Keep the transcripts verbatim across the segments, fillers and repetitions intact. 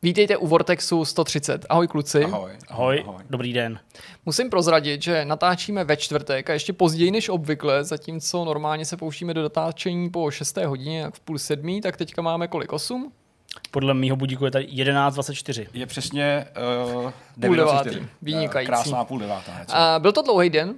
Vítejte u Vortexu sto třicet. Ahoj kluci. Ahoj. Ahoj. Ahoj. Dobrý den. Musím prozradit, že natáčíme ve čtvrtek a ještě později než obvykle, zatímco normálně se pouštíme do natáčení po šesté hodině, jak v půl sedmí, tak teďka máme kolik? osm? Podle mýho budíku je tady jedenáct dvacet čtyři. Je přesně uh, půl devátý. Vynikající. Krásná půl devátá. A byl to dlouhý den. Uh,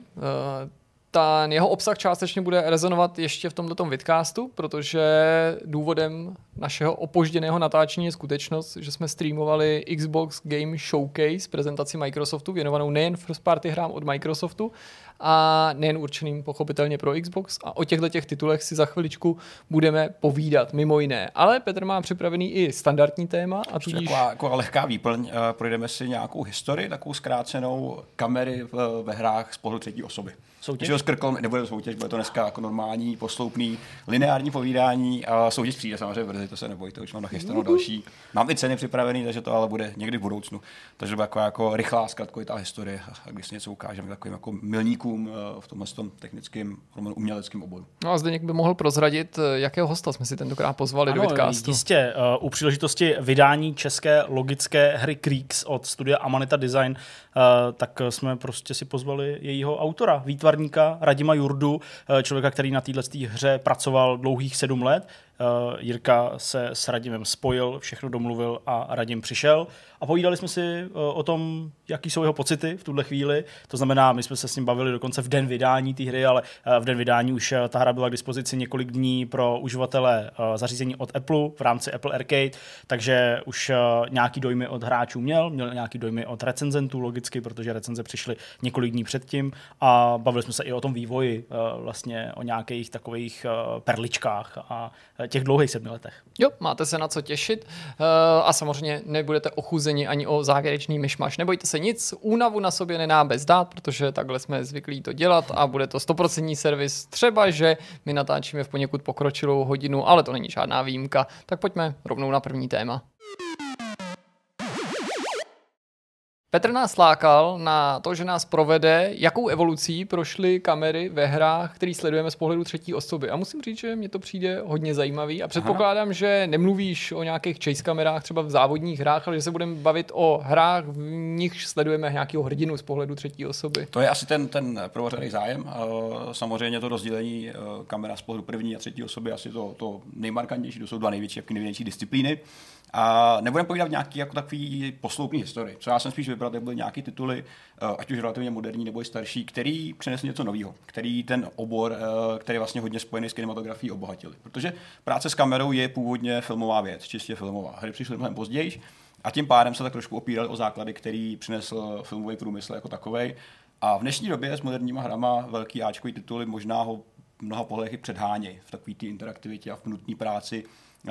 Ten jeho obsah částečně bude rezonovat ještě v tomto vidcastu, protože důvodem našeho opožděného natáčení je skutečnost, že jsme streamovali Xbox Game Showcase, prezentaci Microsoftu, věnovanou nejen first party hrám od Microsoftu a nejen určeným pochopitelně pro Xbox. A o těchto těch titulech si za chviličku budeme povídat, mimo jiné. Ale Petr má připravený i standardní téma. A tudíž... Taková, taková lehká výplň. Projdeme si nějakou historii, takovou zkrácenou kamery ve hrách z pohledu třetí osoby. Soutěž? Že skrkl, nebude soutěž, bude to dneska jako normální, posloupný, lineární povídání a soutěž přijde samozřejmě brzy, to se nebojte, už mám nachystanou další. Mám i ceny připravený, takže to ale bude někdy v budoucnu. Takže bude jako, jako rychlá zkratkovitá historie, a když si něco ukážeme takovým jako milníkům v tomhle tom technickém, uměleckém oboru. No a Zdeněk by mohl prozradit, jakého hosta jsme si tentokrát pozvali ano, do vidcastu. Jistě, uh, u příležitosti vydání české logické hry Creeks od studia Amanita Design, uh, tak jsme prostě si pozvali jejího autora, výtvarníka Radima Jurdu, člověka, který na této hře pracoval dlouhých sedm let. Uh, Jirka se s Radimem spojil, všechno domluvil a Radim přišel a povídali jsme si uh, o tom, jaký jsou jeho pocity v tuhle chvíli. To znamená, my jsme se s ním bavili dokonce v den vydání té hry, ale uh, v den vydání už uh, ta hra byla k dispozici několik dní pro uživatele uh, zařízení od Apple v rámci Apple Arcade, takže už uh, nějaký dojmy od hráčů měl, měl nějaký dojmy od recenzentů logicky, protože recenze přišly několik dní předtím a bavili jsme se i o tom vývoji, uh, vlastně o nějakých takových uh, perličkách a těch dlouhých sedmi letech. Jo, máte se na co těšit a samozřejmě nebudete ochuzeni ani o závěrečný myšmaš. Nebojte se nic, únavu na sobě nenáme zdát, protože takhle jsme zvyklí to dělat a bude to stoprocentní servis. Třeba, že my natáčíme v poněkud pokročilou hodinu, ale to není žádná výjimka. Tak pojďme rovnou na první téma. Petr nás lákal na to, že nás provede, jakou evolucí prošly kamery ve hrách, který sledujeme z pohledu třetí osoby. A musím říct, že mně to přijde hodně zajímavý a předpokládám, Aha. že nemluvíš o nějakých chase kamerách třeba v závodních hrách, ale že se budeme bavit o hrách, v nichž sledujeme nějakého hrdinu z pohledu třetí osoby. To je asi ten, ten prvořadý zájem. Samozřejmě to rozdělení kamera z pohledu první a třetí osoby asi to, to nejmarkantnější, to jsou dva největší, největší disciplíny. A nebudeme povídat nějaký jako takový posloupný historii. Co já jsem spíš vybral, tak byly nějaký tituly, ať už relativně moderní nebo i starší, který přinesl něco nového, který ten obor, který je vlastně hodně spojený s kinematografií, obohatili. Protože práce s kamerou je původně filmová věc, čistě filmová. Hry přišly mnohem později a tím pádem se tak trošku opírali o základy, který přinesl filmový průmysl jako takovej. A v dnešní době s moderníma hrama velký áčkový tituly možná ho mnoha pohledech předhánějí v takové té interaktivitě a v nutné práci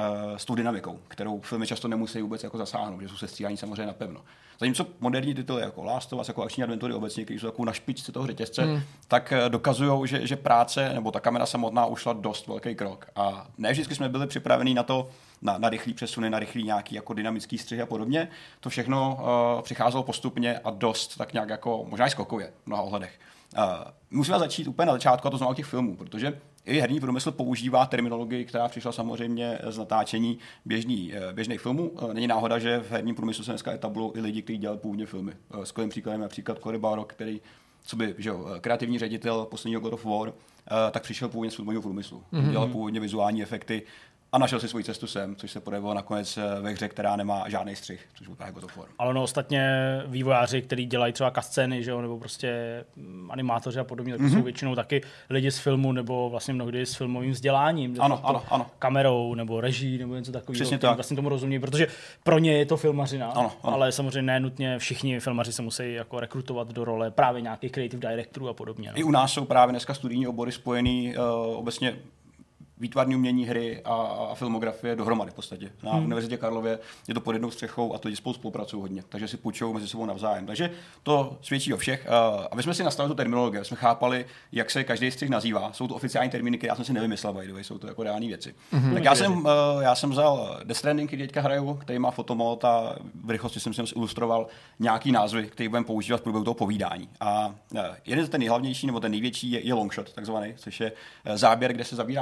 s tou dynamikou, kterou filmy často nemusí vůbec jako zasáhnout, že jsou sestříhání samozřejmě napevno. Zatímco moderní tituly jako Last of Us, jako akční adventury obecně, které jsou takovou na špičce toho řetězce, hmm. tak dokazují, že, že práce nebo ta kamera samotná ušla dost velký krok. A ne vždycky jsme byli připraveni na to, na, na rychlý přesuny, na rychlý nějaký jako dynamický střih a podobně. To všechno uh, přicházelo postupně a dost tak nějak jako možná i skokově v mnoha ohledech. Uh, musíme začít úplně na začátku, a to znamená těch filmů, protože i herní průmysl používá terminologii, která přišla samozřejmě z natáčení běžný, běžných filmů. Není náhoda, že v herním průmyslu se dneska etablují i lidi, kteří dělali původně filmy. Skvělým příkladem je například Cory Barlog, který, co by, že jo, kreativní ředitel posledního God of War, tak přišel původně z filmového průmyslu. Mm-hmm. Dělal původně vizuální efekty a našel si svoji cestu sem, což se projevilo nakonec ve hře, která nemá žádný střih, což byl právě God of War. Ale no ostatně vývojáři, kteří dělají třeba kascény, že jo, nebo prostě animátoři a podobně, tak mm-hmm. jsou většinou taky lidi z filmu, nebo vlastně mnohdy s filmovým vzděláním, ano, ano, ano. kamerou, nebo reží, nebo něco takového. Přesně tak. Vlastně tomu rozumí, protože pro ně je to filmařina, ano, ano. ale samozřejmě nenutně všichni filmaři se musí jako rekrutovat do role právě nějakých creative directorů a podobně. No. I u nás jsou právě dneska studijní obory spojený uh, obecně výtvarné umění hry a, a filmografie dohromady v podstatě. Na hmm. Univerzitě Karlově je to pod jednou střechou a ty lidi spolu spolupracují hodně, takže si půjčují mezi sebou navzájem. Takže to svědčí o všech. Aby jsme si nastavili tu terminologii, aby jsme chápali, jak se každý střih nazývá. Jsou to oficiální termíny, které já jsem si nevymyslel, by the way, jsou to jako reální věci. Hmm. Tak já jsem, já jsem vzal Death Stranding, který teďka hraju, který má fotomod a v rychlosti jsem si ilustroval nějaký názvy, který budeme používat v průběhu toho povídání. A jeden z ten nejhlavnější nebo ten největší je, je longshot, takzvaný, což je záběr, kde se zabírá postava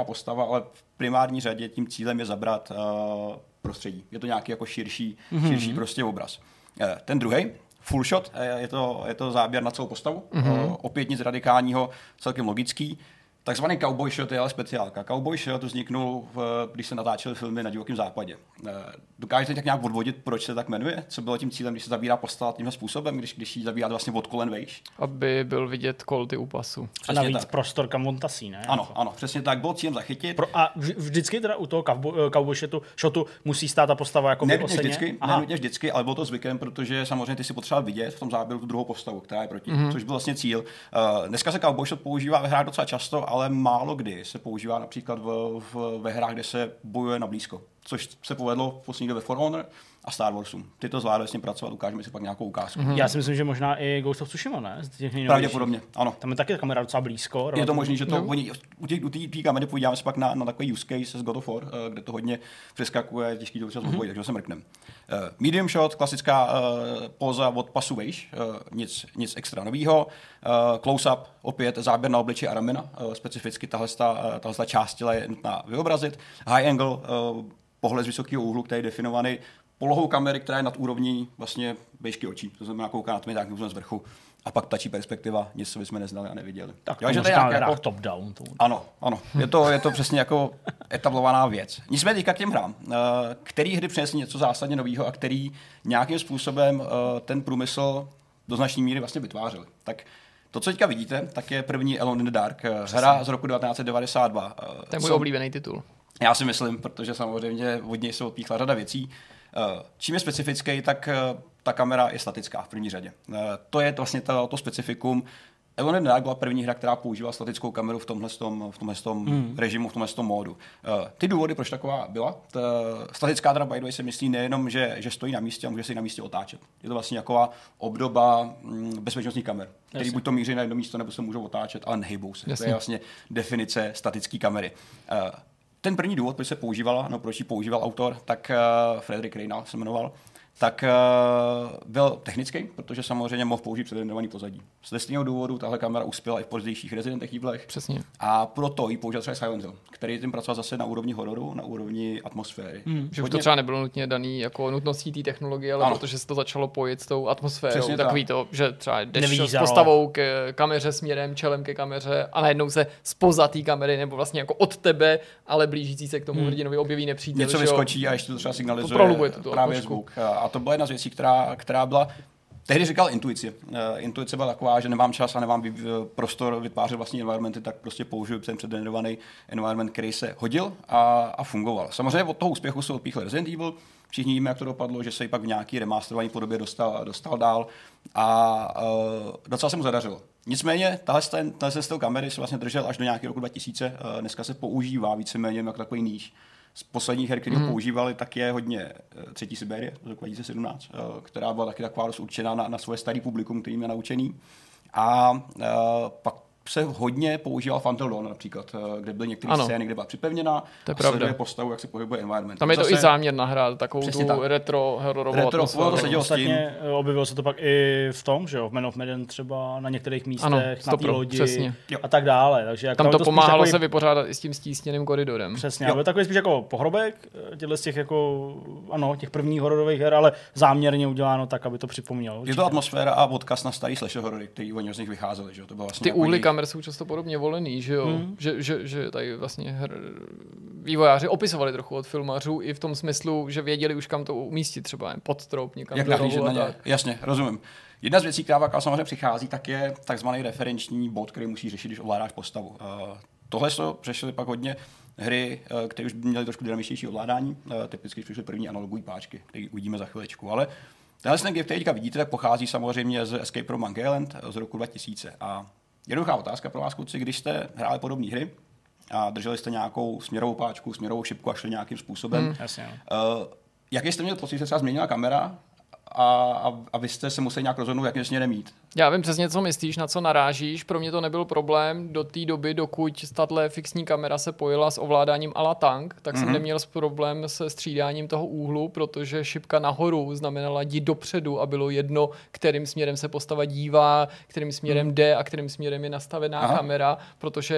ale v primární řadě tím cílem je zabrat uh, prostředí. Je to nějaký jako širší, mm-hmm. širší prostě obraz. Uh, ten druhý, full shot, je to, je to záběr na celou postavu. Mm-hmm. Uh, opět nic radikálního, celkem logický. Takzvaný cowboy shot je ale speciálka. Cowboy shot vzniknul, v, když se natáčely filmy na divokém západě. Dokážete tak nějak odvodit, proč se tak jmenuje? Co bylo tím cílem, když se zabírá postava tímhle způsobem, když, když ji zabírá vlastně od kolen vejš? Aby byl vidět kolty u pasu. A navíc tak. Prostor, kam on tasí, ne? Ano, ano, přesně tak. Bylo cílem zachytit. Pro, a vždycky teda u toho cowboy, cowboy shotu, shotu musí stát ta postava jako by oseně? Vždycky, ne vždycky, ale bylo to zvykem, protože samozřejmě ty si potřeboval vidět v tom záběru tu druhou postavu, která je proti, mm-hmm. což byl vlastně cíl. Uh, dneska se cowboy shot používá ve hrách docela často, ale málo kdy se používá například v, v, ve hrách, kde se bojuje na blízko, což se povedlo v poslední době For Honor a Star Warsům. Ty to zvládají s ním pracovat, ukážeme si pak nějakou ukázku. Mm-hmm. Já si myslím, že možná i Ghost of Tsushima, ne? Pravděpodobně, ano. Tam je taky kamera docela blízko. Je relativně. to možné, že to no. oni, u té kamery podíváme se pak na, na takový use case z God of War, kde to hodně přeskakuje, těžký to čas mm-hmm. takže se mrknem. Uh, medium shot, klasická uh, póza od pasu vejš, uh, nic, nic extra novýho. Uh, close-up, opět záběr na obličeji a ramena, uh, specificky tahle, uh, tahle část těla je nutná vyobrazit. High angle, uh, pohled z vysokého úhlu, který je definovaný polohou kamery, která je nad úrovní vlastně výšky očí. To znamená, kouká na tmy tak z vrchu. A pak tačí perspektiva, nic, co bychom neznali a neviděli. Tak to je jako top-down. Ano, ano. Je to, je to přesně jako etablovaná věc. Nicméně teďka k těm hrám. Který hry přinesly něco zásadně nového a který nějakým způsobem ten průmysl do značné míry vlastně vytvářel. Tak to, co teďka vidíte, tak je první Alone in the Dark. Přesně. Hra z roku devatenáct set devadesát dva. To je můj oblíbený titul. Já si myslím, protože samozřejmě od něj se odpíchla řada věcí. Čím je specifický, tak ta kamera je statická v první řadě. To je vlastně to, to specifikum. Alone in the Dark byla první hra, která používala statickou kameru v tomhle, tom, v tomhle tom hmm. režimu, v tomhle tom módu. Ty důvody, proč taková byla, ta statická hra by the way se myslí nejenom, že, že stojí na místě, ale může se i na místě otáčet. Je to vlastně taková obdoba bezpečnostních kamer, které buď to míří na jedno místo, nebo se můžou otáčet, ale nehybou se. Jasně. To je vlastně definice statické kamery. Ten první důvod, proč se používala, no proč ji používal autor, tak uh, Frederick Reynal se jmenoval, tak uh, byl technický, protože samozřejmě mohl použít předenovaný pozadí. Z stejného důvodu tahle kamera uspěla i v pozdějších Resident Evilech. Přesně. A proto ji použil třeba Silent Hill, který tím pracoval zase na úrovni hororu, na úrovni atmosféry. Hmm. Že už to třeba nebylo nutně daný jako nutností té technologie, ale ano. protože se to začalo pojit s tou atmosférou. Přesně takový tak. To, že třeba jdeš s postavou k kameře směrem, čelem ke kameře a najednou se zpoza té kamery nebo vlastně jako od tebe, ale blížící se k tomu hmm. hrdinovi objeví nepřítel. Něco vyskočí a ještě to třeba signalizuje to právě zvuk. A to byla jedna z věcí, která, která byla, tehdy říkal intuice. Uh, intuice byla taková, že nemám čas a nemám vy, prostor vytvářet vlastní environmenty, tak prostě použiju ten předgenerovaný environment, který se hodil a, a fungoval. Samozřejmě od toho úspěchu se odpíchl Resident Evil, všichni víme, jak to dopadlo, že se i pak v nějaký remasterovaný podobě dostal, dostal dál a uh, docela se mu zadařilo. Nicméně, tahle z té kamery se vlastně držel až do nějakého roku dva tisíce, uh, dneska se používá víceméně jako takový níž. Z posledních her, které mm. používali, tak je hodně uh, Třetí Sibérie z roku dva tisíce sedmnáct, uh, která byla taky taková dost určená na, na svoje starý publikum, který je naučený. A uh, pak se hodně používal Until Dawn například, kde byly některé scény, kde byla připevněna a sleduje postavu, jak se pohybuje environment. Tam je to zase i záměrná hra, takovou tu tak. retro hororovou atmosféru. To ostatně objevilo se to pak i v tom, že jo, v Man of Medan třeba na některých místech, ano, na té lodi přesně. A tak dále. Takže jak tam to, to pomáhalo takový... se vypořádat i s tím stísněným koridorem. Přesně, ale takový spíš jako pohrobek těchto z těch jako, ano, těch prvních hororových her, ale záměrně uděláno tak, aby to připomnělo. Je to atmosféra a odkaz na starý slasher horory, který oni z nich vycházeli, že jo. To bylo vlastně ty úhly kamer jsou často podobně volený, že jo, hmm. že, že, že tady vlastně hr... vývojáři opisovali trochu od filmařů i v tom smyslu, že věděli už kam to umístit, třeba pod strop, někam jak do rohu a tak. Jasně, rozumím. Jedna z věcí, která samozřejmě přichází, tak je takzvaný referenční bod, který musí řešit, když ovládáš postavu. Uh, tohle to řešili pak hodně hry, uh, které už měly trošku dynamičtější ovládání, uh, typicky když přišly první analogové páčky, které uvidíme za chviličku, ale tenhle ten game, který teďka vidíte, tak pochází samozřejmě z Escape from Monkey Island z roku dva tisíce a jednoduchá otázka pro vás, kluci, když jste hráli podobné hry a drželi jste nějakou směrovou páčku, směrovou šipku a šli nějakým způsobem, hmm, jasně, uh, jaký jste měl pocit, že se třeba změnila kamera a, a, a vy jste se museli nějak rozhodnout, jakým směrem jít? Já vím přesně, co myslíš, na co narážíš. Pro mě to nebyl problém do té doby, dokud tato fixní kamera se pojila s ovládáním a la tank, tak mm-hmm. jsem neměl problém se střídáním toho úhlu, protože šipka nahoru znamenala jít dopředu a bylo jedno, kterým směrem se postava dívá, kterým směrem mm. jde a kterým směrem je nastavená Aha. kamera, protože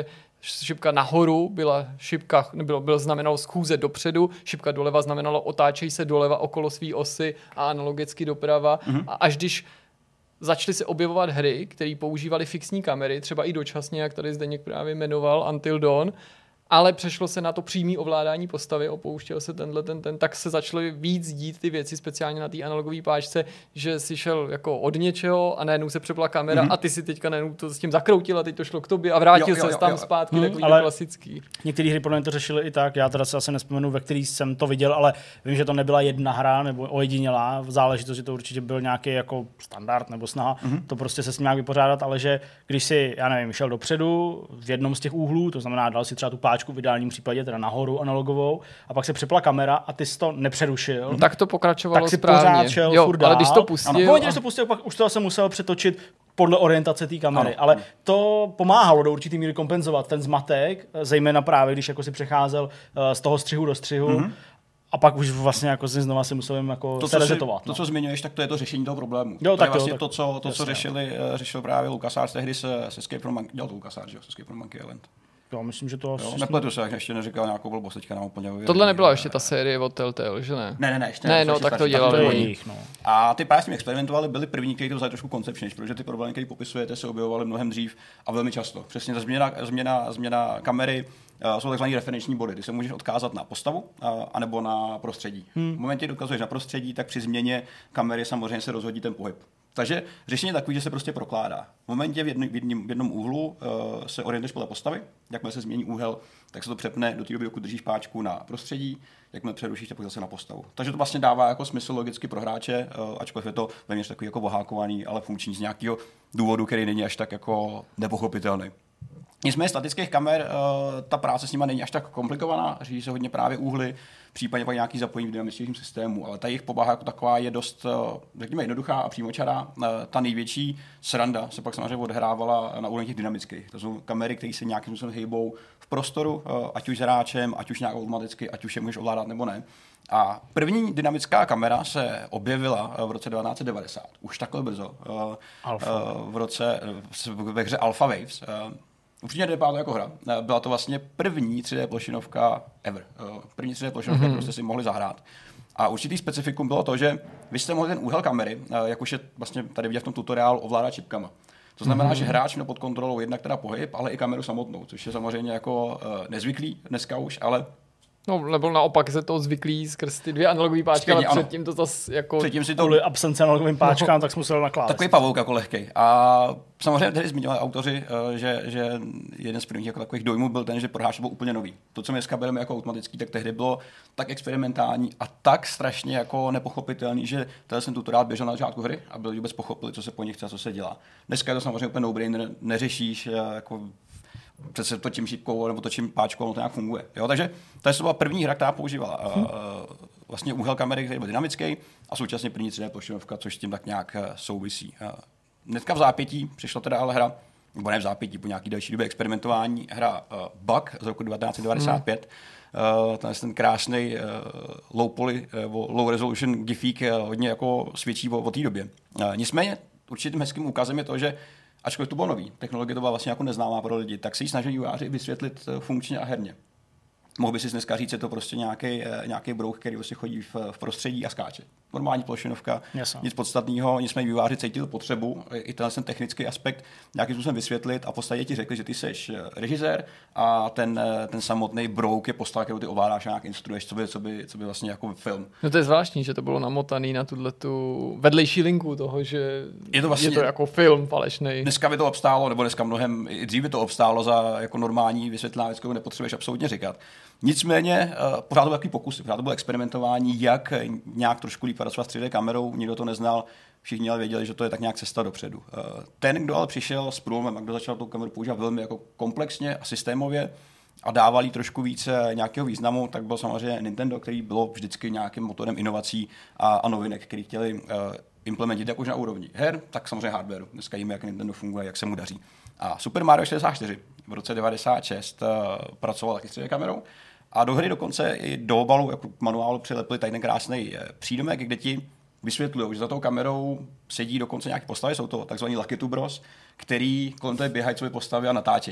šipka nahoru byla šipka, nebylo, bylo znamenalo schůze dopředu, šipka doleva znamenalo otáčej se doleva okolo své osy a analogicky doprava. Mm-hmm. A až když začaly se objevovat hry, které používaly fixní kamery, třeba i dočasně, jak tady Zdeněk právě jmenoval, Until Dawn, ale přešlo se na to přímé ovládání postavy, opouštěl se tenhle, ten, ten, tak se začaly víc dít ty věci, speciálně na té analogové páčce, že si šel jako od něčeho a najednou se přepla kamera mm-hmm. a ty si teďka najednou to s tím zakroutil a teď to šlo k tobě a vrátil se tam jo. zpátky, mm, takový klasický. Některé hry podle mě to řešily i tak, já teda se asi nespomenu, ve který jsem to viděl, ale vím, že to nebyla jedna hra nebo ojedinělá, v záležitosti to určitě byl nějaký jako standard nebo snaha, mm-hmm. to prostě se s ním nějak vypořádat, ale že když si, já nevím, šel dopředu v jednom z těch úhlů, to znamená, dal si třeba tu páčku v ideálním případě, teda nahoru analogovou, a pak se přepla kamera a ty jsi to nepřerušil. No, tak to pokračovalo tak si správně. Pořád šel jo, furt dál. Ale když to pustil... Ano, když to pustil, pak už to se musel přetočit podle orientace té kamery. Ano. Ale to pomáhalo do určitý míry kompenzovat ten zmatek, zejména právě, když jako si přecházel z toho střihu do střihu. Mm-hmm. A pak už vlastně jako si znova si musel jako to, se resetovat. Si, to, co zmiňuješ, tak to je to řešení toho problému. Jo, to tak je vlastně jo, to, co, to, jasně, co řešili, řešil právě LucasArts tehdy se, se Escape from Monkey, dělal to LucasArts, jo, se Escape from Monkey Island. Já myslím, že to asi... Nepletu se, jak ještě neříkal nějakou blbost, teďka nám úplně uvědomí. Tohle nebyla ještě ta série od Telltale, že ne? Ne, ne, ne, ještě ne. Ne, no, tak to dělali oni. No. A ty právě s tím experimentovali, byli první, kteří to vzali trošku koncepčně, protože ty problémy, které popisujete, se objevovaly mnohem dřív a velmi často. Přesně ta změna, změna, změna kamery uh, jsou takzvané referenční body. Ty se můžeš odkázat na postavu uh, anebo na prostředí. Hmm. V momentě, kdy ukazuješ na prostředí, tak při změně kamery samozřejmě se rozhodí ten pohyb. Takže řešení je takový, že se prostě prokládá. V momentě v, jedn, v, jedním, v jednom úhlu uh, se orientuješ podle postavy, jakmile se změní úhel, tak se to přepne do té doby, dokud držíš páčku na prostředí, jakmile přerušíš, tak zase na postavu. Takže to vlastně dává jako smysl logicky pro hráče, uh, ačkoliv je to velmi takový jako vohákovaný, ale funkční z nějakého důvodu, který není až tak jako nepochopitelný. Nicméně statických kamer, uh, ta práce s nimi není až tak komplikovaná, řídí se hodně právě úhly, případně pak nějaký zapojení v dynamičtějším systému, ale ta jejich povaha jako taková je dost, řekněme, jednoduchá a přímočará. Ta největší sranda se pak samozřejmě odhrávala na úrovni těch dynamických. To jsou kamery, které se nějakým způsobem hejbou v prostoru, ať už s hráčem, ať už nějak automaticky, ať už je můžeš ovládat nebo ne. A první dynamická kamera se objevila v roce devatenáct set devadesát, už takhle brzo, Alpha. v roce ve hře Alpha Waves. Určitě nevypadá to jako hra. Byla to vlastně první tři dé plošinovka ever. První tři dé plošinovka, mm-hmm. kterou jste si mohli zahrát. A určitý specifikum bylo to, že vy jste mohli ten úhel kamery, jak už je vlastně tady vidět v tom tutoriálu, ovládat čipkama. To znamená, mm-hmm. že hráč měl pod kontrolou jednak teda pohyb, ale i kameru samotnou, což je samozřejmě jako nezvyklý dneska už, ale no, nebo naopak se to zvyklý skrz ty dvě analogové páčky, ale předtím to zase jako... Předtím si to... Kvůli absence analogovým páčkám, no, tak jsme museli nakládat. Takový pavouk jako lehkej. A samozřejmě tady zmiňovali autoři, že, že jeden z prvních jako takových dojmů byl ten, že pro hráče byl úplně nový. To, co my dneska bereme jako automatický, tak tehdy bylo tak experimentální a tak strašně jako nepochopitelný, že ten tutoriál běžel na začátku hry a byli vůbec pochopili, co se po nich chce, co se dělá. Dneska je to samozřejmě úplně no-brainer, neřešíš jako přece točím šipkou nebo točím páčkou, ono to nějak funguje. Jo? Takže to byla první hra, která používala uh, uh, vlastně úhel kamery, který byl dynamický a současně první tři dé plošinovka, což s tím tak nějak uh, souvisí. Uh, hnedka v zápětí přišla teda ale hra, nebo ne v zápětí, po nějaký další době experimentování, hra uh, Bug z roku devatenáct set devadesát pět. Hmm. Uh, ten, ten krásný uh, low poly, uh, low resolution gifík uh, hodně jako svědčí o, o té době. Uh, nicméně určitým hezkým úkazem je to, že ačkoliv to bylo nový, technologie to byla vlastně jako neznámá pro lidi, tak se ji snažili vývojáři vysvětlit funkčně a herně. Mohl by si dneska říct, je to prostě nějaký, nějaký brouch, který vlastně chodí v, v prostředí a skáče. Normální plošinovka, yes, nic podstatného, nicméně vývojáři cítili potřebu i ten technický aspekt nějakým způsobem vysvětlit a v podstatě ti řekli, že ty seš režisér a ten, ten samotný brouk je postava, kterou ty ovládáš a nějak instruuješ, co by, co by, co by vlastně jako film. No to je zvláštní, že to bylo namotaný na tuhletu vedlejší linku toho, že je to, vlastně, je to jako film falešnej. Dneska by to obstálo, nebo dneska mnohem i dřív by to obstálo za jako normální vysvětlená věc, kterou nepotřebuješ absolutně říkat. Nicméně uh, pořád to byl takový pokus, pořád to bylo experimentování, jak nějak trošku líp pracovat s tři dé kamerou, nikdo to neznal, všichni ale věděli, že to je tak nějak cesta dopředu. Uh, ten, kdo ale přišel s průlomem a kdo začal tu kameru používat velmi jako komplexně a systémově a dával jí trošku více nějakého významu, tak byl samozřejmě Nintendo, který bylo vždycky nějakým motorem inovací a, a novinek, který chtěli uh, implementovat jak už na úrovni her, tak samozřejmě hardwareu. Dneska víme, jak Nintendo funguje, jak se mu daří. A Super Mario šedesát čtyři v roce devadesát šest uh, pracoval taky s tři dé kamerou a do hry dokonce i do obalu jako manuálu přilepili tady ten krásný uh, přídomek, kde ti vysvětlují, že za tou kamerou sedí dokonce nějaké postavy, jsou to takzvaný Lucky Two Bros, který kolem toho běhají svoje postavy a natáčejí tě.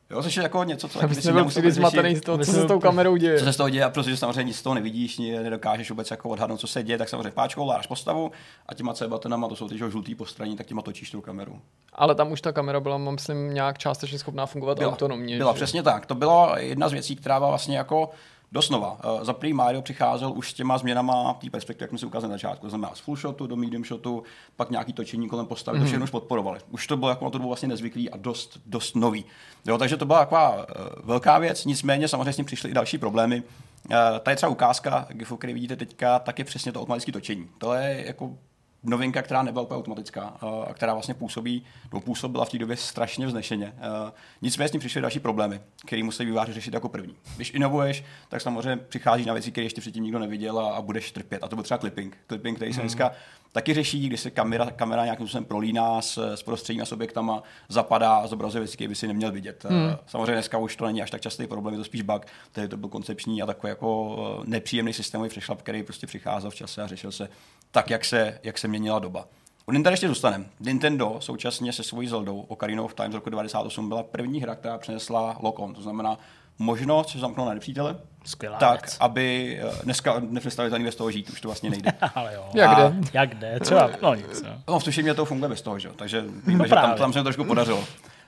Jo, což je jako něco, co Abys nebyl příliš zmatený z toho, co se s tou kamerou děje. Co se s toho děje a protože samozřejmě nic z toho nevidíš, nedokážeš vůbec jako odhadnout, co se děje, tak samozřejmě páčkou láš postavu a těma C buttonama, to jsou ty žlutý postraní, tak těma točíš tu kameru. Ale tam už ta kamera byla, myslím, nějak částečně schopná fungovat byla, autonomně. Byla, že? přesně tak. To byla jedna z věcí, která byla vlastně jako dost nova. Za první Mario přicházel už s těma změnama té perspektivy, jak jsme si ukázali na začátku. To znamená z full shotu do medium shotu, pak nějaký točení kolem postavy, mm. to všechno už podporovali. Už to bylo jako na to bylo vlastně nezvyklý a dost, dost nový. Jo, takže to byla taková uh, velká věc, nicméně samozřejmě s tím přišly i další problémy. Uh, tady třeba ukázka GIFu, který vidíte teďka, tak je přesně to automatické točení. To je jako novinka, která nebyla úplně automatická a která vlastně působí, nebo působila v té době strašně vznešeně. Nicméně s tím přišly další problémy, které musí vývojáři řešit jako první. Když inovuješ, tak samozřejmě přicházíš na věci, které ještě předtím nikdo neviděl a, a budeš trpět. A to byl třeba clipping. Clipping, který se dneska taky řeší, když se kamera, kamera nějakým způsobem prolíná s, s prostředím a s objektama, zapadá a zobrazuje věci, které by si neměl vidět. Hmm. Samozřejmě dneska už to není až tak častý problém, je to spíš bug, tedy to byl koncepční a takový jako nepříjemný systémový přešlap, který prostě přicházel v čase a řešil se tak, jak se, jak se měnila doba. U Nintendo ještě zůstaneme. Nintendo současně se svojí Zeldou Ocarina of Time z roku devadesát osm byla první hra, která přinesla lock-on, to znamená možnost se zamknout na nepřítele, skvělá tak, věc. Aby dneska nepředstavitelný bez toho žít, už to vlastně nejde. Ale jo. Jak jde? Jak jde? Třeba, no nic. Jo. No, v tušimě to funguje bez toho, že? Takže víme, No že tam, tam se to trošku podařilo.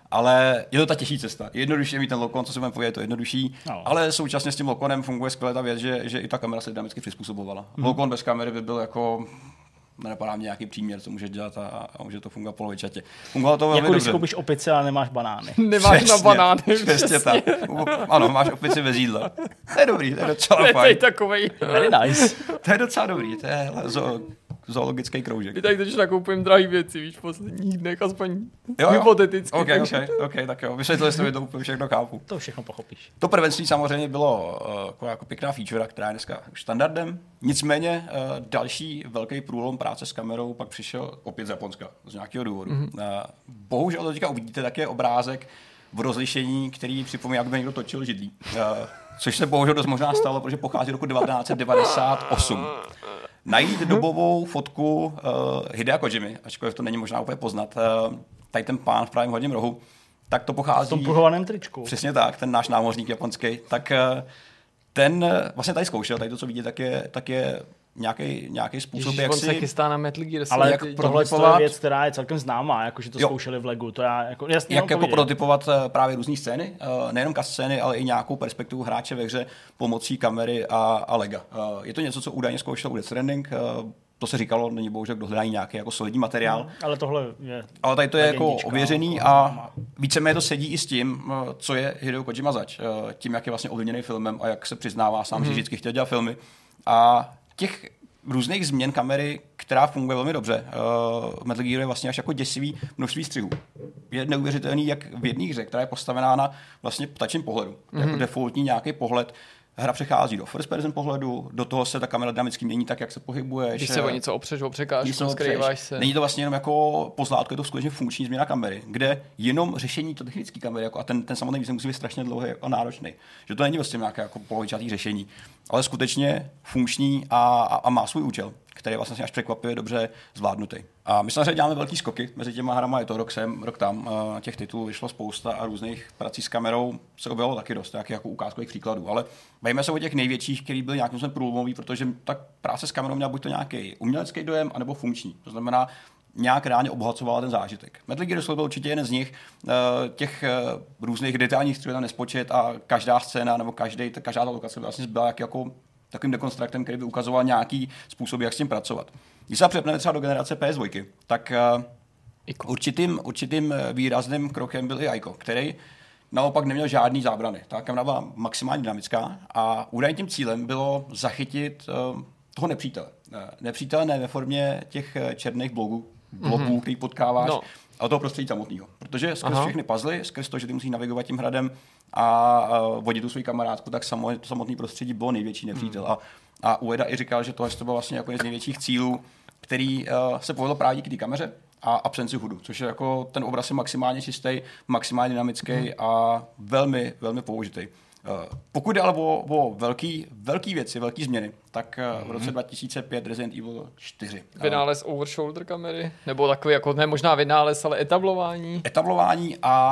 Ale je to ta těžší cesta. Jednodušší je mít ten lokon, co se budeme povědět, je to jednodušší, no. Ale současně s tím lokonem funguje skvěle ta věc, že, že i ta kamera se dynamicky přizpůsobovala. Hmm. Lokon bez kamery by byl jako nenapadá mě nějaký příměr, co můžeš dělat a, a může to fungovat polovičatě. Fungovalo to velmi jako dobře. Jako když koupíš opice a nemáš banány. Nemáš přesně, na banány. Přesně, přesně tak. Ano, máš opici bez jídla. To je dobrý, to je docela fajn. To je takovej. Very nice. To je docela dobrý, to je zo, zoologický kroužek. My tak teď nakoupím drahý věci, víš, v posledních dnech, aspoň jo, jo. hypoteticky. Ok, ok, ok, tak jo, vysvětlili jste mi to úplně všechno chápu. To všechno pochopíš. To prvenství samozřejmě bylo uh, jako pěkná feature, která je dneska už standardem. Nicméně uh, další velký průlom práce s kamerou pak přišel opět z Japonska, z nějakého důvodu. Mm-hmm. Uh, bohužel to teďka uvidíte, tak je obrázek v rozlišení, který připomíná, jak by někdo točil židlí. Uh, což se bohužel dost možná stalo, protože pochází roku devatenáct set devadesát osm. Najít dobovou fotku uh, Hidea Kojimy, ačkoliv to není možná úplně poznat, uh, tady ten pán v pravém hodním rohu, tak to pochází... V tom pruhovaném tričku. Přesně tak, ten náš námořník japonský, tak uh, ten uh, vlastně tady zkoušel, tady to, co vidíte, tak je, tak je nějaký, nějaký způsob, Ježiš, jak on si... se chystá na Metal Gear. Ale jak tohle je věc, která je celkem známá, jakože to jo. zkoušeli v Legu. To já jako, jasně, jak jako prototypovat právě různé scény, nejenom scény, ale i nějakou perspektivu hráče ve hře pomocí kamery a, a lega. Je to něco, co údajně zkoušel u Death Stranding, to se říkalo, není bohužel, kdo hledají nějaký jako solidní materiál. No, ale tohle je... Ale tady to je jako ověřený a víceméně to sedí i s tím, co je Hideo Kojima zač. Tím, jak je vlastně ovlivněný filmem a jak se přiznává sám, mm-hmm. že vždycky chtěl dělat filmy. A těch různých změn kamery, která funguje velmi dobře. Uh, Metal Gear je vlastně až jako děsivý množství střihů. Je neuvěřitelný, jak v jedné hře, která je postavená na vlastně ptačím pohledu. Mm-hmm. Jako defaultní nějaký pohled. Hra přechází do first person pohledu, do toho se ta kamera dynamicky mění tak, jak se pohybuješ. Když se o něco opřeš, o překážku, skrýváš se. Není to vlastně jenom jako pozlátko, je to skutečně funkční změna kamery, kde jenom řešení to technické kamery jako a ten, ten samotný výsledek musí být strašně dlouhý a náročný. Že to není vlastně nějaké jako polovičatý řešení, ale skutečně funkční a, a, a má svůj účel, který je vlastně až překvapivě dobře zvládnutý. A my samozřejmě děláme velký skoky mezi těma hrama, je to rok sem, rok tam. Těch titulů vyšlo spousta a různých prací s kamerou se objevilo taky dost, taky jako ukázkových příkladů. Ale bavíme se o těch největších, který byly nějakým způsobem průlomový, protože ta práce s kamerou měla buď to nějaký umělecký dojem, anebo funkční. To znamená, nějak reálně obohacovala ten zážitek. Metal Gear Solid byl určitě jeden z nich. Těch různých detailních střelů tam nespočet a každá scéna nebo každý, každá ta lokace vlastně byla jak jako takovým dekonstruktem, který by ukazoval nějaký způsob, jak s tím pracovat. Když se přepneme třeba do generace P S dva, tak uh, určitým, určitým výrazným krokem byl i Ico, který naopak neměl žádný zábrany. Ta kamera byla maximálně dynamická a údajně tím cílem bylo zachytit uh, toho nepřítele. Uh, nepřítele ne ve formě těch černých bloků, bloků, mm-hmm. který potkáváš, no. ale toho prostředí samotného. Protože skrz Aha. všechny puzzle, skrz to, že ty musíš navigovat tím hradem a uh, vodit tu svou kamarádku, tak samo, to samotné prostředí bylo největší nepřítel. Mm. A, a Ueda i říkal, že tohle to bylo vlastně jako jeden z největších cílů, který uh, se povedlo právě díky té kameře a absenci hudu, což je jako ten obraz je maximálně čistý, maximálně dynamický mm. a velmi, velmi použitý. Uh, pokud jde ale o, o velký, velký věci, velký změny, tak uh, v roce dva tisíce pět Resident Evil čtyři. Vynález over shoulder kamery? Nebo takový jako ne možná vynález, ale etablování? Etablování a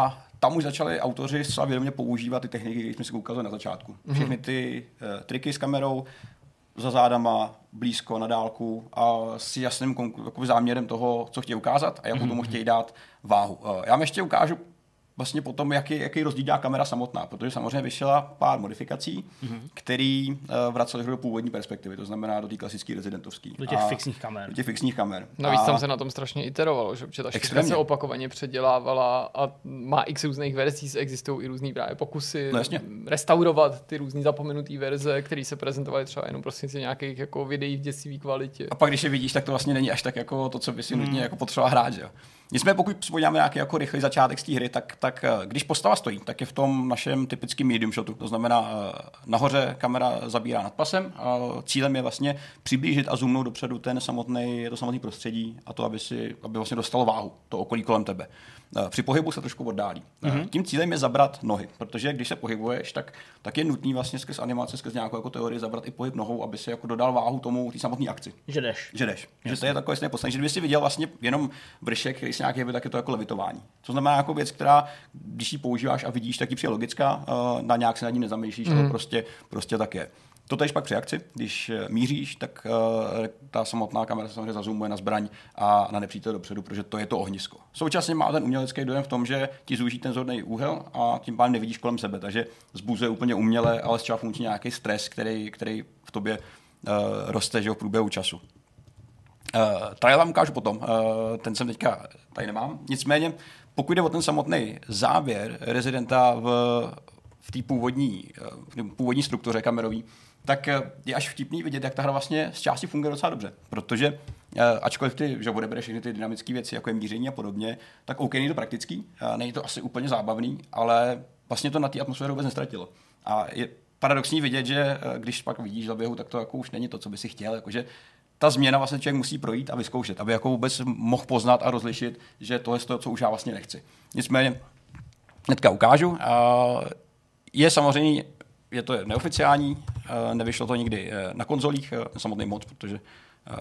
tam už začali autoři zcela vědomě používat ty techniky, které jsme si ukázali na začátku. Všechny ty uh, triky s kamerou, za zádama, blízko, na dálku a s jasným konku, záměrem toho, co chtějí ukázat a jakou mm-hmm. tomu chtějí dát váhu. Uh, já vám ještě ukážu vlastně potom, jaký, jaký rozdíl dělá kamera samotná, protože samozřejmě vyšla pár modifikací, mm-hmm. který uh, vraceli do původní perspektivy, to znamená do té klasické rezidentovské. Do těch fixních kamer. Do těch fixních kamer. Navíc a tam se na tom strašně iterovalo, že ta štika se opakovaně předělávala a má x různých verzí, existují i různý právě pokusy no, restaurovat ty různý zapomenutý verze, které se prezentovaly třeba jenom prostě nějakých jako videí v děsivý kvalitě. A pak když je vidíš, tak to vlastně není až tak jako to, co by si hmm. nutně jako potřeboval hrát, že jo. Nicméně pokud podíváme nějaký jako rychlý začátek z té hry, tak, tak když postava stojí, tak je v tom našem typickém medium shotu. To znamená, nahoře kamera zabírá nad pasem a cílem je vlastně přiblížit a zoomnout dopředu ten samotný, to samotné prostředí a to, aby si aby vlastně dostalo váhu, to okolí kolem tebe. Při pohybu se trošku oddálí. Mm-hmm. Tím cílem je zabrat nohy, protože když se pohybuješ, tak, tak je nutný vlastně skrz animace, skrz nějakou jako teorii zabrat i pohyb nohou, aby si jako dodal váhu tomu té samotné akci. Že jdeš. Že jdeš. Že to je takové jasné poslední. Že kdyby si viděl vlastně jenom vršek, který si nějaký jebe, tak je to jako levitování. To znamená jako věc, která, když ji používáš a vidíš, tak ji přijde logická, na nějak se nad ní nezamýšlíš, mm. ale prostě, prostě tak je. To tež pak při akci, když míříš, tak uh, ta samotná kamera se samozřejmě zazoomuje na zbraň a na nepřítel dopředu, protože to je to ohnisko. Současně má ten umělecký dojem v tom, že ti zúží ten zorný úhel a tím pádem nevidíš kolem sebe, takže zbuzuje úplně uměle, ale zčela funkční nějaký stres, který, který v tobě uh, roste, že v průběhu času. Uh, tady vám ukážu potom, uh, ten jsem teďka tady nemám. Nicméně, pokud jde o ten samotný závěr Residenta v, v té původní, uh, původní struktuře kamerový, tak je až vtipný vidět, jak ta hra vlastně z části funguje docela dobře. Protože uh, ačkoliv ty, že odebere všechny ty dynamické věci, jako je míření a podobně, tak OK, není to praktický, uh, není to asi úplně zábavný, ale vlastně to na té atmosféře vůbec nestratilo. A je paradoxní vidět, že uh, když pak vidíš za běhu, tak to jako už není to, co by si chtěl, jakože ta změna vlastně člověk musí projít a vyzkoušet, aby jako vůbec mohl poznat a rozlišit, že to je to, co už já vlastně nechci. Nicméně hnedka ukážu. Uh, je samozřejmě, je to neoficiální, uh, nevyšlo to nikdy uh, na konzolích, uh, samotný mod, protože uh,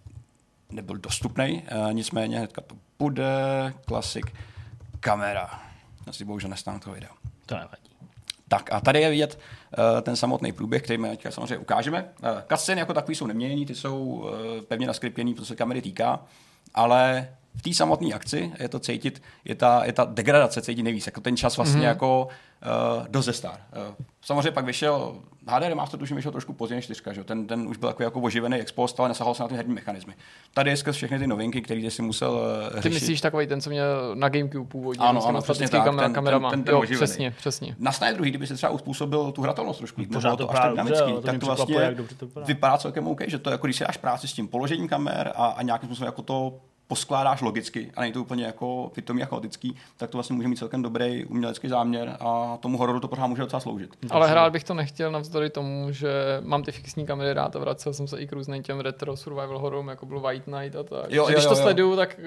nebyl dostupný. Uh, nicméně hnedka to bude Classic kamera. Já si bohužel nestanu to video. To nevadí. Tak a tady je vidět uh, ten samotný průběh, který my samozřejmě ukážeme. Uh, cutscény jako takový jsou neměněný, ty jsou uh, pevně naskriptěný, co se kamery týká, ale v té samotné akci je to cítit, je ta, je ta degradace cítit nejvíc, jako ten čas vlastně mm-hmm. jako uh, do ze star. Uh, samozřejmě pak vyšel, H D Remaster tuším vyšel trošku později než čtyřka, že? Ten, ten už byl jako, jako oživený expost, ale nesahal se na ty herní mechanismy. Tady je skrz všechny ty novinky, které si musel uh, řešit. Ty myslíš takový ten, co měl na GameCube původně? Ano, ano, přesně tak, kamera, ten, kamerama. ten, ten, ten jo, oživený. přesně, přesně. Na straně druhý, kdyby se třeba uspůsobil tu hratelnost trošku, pořád to, to až tak dynamický, to tak to vlastně to vypadá celkem OK, že to jako když si dáš práci s tím položením kamer a, a nějakým způsobem jako to poskládáš logicky a není to úplně jako fitomý a chaotický, tak to vlastně může mít celkem dobrý umělecký záměr a tomu hororu to pořád může docela sloužit. Ale hrát bych to nechtěl navzdory tomu, že mám ty fixní kamery rád a vracel jsem se i k různým těm retro survival hororům, jako byl White Knight a tak. Jo, jo, když jo, to jo. sleduju, tak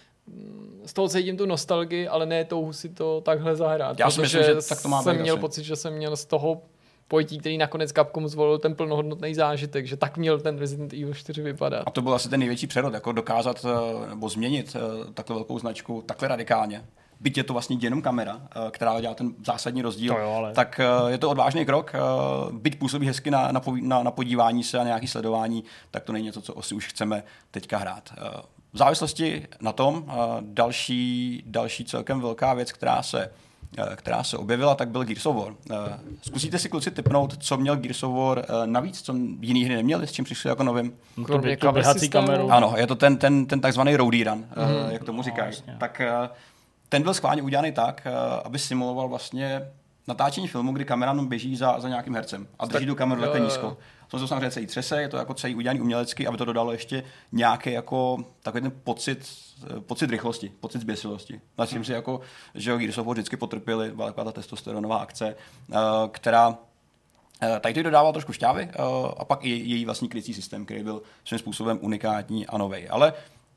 z toho cítím tu nostalgii, ale ne touhu si to takhle zahrát. Já si myslím, že tak to má jsem být měl asi. pocit, že jsem měl z toho pojití, který nakonec Capcom zvolil ten plnohodnotný zážitek, že tak měl ten Resident Evil čtyři vypadat. A to byl asi ten největší přerod, jako dokázat nebo změnit takhle velkou značku takhle radikálně. Byť je to vlastně jenom kamera, která dělá ten zásadní rozdíl, jo, ale... tak je to odvážný krok. Byť působí hezky na, na, na, na podívání se a nějaké sledování, tak to není něco, co asi už chceme teďka hrát. V závislosti na tom další, další celkem velká věc, která se která se objevila, tak byl Gears of War. Zkusíte si kluci tipnout, co měl Gears of War navíc, co jiný hry neměli, s čím přišli jako novým? Kromě běhací kameru. Ano, je to ten, ten, ten takzvaný roadie run, mm. jak tomu říkají. No, vlastně. Tak ten byl schválně udělaný tak, aby simuloval vlastně natáčení filmu, kdy kamera běží za, za nějakým hercem a drží tu kameru takhle nízko. To se samozřejmě celý třese, je to jako celý udělaný umělecky, aby to dodalo ještě nějaký jako takový ten pocit, pocit rychlosti, pocit zběsilosti. Myslím hmm. si jako, že Gears of War vždycky potrpěli, byla taková ta testosteronová akce, která tady to dodával trošku šťávy a pak i její vlastní krycí systém, který byl svým způsobem unikátní a novej. Ale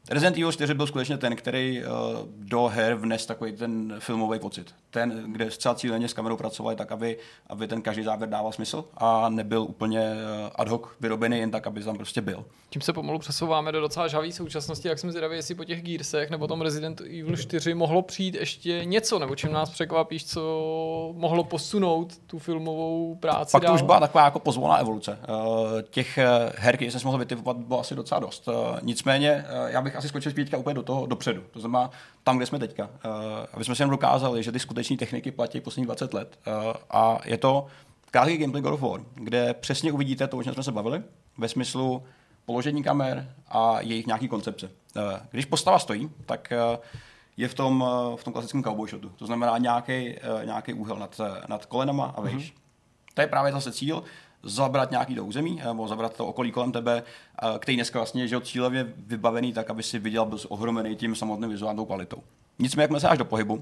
Resident Evil čtyři byl skutečně ten, který uh, do her vnes takový ten filmový pocit. Ten, kde zcela cíleně s kamerou pracovali tak, aby, aby ten každý záběr dával smysl a nebyl úplně uh, ad hoc vyrobený jen tak, aby tam prostě byl. Tím se pomalu přesouváme do docela žhavé současnosti, jak jsem zvědavý, jestli po těch Gearsech nebo tom Resident Evil čtyři mohlo přijít ještě něco, nebo čím nás překvapíš, co mohlo posunout tu filmovou práci Pak dál. to už byla taková jako pozvolná evoluce. Uh, těch uh, her, které jsem si mohl vytipovat, bylo asi docela dost. Uh, nicméně, uh, já bych asi skočil teďka úplně do toho dopředu. To znamená tam, kde jsme teďka. Uh, aby jsme si jen dokázali, že ty skutečné techniky platí posledních dvacet let. Uh, a je to krátký gameplay God of War, kde přesně uvidíte to, o čem jsme se bavili, ve smyslu položení kamer a jejich nějaký koncepce. Uh, když postava stojí, tak uh, je v tom, uh, v tom klasickém cowboy shotu. To znamená nějaký uh, nějaký úhel nad, nad kolenama a vejš. Mm-hmm. To je právě zase cíl, zabrat nějaký do území, nebo zabrat to okolí kolem tebe, který dneska vlastně je cílově vybavený tak, aby si viděl, byl ohromený tím samotným vizuálnou kvalitou. Nicméně, jakmile se až do pohybu,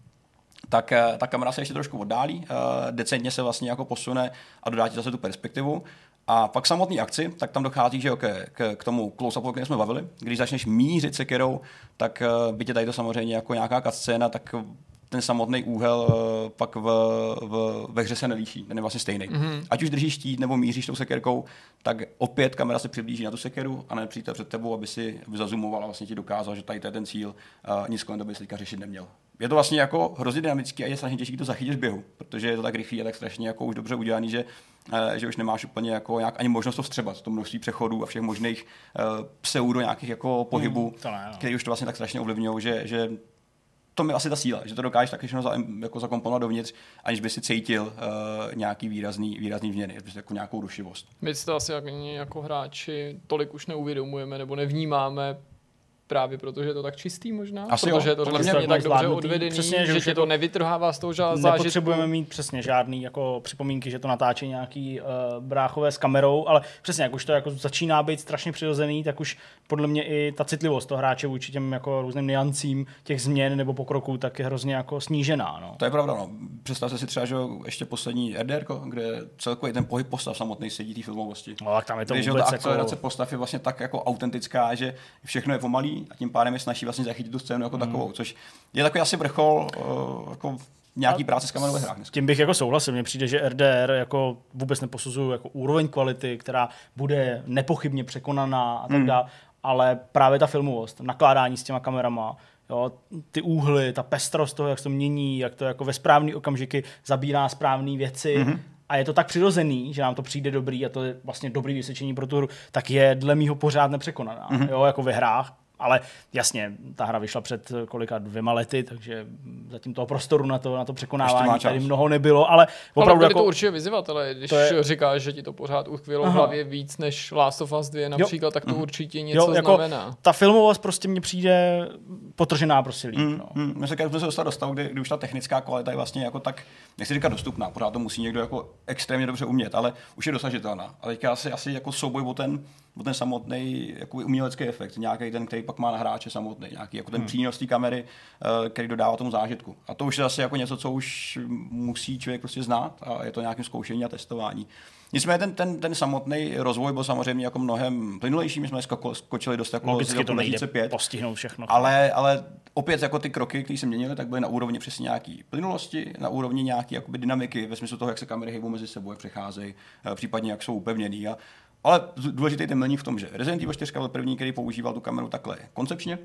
tak ta kamera se ještě trošku oddálí, decentně se vlastně jako posune a dodá ti zase tu perspektivu. A pak samotný akci, tak tam dochází, že okay, k, k tomu close-upu, o kterém jsme bavili. Když začneš mířit sekerou, tak byť je tady to samozřejmě jako nějaká cutscéna, tak ten samotný úhel uh, pak v, v, ve hře se nelíší, ten je vlastně stejný. Mm-hmm. Ať už držíš štít nebo míříš tou sekerkou, tak opět kamera se přiblíží na tu sekeru a ne přijde před tebou, aby si aby zazumoval a vlastně ti dokázal, že tady to je ten cíl, uh, nic kolem tebe si teďka řešit neměl. Je to vlastně jako hrozně dynamický a je strašně těžké to zachytit v běhu, protože je to tak rychlý a tak strašně jako už dobře udělaný, že, uh, že už nemáš úplně jako nějak ani možnost to vstřebat, to množství přechodů a všech možných uh, pseudo nějakých jako pohybů, mm, ne, no. který už to vlastně tak strašně ovlivňují, že, že to je asi ta síla, že to dokážeš taky všechno za, jako zakomponovat dovnitř, aniž by si cítil uh, nějaký výrazný, výrazný změny, jako nějakou rušivost. My si to asi jako, jako hráči tolik už neuvědomujeme nebo nevnímáme, právě protože je to tak čistý možná, asi protože jo, je to vlastně tak, tak dobře odvedený, přesně, že, že tě to nevytrhává z toho zážitku. Nepotřebujeme mít přesně žádný jako připomínky, že to natáčí nějaký uh, bráchové s kamerou, ale přesně jak už to jako začíná být strašně přirozený, tak už podle mě i ta citlivost toho hráče vůči těm jako různým niancím těch změn nebo pokroků tak je hrozně jako snížená. No. To je pravda, no. Představte si třeba, že ještě poslední R D R, kde celkový ten pohyb postav samotný sedí té filmovosti. No, tak tam je to když vůbec ta akcelerace jako... postav je vlastně tak jako autentická, že všechno je pomalý a tím pádem je snaží vlastně zachytit tu scénu jako mm. takovou, což je takový asi vrchol uh, jako nějaký práce s kamerou ve hrách. Tím bych jako souhlasil, mně přijde, že R D R jako vůbec neposuzuju jako úroveň kvality, která bude nepochybně překonaná a tak mm. dále, ale právě ta filmovost, nakládání s těma kamerama, jo, ty úhly, ta pestrost toho, jak se to mění, jak to jako ve správný okamžiky zabírá správné věci, mm-hmm. a je to tak přirozený, že nám to přijde dobrý a to je vlastně dobrý vysvědčení pro tu hru, tak je dle mýho pořád nepřekonaná, mm-hmm. jo, jako ve hrách. Ale jasně, ta hra vyšla před kolika dvěma lety, takže zatím toho prostoru na to, na to překonávání tady mnoho nebylo, ale opravdu ale byli jako... to určitě vyzývatele, když je... říkáš, že ti to pořád utkvělo v hlavě víc než Last of Us dva například, jo. tak to mm. určitě něco jo, jako znamená. Ta filmovost prostě mně přijde potržená prostě líp. Mm, no. mm, my se jsme se dostali do stavu, kdy, kdy už ta technická kvalita je vlastně jako tak, nechci říkat dostupná, pořád to musí někdo jako extrémně dobře umět, ale už je dosažitelná. Ale teďka asi, asi jako souboj o ten, o ten samotný jako umělecký efekt, nějaký ten, který pak má na hráče samotný, nějaký jako ten hmm. přínos té kamery, který dodává tomu zážitku. A to už je asi jako něco, co už musí člověk prostě znát a je to nějakým zkoušení a testování. Nicméně ten, ten, ten samotný rozvoj byl samozřejmě jako mnohem plynulejší, my jsme skoko, skočili dost jako logicky to nejde pět, postihnout všechno. Ale, ale opět jako ty kroky, které se měnily, tak byly na úrovni přesně nějaký plynulosti, na úrovni nějaký jakoby dynamiky, ve smyslu toho, jak se kamery hejbou mezi sebou, jak přecházejí, případně jak jsou upevněný. A, ale důležitý ten milník v tom, že Resident Evil čtyři byl první, který používal tu kameru takhle koncepčně.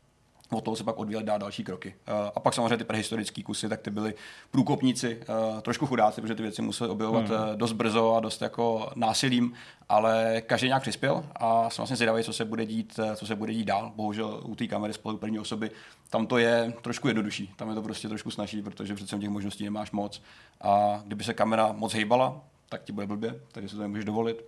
Od toho se pak odvíjely dál další kroky. A pak samozřejmě ty prehistorické kusy, tak ty byly průkopníci, trošku chudáci, protože ty věci museli objevovat hmm. dost brzo a dost jako násilím, ale každý nějak přispěl a jsem vlastně zvědavý, co se bude dít, co se bude dít dál. Bohužel u té kamery z pohledu první osoby tam to je trošku jednodušší, tam je to prostě trošku snazší, protože přece těch možností nemáš moc. A kdyby se kamera moc hejbala, tak ti bude blbě, takže si to nemůžeš dovolit.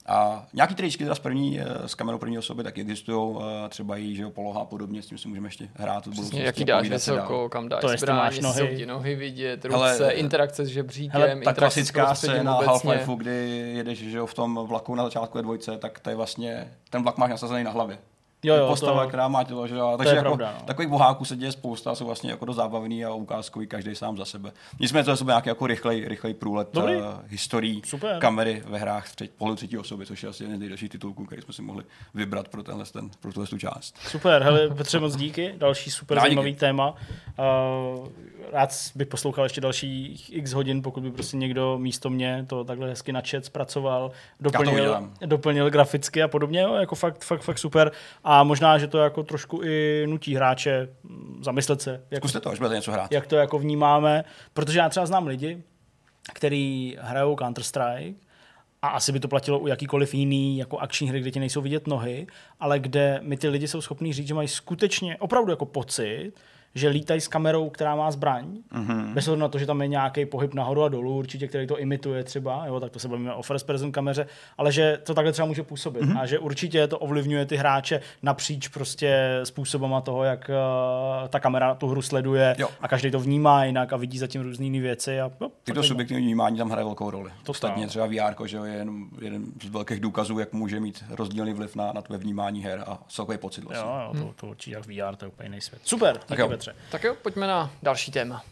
A nějaký tričky teda z, první, s kamerou první osoby tak existují, třeba i že poloha a podobně, s tím si můžeme ještě hrát. Přesně, jaký dáš vysoko, kam dáš zbraň, jsou ti nohy vidět, ruce, hele, interakce s žebříkem, hele, ta klasická scéna Half-Lifeu, kdy jedeš že jo, v tom vlaku na začátku je dvojce, tak to je vlastně, ten vlak máš nasazený na hlavě. Jo, jo, postava, to, která má tělo, že jo. Takže jako pravda, no. Takových boháků se děje spousta, jsou vlastně jako do zábavný a ukázkový, každý sám za sebe. Nicméně to je nějaký jako rychlej, rychlej průlet uh, historií Super. kamery ve hrách v třetí, pohledu třetí osoby, což je asi jeden z nejdelších titulků, který jsme si mohli vybrat pro tenhle ten, pro tuhle tu část. Super, hele, Petře, moc díky, další super Dá, zajímavý díky. téma. Uh, rád bych poslouchal ještě dalších x hodin, pokud by prostě někdo místo mě to takhle hezky na chat zpracoval, doplnil, doplnil graficky a podobně, jo, jako fakt, fakt, fakt super. A možná, že to jako trošku i nutí hráče zamyslet se, jak, Zkuste to, až budete něco hrát. Jak to jako vnímáme, protože já třeba znám lidi, kteří hrajou Counter-Strike a asi by to platilo u jakýkoliv jiný jako akční hry, kde ti nejsou vidět nohy, ale kde mi ty lidi jsou schopní říct, že mají skutečně opravdu jako pocit, že lítají s kamerou, která má zbraň, mm-hmm. bez ohledu na to, že tam je nějaký pohyb nahoru a dolů, určitě, který to imituje třeba, jo, tak to se bavíme o first person kameře, ale že to takhle třeba může působit mm-hmm. a že určitě to ovlivňuje ty hráče napříč prostě způsobama toho, jak uh, ta kamera tu hru sleduje jo. a každý to vnímá jinak a vidí zatím různý jiné věci. A, no, I to subjektivní vnímání tam hraje velkou roli. To Ostatně třeba V R, že je jeden, jeden z velkých důkazů, jak může mít rozdílný vliv na, na tvé vnímání her a celkový pocit vlastně. Jo, jo, to, to určitě jak V R, to je úplně jiný svět. Super, tak jo. Petře. Tak jo, pojďme na další téma.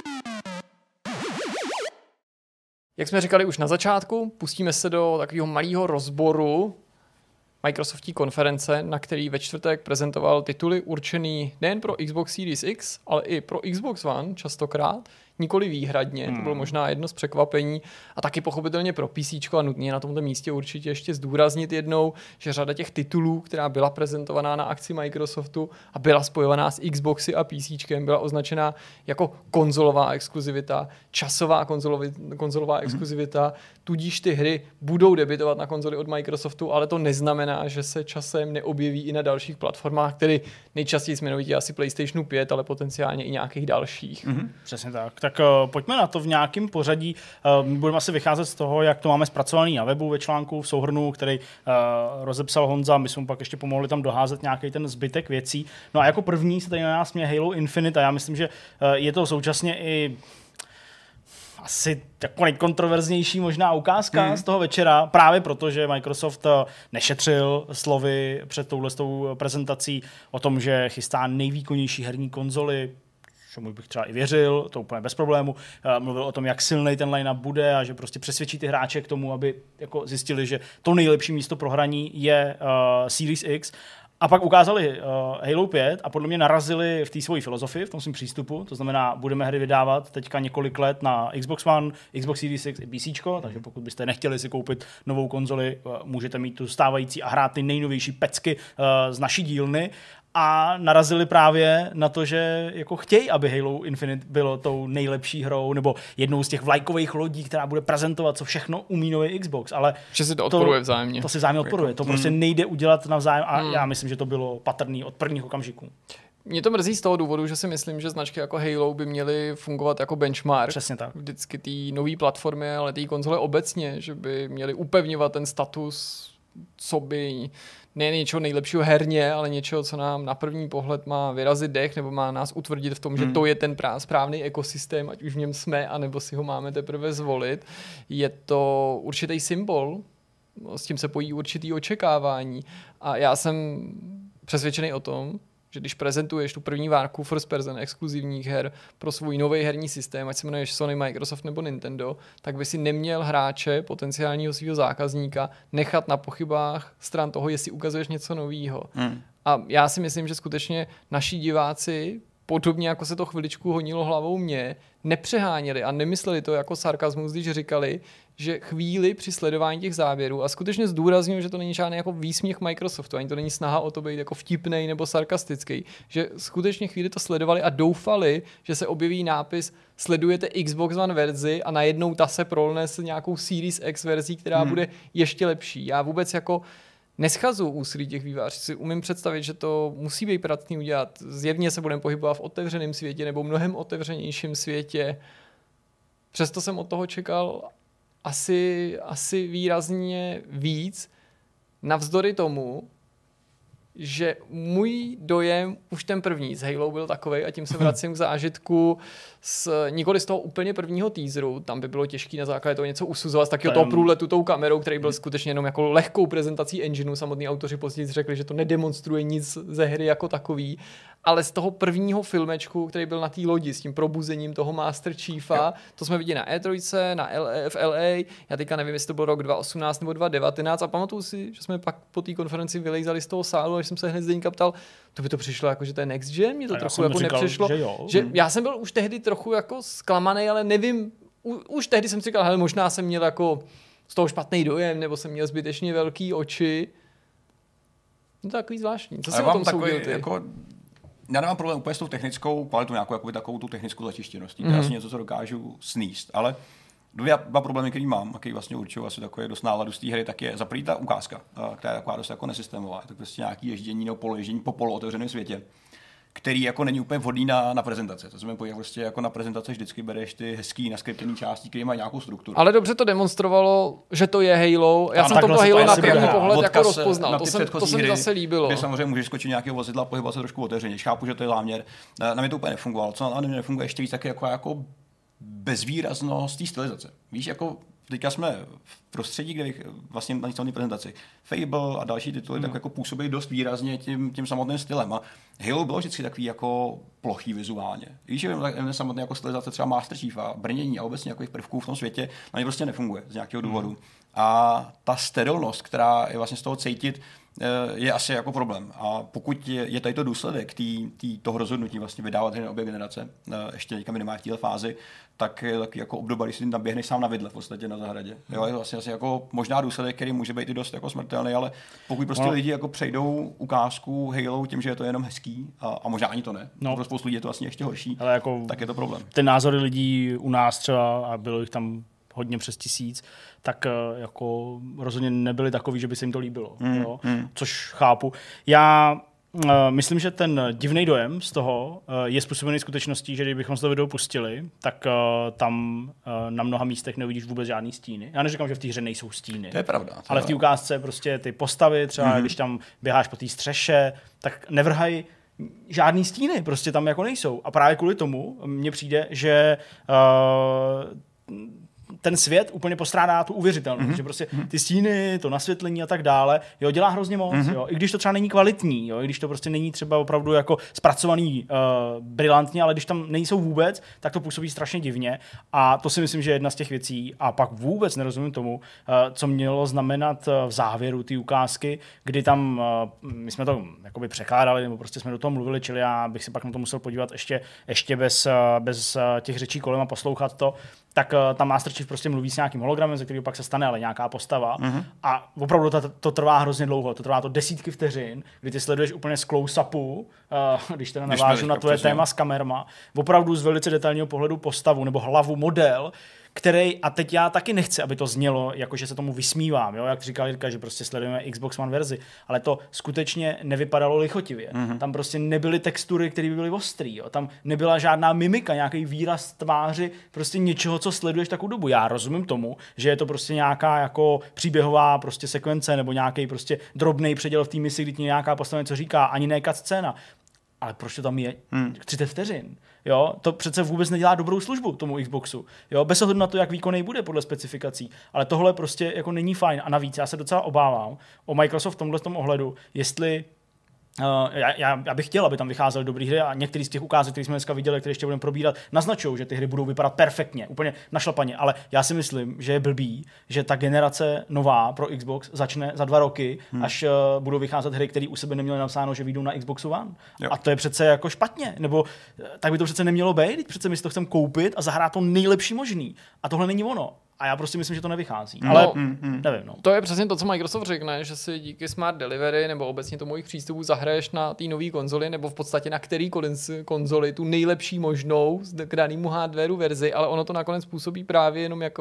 Jak jsme říkali už na začátku, pustíme se do takového malého rozboru Microsoftí konference, na který ve čtvrtek prezentoval tituly určený nejen pro Xbox Series X, ale i pro Xbox One častokrát, nikoli výhradně, hmm. to bylo možná jedno z překvapení a taky pochopitelně pro PCčko a nutně na tomto místě určitě ještě zdůraznit jednou, že řada těch titulů, která byla prezentovaná na akci Microsoftu a byla spojovaná s Xboxy a PCčkem, byla označená jako konzolová exkluzivita, časová konzolovi- konzolová hmm. exkluzivita, tudíž ty hry budou debitovat na konzoli od Microsoftu, ale to neznamená, že se časem neobjeví i na dalších platformách, které nejčastěji jmenovitě asi PlayStationu pět, ale potenciálně i nějakých dalších. Hmm. Přesně tak. Tak uh, pojďme na to v nějakém pořadí. Uh, budeme asi vycházet z toho, jak to máme zpracovaný na webu ve článku v souhrnu, který uh, rozepsal Honza. My jsme pak ještě pomohli tam doházet nějaký ten zbytek věcí. No a jako první se tady na nás měje Halo Infinite a já myslím, že uh, je to současně i asi jako nejkontroverznější možná ukázka hmm. z toho večera, právě proto, že Microsoft nešetřil slovy před touhletou prezentací o tom, že chystá nejvýkonnější herní konzoli, čemu bych třeba i věřil, to úplně bez problému. Mluvil o tom, jak silný ten line-up bude a že prostě přesvědčí ty hráče k tomu, aby jako zjistili, že to nejlepší místo pro hraní je uh, Series X. A pak ukázali uh, Halo pět a podle mě narazili v té svojí filozofii, v tom svém přístupu. To znamená, budeme hry vydávat teďka několik let na Xbox One, Xbox Series X i PCčko, takže pokud byste nechtěli si koupit novou konzoli, uh, můžete mít tu stávající a hrát ty nejnovější pecky uh, z naší dílny. A narazili právě na to, že jako chtějí, aby Halo Infinite bylo tou nejlepší hrou, nebo jednou z těch vlajkových lodí, která bude prezentovat, co všechno umí nový Xbox. Ale že si to odporuje vzájemně. To si vzájemně odporuje. To prostě mm. nejde udělat navzájem a mm. já myslím, že to bylo patrný od prvních okamžiků. Mě to mrzí z toho důvodu, že si myslím, že značky jako Halo by měly fungovat jako benchmark. Přesně tak. Vždycky té nové platformy, ale té konzole obecně, že by měly upevňovat ten status, co by ne něčeho nejlepšího herně, ale něčeho, co nám na první pohled má vyrazit dech nebo má nás utvrdit v tom, hmm. že to je ten správný ekosystém, ať už v něm jsme, anebo si ho máme teprve zvolit. Je to určitý symbol, s tím se pojí určitý očekávání a já jsem přesvědčený o tom, že když prezentuješ tu první várku first person exkluzivních her pro svůj nový herní systém, ať se jmenuješ Sony, Microsoft nebo Nintendo, tak by si neměl hráče, potenciálního svého zákazníka, nechat na pochybách stran toho, jestli ukazuješ něco nového. Hmm. A já si myslím, že skutečně naši diváci, podobně jako se to chviličku honilo hlavou mě, nepřeháněli a nemysleli to jako sarkazmus, když říkali, že chvíli při sledování těch záběrů a skutečně zdůrazňuji, že to není žádný jako výsměch Microsoftu, ani to není snaha o to být jako vtipnej nebo sarkastický, že skutečně chvíli to sledovali a doufali, že se objeví nápis sledujete Xbox One verzi a najednou ta se prolne s nějakou Series X verzí, která hmm. bude ještě lepší. Já vůbec jako neschazu úsilí těch vývojářů. Si umím představit, že to musí být pracný udělat. Zjevně se budeme pohybovat v otevřeném světě nebo mnohem otevřenějším světě. Přesto jsem od toho čekal asi, asi výrazně víc. Navzdory tomu, že můj dojem už ten první z Halo byl takovej a tím se vracím k zážitku z, nikoli z toho úplně prvního teaseru, tam by bylo těžké na základě toho něco usuzovat z takyho toho průletu tou kamerou, který byl skutečně jenom jako lehkou prezentací engineu, samotní autoři později řekli, že to nedemonstruje nic ze hry jako takový, ale z toho prvního filmečku, který byl na té lodi s tím probuzením toho Master Chiefa, jo. To jsme viděli na E tři, na L A, v L A, já teďka nevím, jestli to byl rok dva tisíce osmnáct nebo dva tisíce devatenáct a pamatuju si, že jsme pak po té konferenci vylejzali z toho sálu, až jsem se hned Zdeňka ptal, to by to přišlo jako, že to je next gen, mě to a trochu jako říkal, nepřišlo, že, jo. že já jsem byl už tehdy trochu jako zklamaný, ale nevím, u, už tehdy jsem si říkal, hele, možná jsem měl jako z toho špatný dojem, nebo jsem měl zbytečně velký oči. No to takový zvláštní. Co si o tom soudil ty? Jako... Já nemám problém úplně s tou technickou kvalitou, nějakou jakoby takovou tu technickou začištěností. Mm-hmm. To je asi něco, co dokážu sníst, ale dvě, dva problémy, který mám, a který vlastně určují asi takový dost náladu z té hry, tak je za první ta ukázka, která je taková dost jako nesystémová. Je to prostě nějaký ježdění nebo poloježdění po polootevřeném světě, který jako není úplně vhodný na, na prezentace. To znamená, prostě jako na prezentace vždycky bereš ty hezký naskriptený části, které mají nějakou strukturu. Ale dobře to demonstrovalo, že to je Halo. Já ano, jsem toto Halo na první pohled jako rozpoznal. To, jsem, to se mi zase líbilo. Kde samozřejmě můžeš skočit nějakého vozidla, pohybovat se trošku otevřeně. Chápu, že to je záměr. Na, na mě to úplně nefungovalo. Co na mě nefunguje ještě víc, tak jako, jako bezvýraznost té stylizace. Víš, jako teďka jsme v prostředí, kde vlastně na celé prezentaci Fable a další tituly hmm. tak jako působí dost výrazně tím, tím samotným stylem. A Halo bylo vždycky takový jako plochý vizuálně. Víš, že samotné jako stylizace třeba Master Chief a brnění a obecně jako prvků v tom světě na ně prostě nefunguje z nějakého důvodu. Hmm. A ta sterilnost, která je vlastně z toho cítit, je asi jako problém. A pokud je, je tady to důsledek tý, tý, toho rozhodnutí vlastně vydávat hry na obě generace, ještě teďka minimálně v téhle fázi, tak je taky jako obdoba, když si naběhneš sám na vidle v podstatě na zahradě. Jo, je vlastně asi jako možná důsledek, který může být i dost jako smrtelný, ale pokud prostě no. lidi jako přejdou ukázku Halo tím, že je to jenom hezký, a, a možná ani to ne, no. pro spoustu lidí je to vlastně ještě horší, ale jako tak je to problém. Ty názory lidí u nás třeba, a bylo jich tam hodně přes tisíc, tak jako rozhodně nebyly takový, že by se jim to líbilo. Mm, jo? Mm. Což chápu. Já uh, myslím, že ten divný dojem z toho uh, je způsobený skutečností, že kdybychom se to video pustili, tak uh, tam uh, na mnoha místech neuvidíš vůbec žádný stíny. Já neříkám, že v té hře nejsou stíny. To je pravda. To ale v té ukázce prostě ty postavy, třeba mm. když tam běháš po té střeše, tak nevrhají žádný stíny, prostě tam jako nejsou. A právě kvůli tomu mně přijde, že uh, ten svět úplně postrádá tu uvěřitelnost, mm-hmm. že prostě ty stíny, to nasvětlení a tak dále, jo, dělá hrozně moc, mm-hmm. jo, i když to třeba není kvalitní, jo, i když to prostě není třeba opravdu jako zpracovaný uh, brilantně, ale když tam nejsou vůbec, tak to působí strašně divně a to si myslím, že je jedna z těch věcí a pak vůbec nerozumím tomu, uh, co mělo znamenat uh, v závěru ty ukázky, kdy tam, uh, my jsme to jakoby překládali, nebo prostě jsme do toho mluvili, čili já bych si pak na to musel podívat ještě, ještě bez, uh, bez uh, těch řečí kolem a poslouchat to, tak uh, tam Master Chief prostě mluví s nějakým hologramem, ze kterého pak se stane ale nějaká postava. Mm-hmm. A opravdu to, to trvá hrozně dlouho. To trvá to desítky vteřin, kdy ty sleduješ úplně z close-upu, uh, když teda navážu na tvoje téma s kamerama, opravdu z velice detailního pohledu postavu nebo hlavu, model, který, a teď já taky nechci, aby to znělo, jakože se tomu vysmívám, jo? Jak říkal Jirka, že prostě sledujeme Xbox One verzi, ale to skutečně nevypadalo lichotivě. Mm-hmm. Tam prostě nebyly textury, které by byly ostrý, jo? Tam nebyla žádná mimika, nějaký výraz tváři, prostě něčeho, co sleduješ takovou dobu. Já rozumím tomu, že je to prostě nějaká jako příběhová prostě sekvence nebo nějaký prostě drobný předěl v té misi, kdy ti nějaká postava něco říká, ani ne cut scéna. Ale proč to tam je hmm. třicet vteřin? Jo, to přece vůbec nedělá dobrou službu tomu Xboxu. Jo, bez ohledu na to, jak výkonný bude podle specifikací. Ale tohle prostě jako není fajn. A navíc já se docela obávám o Microsoft v tomhle tom ohledu, jestli Uh, já, já, já bych chtěl, aby tam vycházely dobré hry a některý z těch ukázek, které jsme dneska viděli, které ještě budeme probírat, naznačují, že ty hry budou vypadat perfektně, úplně našlapaně, ale já si myslím, že je blbý, že ta generace nová pro Xbox začne za dva roky, hmm. až uh, budou vycházet hry, které u sebe neměly napsáno, že vyjdou na Xboxu One. Jo. A to je přece jako špatně, nebo tak by to přece nemělo být, přece my si to chceme koupit a zahrát to nejlepší možný. A tohle není ono. A já prostě myslím, že to nevychází. No, ale mm, mm. nevím. No. To je přesně to, co Microsoft řekne, že si díky Smart Delivery nebo obecně tomu jejich přístupu zahraješ na té nové konzoli nebo v podstatě na který konzoli tu nejlepší možnou k danému hardwareu verzi, ale ono to nakonec působí právě jenom jako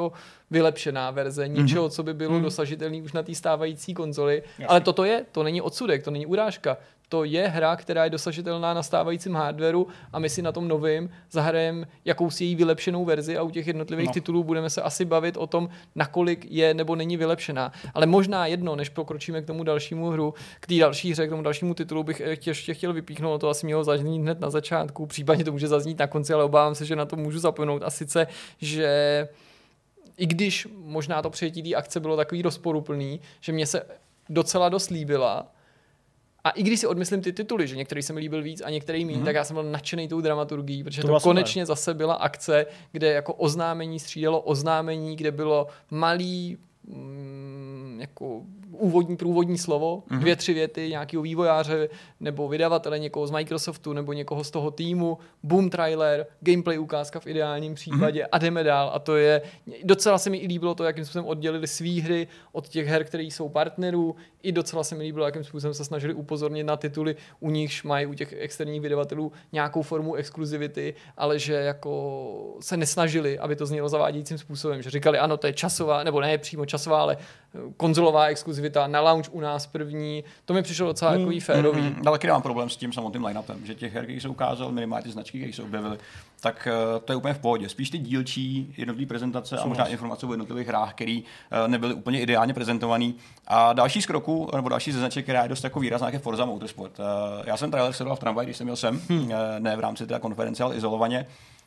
vylepšená verze něčeho, co by bylo mm. dosažitelné už na té stávající konzoli. Jasně. Ale toto je, to není odsudek, to není urážka. To je hra, která je dosažitelná na stávajícím hardwareu a my si na tom novým zahrajeme jakousi její vylepšenou verzi a u těch jednotlivých no. titulů budeme se asi bavit o tom, nakolik je nebo není vylepšená. Ale možná jedno, než pokročíme k tomu dalšímu hru, k té další hře, k tomu dalšímu titulu bych ještě chtěl vypíchnout, to asi mělo zaznít hned na začátku, případně to může zaznít na konci, ale obávám se, že na to můžu zapomenout. A sice, že i když možná to přijetí té akce bylo takový rozporuplný, že mě se docela dost líbila. A i když si odmyslím ty tituly, že některý se mi líbil víc a některý méně, mm-hmm. tak já jsem byl nadšený tou dramaturgií, protože to, to konečně super. Zase byla akce, kde jako oznámení střídalo oznámení, kde bylo malý mm, jako úvodní, průvodní slovo, mm-hmm. dvě, tři věty nějakého vývojáře nebo vydavatele, někoho z Microsoftu nebo někoho z toho týmu, boom trailer, gameplay ukázka v ideálním případě mm-hmm. a jdeme dál. A to je, docela se mi i líbilo to, jakým způsobem oddělili svý hry od těch her, které jsou partnerů, i docela se mi líbilo, jakým způsobem se snažili upozornit na tituly, u nichž mají u těch externích vydavatelů nějakou formu exkluzivity, ale že jako se nesnažili, aby to znělo zavádějícím způsobem, že říkali, ano, to je časová, nebo ne přímo časová, ale konzolová exkluzivita na launch u nás první. To mi přišlo docela mm, jako férový. Mm, mm, ale taky mám problém s tím samotným line-upem, že těch her, které se ukázal, minimálně ty značky, které se objevily, tak uh, to je úplně v pohodě. Spíš ty dílčí jednotlivé prezentace a možná informace o jednotlivých hrách, které uh, nebyly úplně ideálně prezentované. A další z kroků, nebo další ze značek, která je dost jako výrazná, je Forza Motorsport. Uh, já jsem trailer sledoval v tramvaji, když jsem jel sem, hmm. uh, ne v rámci té konference, ale izolovaně.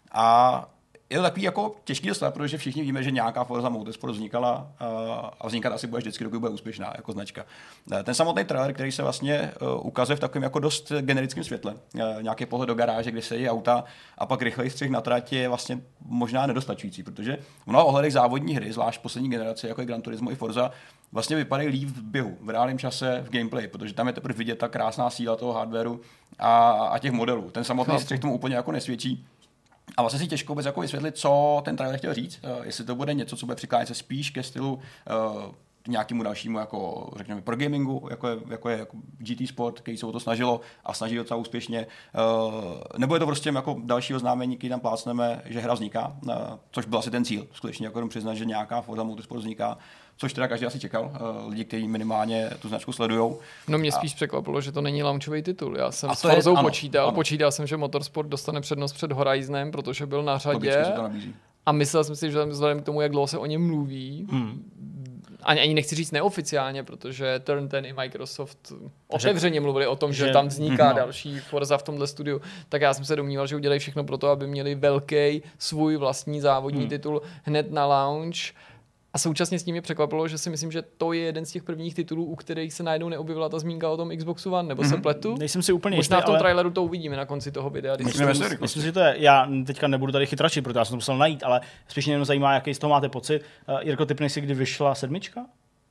A je to takový jako těžký dostat, protože všichni víme, že nějaká Forza Motorsport vznikala uh, a vznikat asi bude vždycky, dokud bude úspěšná jako značka. Uh, ten samotný trailer, který se vlastně uh, ukazuje v takovém jako dost generickém světle, uh, nějaký pohled do garáže, kde se její auta a pak rychlej střih na trati je vlastně možná nedostačující, protože v mnoha ohledech závodní hry, zvlášť poslední generace, jako je Gran Turismo i Forza, vlastně vypadají líp v běhu, v reálném čase, v gameplay, protože tam je teprve vidět ta krásná síla toho hardwareu a, a těch modelů. Ten samotný střih tomu úplně jako nesvědčí. A vlastně si těžko vůbec jako vysvětlit, co ten trailer chtěl říct, uh, jestli to bude něco, co bude přiklánět se spíš ke stylu uh, nějakému dalšímu, jako řekněme, pro gamingu, jako je, jako je jako G T Sport, který se o to snažilo a snaží docela úspěšně, uh, nebo je to prostě jako další oznámení, který tam plácneme, že hra vzniká, uh, což byl asi ten cíl, skutečně jako přiznat, že nějaká Forza Motorsport vzniká, což teda každý asi čekal, uh, lidi, kteří minimálně tu značku sledujou. No mě a... spíš překvapilo, že to není launchový titul. Já jsem s Forzou počítal, ano. počítal jsem, že Motorsport dostane přednost před Horizonem, protože byl na řadě. A myslel jsem si, že vzhledem k tomu, jak dlouho se o něm mluví, hmm. ani, ani nechci říct neoficiálně, protože Turn ten i Microsoft otevřeně mluvili o tom, že, že tam vzniká no. další Forza v tomhle studiu, tak já jsem se domníval, že udělají všechno pro to, aby měli velký svůj vlastní závodní hmm. titul hned na launch. A současně s tím mě překvapilo, že si myslím, že to je jeden z těch prvních titulů, u kterých se najednou neobjevila ta zmínka o tom Xboxu One, nebo mm-hmm. se pletu? Nejsem si úplně Možná jistý, v tom ale... traileru to uvidíme na konci toho videa. Myslím, myslím, myslím, myslím si, to je. Já teďka nebudu tady chytračit, protože já jsem to musel najít, ale spíš mě jenom zajímá, jaký z toho máte pocit. Uh, Jirko, typnej si, kdy vyšla sedmička?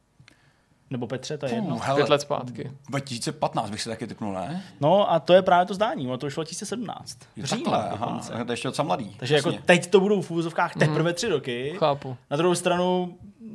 Nebo Petře, to je jedno. Uh, Pět let zpátky. dva tisíce patnáct bych si taky typnul, ne? No a to je právě to zdání, ono to vyšlo dva tisíce sedmnáct. V říjnu dokonce. To je ještě docela mladý. Takže vlastně. Jako teď to budou v úvozovkách teprve mm. tři roky. Chápu. Na druhou stranu,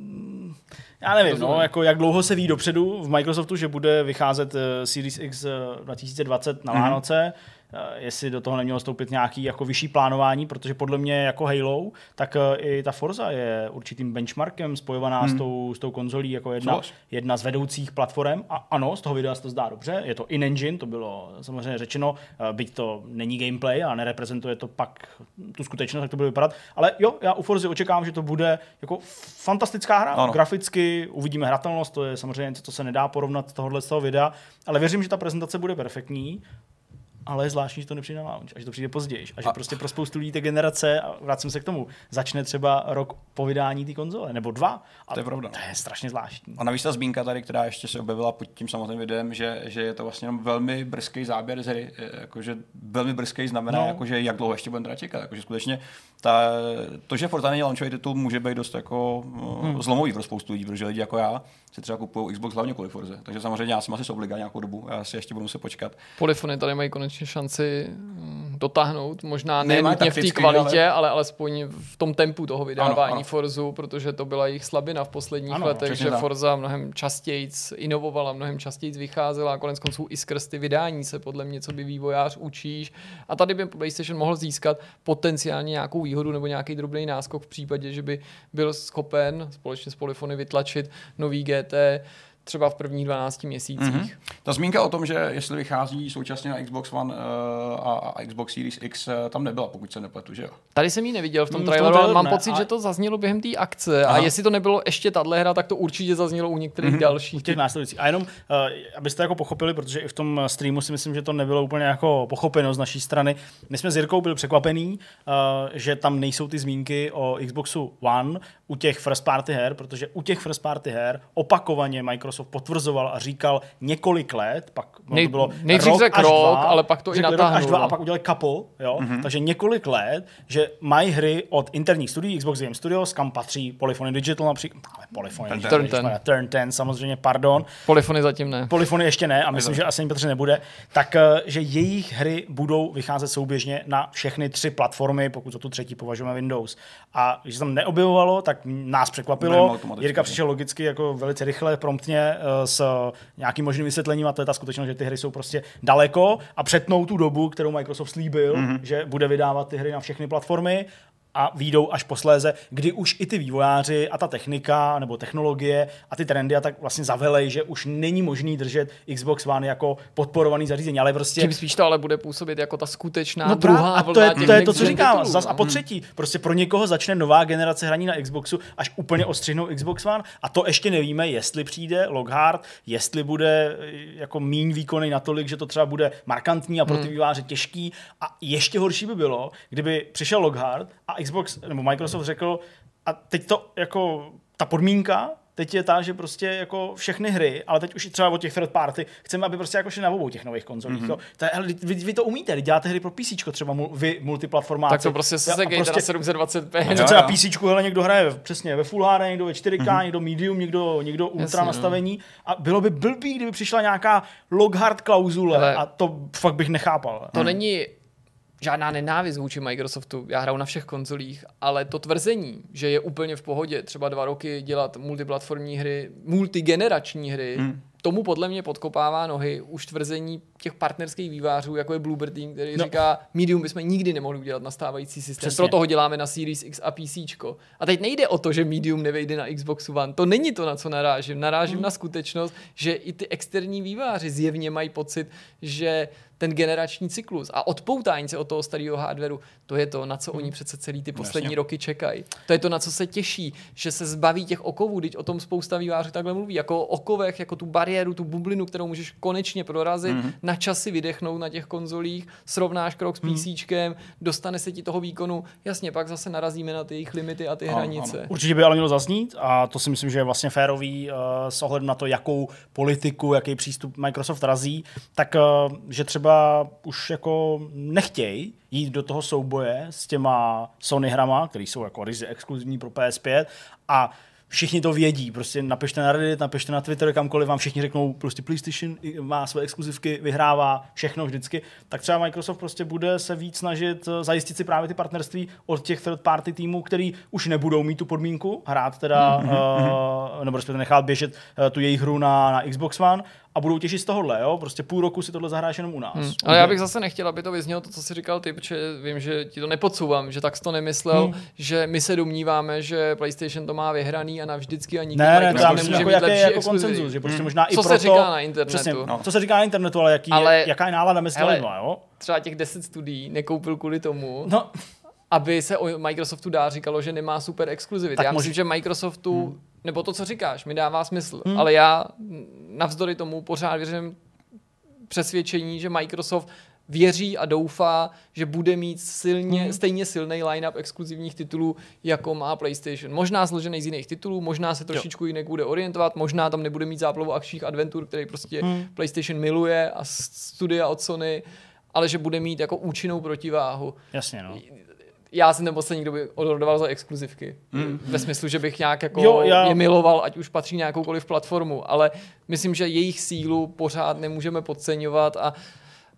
já nevím, no, jako jak dlouho se ví dopředu v Microsoftu, že bude vycházet uh, Series X uh, dva tisíce dvacet na mm. Vánoce, jestli do toho nemělo stoupit nějaký jako vyšší plánování, protože podle mě jako Halo, tak i ta Forza je určitým benchmarkem spojovaná hmm. s, tou, s tou konzolí jako jedna, jedna z vedoucích platform. A ano, z toho videa se to zdá dobře, je to in-engine, to bylo samozřejmě řečeno, byť to není gameplay a nereprezentuje to pak tu skutečnost, jak to bude vypadat. Ale jo, já u Forzy očekávám, že to bude jako fantastická hra, ano. Graficky uvidíme hratelnost, to je samozřejmě něco, co se nedá porovnat tohohle z toho videa, ale věřím, že ta prezentace bude perfektní. Ale je zvláštní, že to nepřijde na launch, a že to přijde později. A že a... prostě pro spoustu lidí té generace, a vracím se k tomu, začne třeba rok po vydání té konzole, nebo dva. A to je pravda. To je strašně zvláštní. A navíc ta zmínka tady, která ještě se objevila pod tím samotným videem, že, že je to vlastně velmi brzký záběr z hry. Jakože velmi brzký znamená, no. jakože jak dlouho ještě budeme teda čekat. Jakože skutečně ta, to, že Forza není launchový titul, může být dost jako hmm. zlomový pro spoustu lidí, protože lidi jako já si třeba kupují Xbox hlavně kvůli Forze. Takže samozřejmě já jsem asi s obliga nějakou dobu, já si ještě budu muset počkat. Polyfony tady mají konečně šanci dotáhnout, možná ne nutně v té kvalitě, ale... ale alespoň v tom tempu toho vydávání ano, ano. Forzu, protože to byla jejich slabina v posledních ano, letech, že tak. Forza mnohem častěji inovovala, mnohem častěji vycházela a konec konců i skrz ty vydání se podle mě, co by vývojář učíš. A tady by PlayStation mohl získat potenciálně nějakou výhodu nebo nějaký drobný náskok v případě, že by byl schopen společně s Polyphony vytlačit nový G T třeba v prvních dvanácti měsících. Mm-hmm. Ta zmínka o tom, že jestli vychází současně na Xbox One uh, a, a Xbox Series X, uh, tam nebyla, pokud se nepletu, že jo? Tady jsem ji neviděl v tom mm, traileru, ale mám ne, pocit, a... že to zaznělo během té akce. Aha. A jestli to nebylo ještě tahle hra, tak to určitě zaznělo u některých mm-hmm. dalších. U těch následujících. A jenom, uh, abyste jako pochopili, protože i v tom streamu si myslím, že to nebylo úplně jako pochopeno z naší strany. My jsme s Jirkou byli překvapení, uh, že tam nejsou ty zmínky o Xboxu One u těch first party her, protože u těch first party her opakovaně Microsoft potvrzoval a říkal několik let, pak Nej, to bylo nejdřív řekl rok, dva, ale pak to i natáhnul. Až dva a pak udělali couple, jo? Mm-hmm. Takže několik let, že mají hry od interních studií, Xbox Game Studios, kam patří Polyphony Digital například, ale Polyphony Turn Digital, ten. Turn ten samozřejmě, pardon. Polyphony zatím ne. Polyphony ještě ne a myslím, že asi ani Petře nebude, tak že jejich hry budou vycházet souběžně na všechny tři platformy, pokud za tu třetí považujeme Windows. A když se tam neobjevovalo, tak nás překvapilo. Jirka přišel logicky jako velice rychle, promptně s nějakým možným vysvětlením a to je ta skutečnost, že ty hry jsou prostě daleko a přetnou tu dobu, kterou Microsoft slíbil, mm-hmm. že bude vydávat ty hry na všechny platformy a výjdou až posléze, kdy už i ty vývojáři a ta technika nebo technologie a ty trendy a tak vlastně zavelej, že už není možný držet Xbox One jako podporovaný zařízení, ale prostě... Tím spíš to ale bude působit jako ta skutečná no druhá a to je, to je to, co říkám. Zas, a po třetí, prostě pro někoho začne nová generace hraní na Xboxu, až úplně ostřihnou Xbox One a to ještě nevíme, jestli přijde Lockhart, jestli bude jako míň výkonný natolik, že to třeba bude markantní a pro ty hmm. vývojáře těžký a ještě horší by bylo, kdyby přišel Lockhart a Xbox nebo Microsoft řekl, a teď to jako ta podmínka, teď je ta, že prostě jako všechny hry, ale teď už i třeba od těch third party, chceme, aby prostě jako šli na obou těch nových konzolích. Mm-hmm. To je, hele, vy, vy, to umíte, děláte hry pro PCčko, třeba mu, vy multiplatformáci. Tak to prostě se segejte prostě, na sedm set dvacet p. A třeba PCčku, hele, někdo hraje přesně ve Full H D, někdo ve čtyři K, mm-hmm. někdo medium, někdo, někdo ultra Jasně, nastavení. A bylo by blbý, kdyby přišla nějaká Lockhart klauzule ale a to fakt bych nechápal. To hmm. není žádná nenávist vůči Microsoftu, já hraju na všech konzolích, ale to tvrzení, že je úplně v pohodě třeba dva roky dělat multiplatformní hry, multigenerační hry, hmm. tomu podle mě podkopává nohy už tvrzení těch partnerských vývářů, jako je Bloober Team, který no. říká, Medium bychom nikdy nemohli udělat na stávající systém, Přesně. proto ho děláme na Series X a PCčko. A teď nejde o to, že Medium nevejde na Xbox One, to není to, na co narážím. Narážím hmm. na skutečnost, že i ty externí výváři zjevně mají pocit, že ten generační cyklus a odpoutání se od toho starého hardwareu, to je to, na co oni přece celý ty poslední Jasně. roky čekají. To je to, na co se těší, že se zbaví těch okovů, teď o tom spousta vývářů takhle mluví, jako o okovech, jako tu bariéru, tu bublinu, kterou můžeš konečně prorazit, mm-hmm. na časy vydechnout na těch konzolích, srovnáš krok s PCčkem, mm. dostane se ti toho výkonu, jasně, pak zase narazíme na ty jejich limity a ty ano, hranice. Ano. Určitě by ale mělo zaznít a to si myslím, že je vlastně férový uh, s ohledem na to, jakou politiku, jaký přístup Microsoft razí, tak uh, že třeba už jako nechtějí jít do toho souboje s těma Sony hrama, který jsou jako ryze exkluzivní pro P S pět a všichni to vědí, prostě napište na Reddit, napište na Twitter, kamkoliv vám všichni řeknou, prostě PlayStation má své exkluzivky, vyhrává všechno vždycky, tak třeba Microsoft prostě bude se víc snažit zajistit si právě ty partnerství od těch third party týmů, který už nebudou mít tu podmínku hrát teda, mm-hmm. uh, nebo respektive nechat běžet uh, tu jejich hru na, na Xbox One a budou těšit z tohohle, jo? Prostě půl roku si tohle zahráš jenom u nás. Hmm. Ale já bych zase nechtěl, aby to vyznělo to, co jsi říkal ty, protože vím, že ti to nepodsouvám, že tak jsi to nemyslel, hmm. že my se domníváme, že PlayStation to má vyhraný a navždycky a nikdy ne, Microsoft ne, nemůže jako mít jaký lepší jako exkluzivy. konsenzus, že prostě možná co i proto, se říká na internetu. Přesně, no. Co se říká na internetu, ale, jaký ale, je, jaká je nálada mezi lidma, jo? Třeba těch deset studií nekoupil kvůli tomu, no. aby se o Microsoftu dá říkalo, že nemá super exkluzivity. Já myslím, že Microsoftu, hmm. nebo to, co říkáš, mi dává smysl, hmm. ale já navzdory tomu pořád věřím přesvědčení, že Microsoft věří a doufá, že bude mít silně, hmm. stejně silný line-up exkluzivních titulů, jako má PlayStation. Možná složený z jiných titulů, možná se trošičku jinak bude orientovat, možná tam nebude mít záplavu akčních adventur, který prostě hmm. PlayStation miluje a studia od Sony, ale že bude mít jako účinnou protiváhu. Jasně, no. Já jsem ten poslední, kdo by odhodoval za exkluzivky. Mm. Ve smyslu, že bych nějak jako jo, já... je miloval, ať už patří na jakoukoliv platformu, ale myslím, že jejich sílu pořád nemůžeme podceňovat a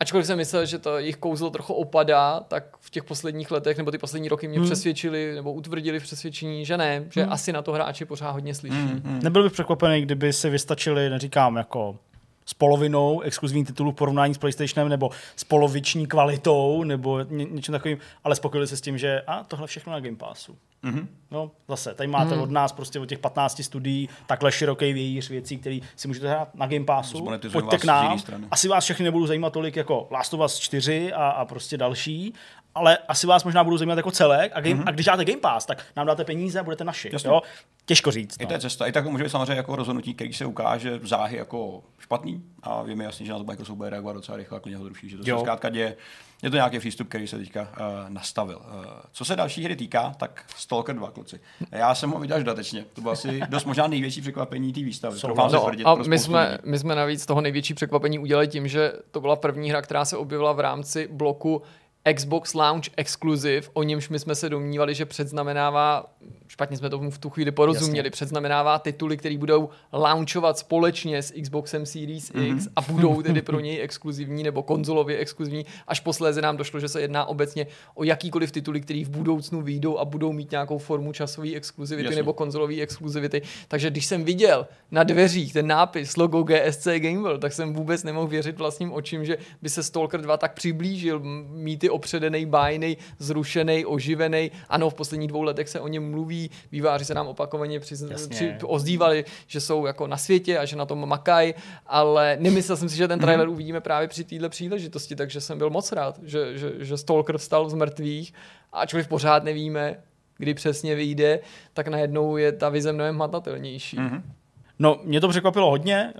Ačkoliv jsem myslel, že to jejich kouzlo trochu opadá, tak v těch posledních letech nebo ty poslední roky mě hmm. přesvědčili nebo utvrdili v přesvědčení, že ne, že hmm. asi na to hráči pořád hodně slyší. Hmm. Hmm. Nebyl bych překvapený, kdyby si vystačili, neříkám jako s polovinou exkluzivních titulů v porovnání s PlayStationem nebo s poloviční kvalitou nebo ně, něčím takovým, ale spokojili se s tím, že a tohle všechno na Game Passu. Mm-hmm. No, zase, tady máte mm. od nás prostě od těch patnácti studií takhle široký vějíř věcí, které si můžete hrát na Game Passu. Pojďte k nám. Asi vás všechny nebudou zajímat tolik jako Last of Us čtyři a, a prostě další, ale asi vás možná budou zajímat jako celek a, game, mm-hmm. a když dáte Game Pass, tak nám dáte peníze a budete naši. Jo? Těžko říct. No. I to je cesta. I tak může být samozřejmě jako rozhodnutí, který se ukáže záhy jako špatný a víme jasně, že na to Microsoft bude reagovat docela rychle a klidně ho zruší. Že to se zkrátka děje. Je to nějaký přístup, který se teďka uh, nastavil. Uh, co se další hry týká, tak Stalker dva, kluci. Já jsem ho viděl až dodatečně. To bylo asi dost možná největší překvapení té výstavy. No, a my jsme, my jsme navíc toho největší překvapení udělali tím, že to byla první hra, která se objevila v rámci bloku Xbox Launch Exclusive, o němž my jsme se domnívali, že předznamenává, špatně jsme tomu v tu chvíli porozuměli, Jasně. předznamenává tituly, které budou launchovat společně s Xboxem Series mm-hmm. X a budou tedy pro něj exkluzivní nebo konzolově exkluzivní, až posléze nám došlo, že se jedná obecně o jakýkoliv tituly, které v budoucnu vyjdou a budou mít nějakou formu časové exkluzivity Jasně. nebo konzolové exkluzivity. Takže když jsem viděl na dveřích ten nápis logo G S C Game World, tak jsem vůbec nemohl věřit vlastním očím, že by se Stalker dva tak přiblížil, mít opředenej, bájnej, zrušenej, oživenej. Ano, v posledních dvou letech se o něm mluví, výváři se nám opakovaně přizn- při- ozdívali, že jsou jako na světě a že na tom makají, ale nemyslel jsem si, že ten trailer mm-hmm. uvidíme právě při této příležitosti, takže jsem byl moc rád, že, že, že Stalker vstal z mrtvých, ačkoliv pořád nevíme, kdy přesně vyjde, tak najednou je ta vize mnohem hmatatelnější. Mm-hmm. No, mě to překvapilo hodně.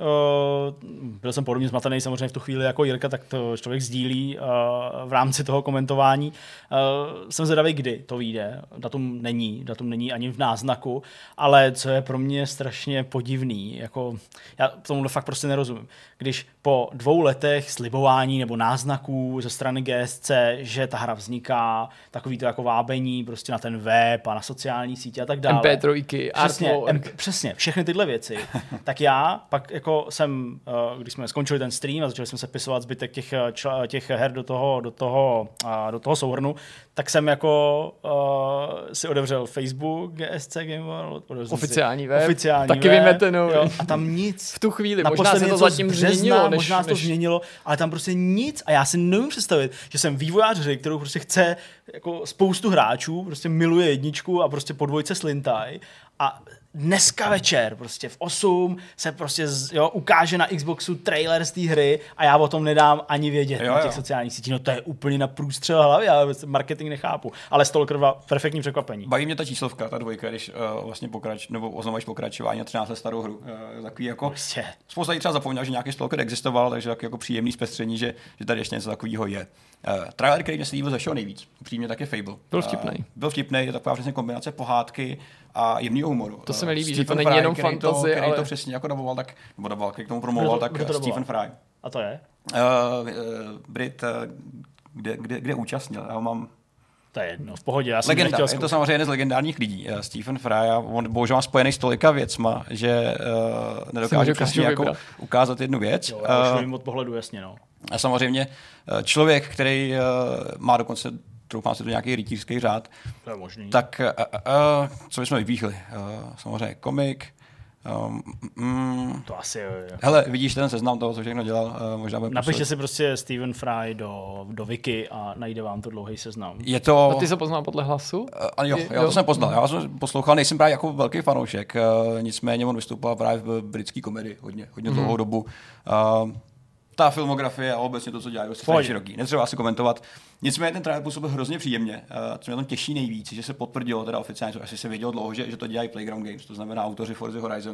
Byl jsem podobně zmatený samozřejmě v tu chvíli jako Jirka, tak to člověk sdílí v rámci toho komentování. Jsem zvědavý, kdy to vyjde. Datum není, datum není ani v náznaku, ale co je pro mě strašně podivný, jako já tomu fakt prostě nerozumím. Když po dvou letech slibování nebo náznaků ze strany G S C, že ta hra vzniká, takový to jako vábení prostě na ten web a na sociální sítě a tak dále. M P tři, přesně, M- přesně, všechny tyhle věci. Tak já pak jako jsem, když jsme skončili ten stream a začali jsme se pisovat zbytek těch, těch her do toho, do toho, do toho souhrnu, tak jsem jako uh, si otevřel Facebook G S C Game World. Oficiální web. Oficiální taky web. vymetenou. A tam nic. V tu chvíli. Možná se to zatím března, změnilo. Než, možná se to než... změnilo, ale tam prostě nic. A já si neumím představit, že jsem vývojář hry, kterou prostě chce jako spoustu hráčů, prostě miluje jedničku a prostě po dvojce slintaj. A dneska večer, prostě v osm se prostě jo, ukáže na Xboxu trailer z té hry a já o tom nedám ani vědět jo, na těch jo. sociálních sítích. No to je úplně na průstřel hlavy, já marketing nechápu. Ale Stalker dva, perfektní překvapení. Baví mě ta číslovka, ta dvojka, když uh, vlastně pokrač, nebo oznamuješ pokračování na třináct let starou hru. Uh, takový jako, prostě. Spousta třeba zapomněl, že nějaký Stalker existoval, takže tak jako příjemný zpestření, že, že tady ještě něco takového je. Uh, trailer, který mě se líbil ze všeho nejvíc, upřímně tak je Fable. Byl vtipný. Uh, byl vtipný, je taková přesně kombinace pohádky a jemného humoru. To se mi líbí, že to není jenom fantazie, který ale... to přesně jako daboval, tak, nebo daboval, který k tomu promoval, tak to Stephen Fry. A to je? Uh, uh, Brit, uh, kde, kde, kde účastnil? Já ho mám... To je jedno, v pohodě. Já jsem Legenda, je to samozřejmě jeden z legendárních lidí, uh, Stephen Fry, a on bohužel má spojený s tolika věcma, že uh, nedokáže přesně jako ukázat jednu věc. Jo, já už uh, od pohledu, jasně, no. A samozřejmě uh, člověk, který uh, má dokonce troufám si to nějaký rytířský řád. To je možný. Tak uh, uh, co bychom vypíchli? Uh, samozřejmě komik. Um, mm, to asi je. Hele, vidíš ten seznam toho, co všechno dělal? Uh, možná napište posledit. si prostě Stephen Fry do, do wiki a najde vám to dlouhý seznam. Je to... A ty se poznal podle hlasu? Uh, jo, je, jo, to jsem poznal. Já jsem poslouchal, nejsem právě jako velký fanoušek, uh, nicméně on vystupoval právě v britské komedii hodně, hodně mm. dlouhou dobu. Uh, ta filmografie a obecně to, co dělají, je široký. Netřeba asi komentovat. Nicméně ten trailer působil hrozně příjemně. Uh, co mě tam těší nejvíc, že se potvrdilo teda oficiálně, co asi se vědělo dlouho, že, že to dělají Playground Games, to znamená autoři Forza Horizon.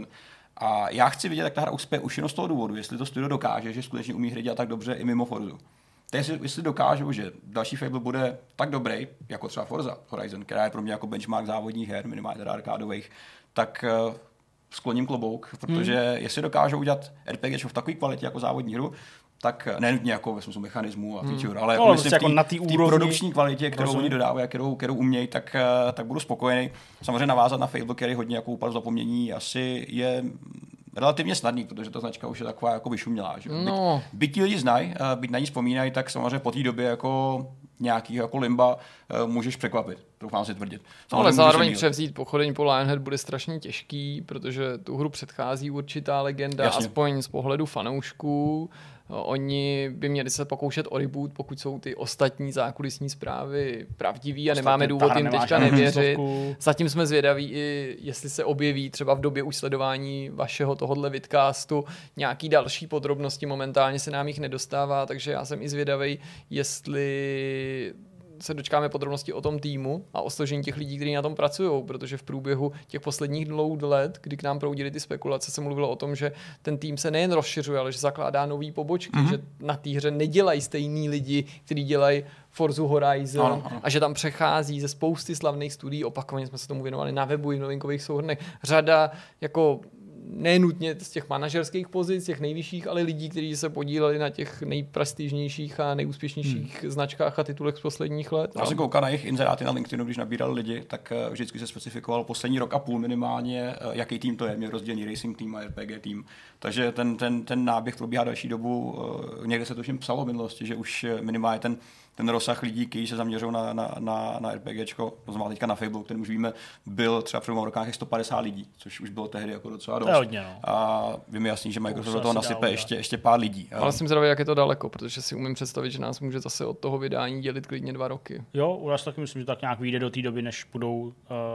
A já chci vidět, jak ta hra uspěje už jenom z toho důvodu, jestli to studio dokáže, že skutečně umí hry dělat tak dobře i mimo Forzu. Takže jestli, jestli dokážou, že další Fable bude tak dobrý, jako třeba Forza Horizon, která je pro mě jako benchmark závodních her, minimálně teda arkádových, tak uh, skloním klobouk, protože hmm. jestli dokážou udělat RPGčko v takové kvalitě jako závodní hru, tak nenutně jako ve smyslu mechanismu a feature, hmm. ale jako no, myslím jako v na té produkční kvalitě, kterou rozumím. Oni dodávají, kterou, kterou umějí, tak, tak budu spokojený. Samozřejmě navázat na Fable, který hodně jako upadl zapomnění, asi je relativně snadný, protože ta značka už je taková jako vyšumělá. Že? No. Byť, byť ti lidi znají, byť na ní vzpomínají, tak samozřejmě po té době jako nějaký jako limba můžeš překvapit, doufám si tvrdit. No, ale zároveň převzít pochodeň po Lionhead bude strašně těžký, protože tu hru předchází určitá legenda, Jasně. aspoň z pohledu fanoušků. Oni by měli se pokoušet o reboot, pokud jsou ty ostatní zákulisní zprávy pravdivý a Ostatně nemáme důvod jim teďka nevěřit. Zatím jsme zvědaví i, jestli se objeví třeba v době už sledování vašeho tohodle vidcastu nějaký další podrobnosti. Momentálně se nám jich nedostává, takže já jsem i zvědavý, jestli se dočkáme podrobnosti o tom týmu a o složení těch lidí, kteří na tom pracují, protože v průběhu těch posledních dvou let, kdy k nám proudily ty spekulace, se mluvilo o tom, že ten tým se nejen rozšiřuje, ale že zakládá nový pobočky, mm-hmm. že na té hře nedělají stejný lidi, kteří dělají Forza Horizon ano, ano. a že tam přechází ze spousty slavných studií, opakovaně jsme se tomu věnovali na webu i v novinkových souhrnech, řada jako nenutně z těch manažerských pozic, těch nejvyšších, ale lidí, kteří se podíleli na těch nejprestižnějších a nejúspěšnějších hmm. značkách a titulech z posledních let. Já jsem koukal na jejich inzeráty na LinkedInu, když nabírali lidi, tak vždycky se specifikoval poslední rok a půl minimálně, jaký tým to je. Měl rozdělený racing tým a R P G tým. Takže ten, ten, ten náběh probíhá další dobu. Někde se to všem psalo v minulosti, že už minimálně ten ten rozsah lidí, kteří se zaměřují na, na, na, na RPGčko, to znamená teďka na Fable, který už víme, byl třeba před dvěma rokách sto padesát lidí, což už bylo tehdy jako docela dost. Hodně, no. A víme jasný, že Microsoft do toho nasype ještě, ještě pár lidí. Ale jsem zvědavý, jak je to daleko, protože si umím představit, že nás může zase od toho vydání dělit klidně dva roky. Jo, u nás taky myslím, že tak nějak vyjde do té doby, než budou uh,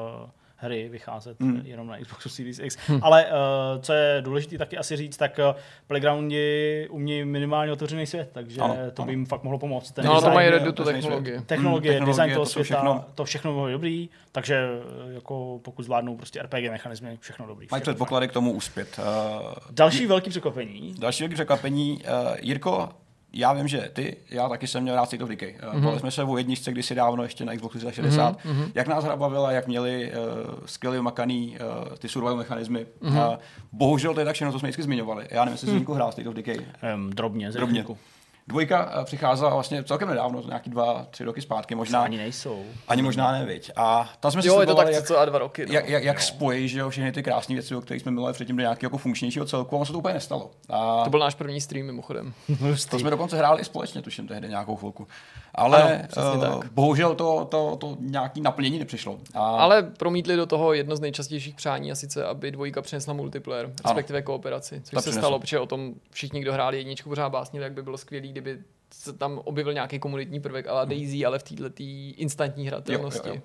hry vycházet hmm. jenom na Xboxu Series X. Hmm. Ale uh, co je důležité taky asi říct, tak uh, Playgroundy umějí minimálně otevřený svět, takže ano, to ano. by jim fakt mohlo pomoct. Ten no, ale to mají redu tu technologie. Hmm, technologie, technologie, design toho to světa, všechno. to všechno bylo dobrý, takže jako pokud zvládnou prostě R P G mechanismy, všechno dobrý. Mají předpoklady k tomu uspět. Uh, další velký překvapení. Další velký překvapení. Uh, Jirko, já vím, že ty, já taky jsem měl rád State of Decay. Mm-hmm. Bavili jsme se o jedničce kdysi dávno, ještě na Xboxu tři šedesát. Mm-hmm. Jak nás hra bavila, jak měli uh, skvělý makaný uh, ty survival mechanismy. Mm-hmm. Uh, bohužel to je tak všechno, co jsme vždycky zmiňovali. Já nevím, jestli jsi mm. hrál State of Decay. Um, drobně, drobně. Dvojka uh, přicházela vlastně celkem nedávno, nějaký dva, tři roky zpátky, možná. Ani nejsou. Ani možná ne, viď. A tam jsme jo, si je to tak jak, co a dva roky. No. Jak, jak, jak spojí, že jo, všechny ty krásné věci, o kterých jsme mluvili předtím do nějakého jako funkčnějšího celku, a on se to úplně nestalo. A to byl náš první stream mimochodem. To jsme dokonce hráli i společně, tuším tehdy nějakou chvilku. Ale ano, uh, bohužel to, to, to nějaký naplnění nepřišlo. A... Ale promítli do toho jedno z nejčastějších přání, a sice aby dvojka přinesla multiplayer, respektive ano. kooperaci, což tak se přineslo. Stalo, protože o tom všichni, kdo hráli jedničku, pořád básnili, jak by bylo skvělý, kdyby se tam objevil nějaký komunitní prvek a la Daisy, ale v této instantní hratelnosti. Jo, jo, jo.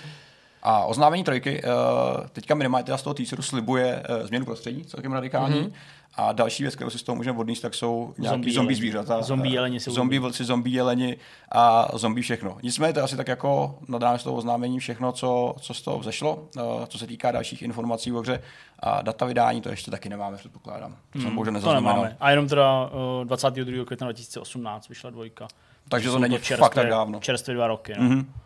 A oznámení trojky, uh, teďka minimálně z toho teaseru slibuje uh, změnu prostředí, celkem radikální. Mm-hmm. A další věc, kterou si z toho můžeme odníst, tak jsou nějaký zombie zvířata. Zombie jeleni. Zombie vlci, zombie jeleni a zombie všechno. Nicméně to je asi tak jako nad rámec toho oznámení všechno, co, co z toho vzešlo, uh, co se týká dalších informací o hře. A data vydání to ještě taky nemáme, předpokládám. To jsem bohužel nezaznamenal. A jenom teda uh, dvacátého druhého května dva tisíce osmnáct vyšla dvojka. Takže to není čerstvě, fakt tak dávno. Čerstvě dva roky. No. Mm-hmm.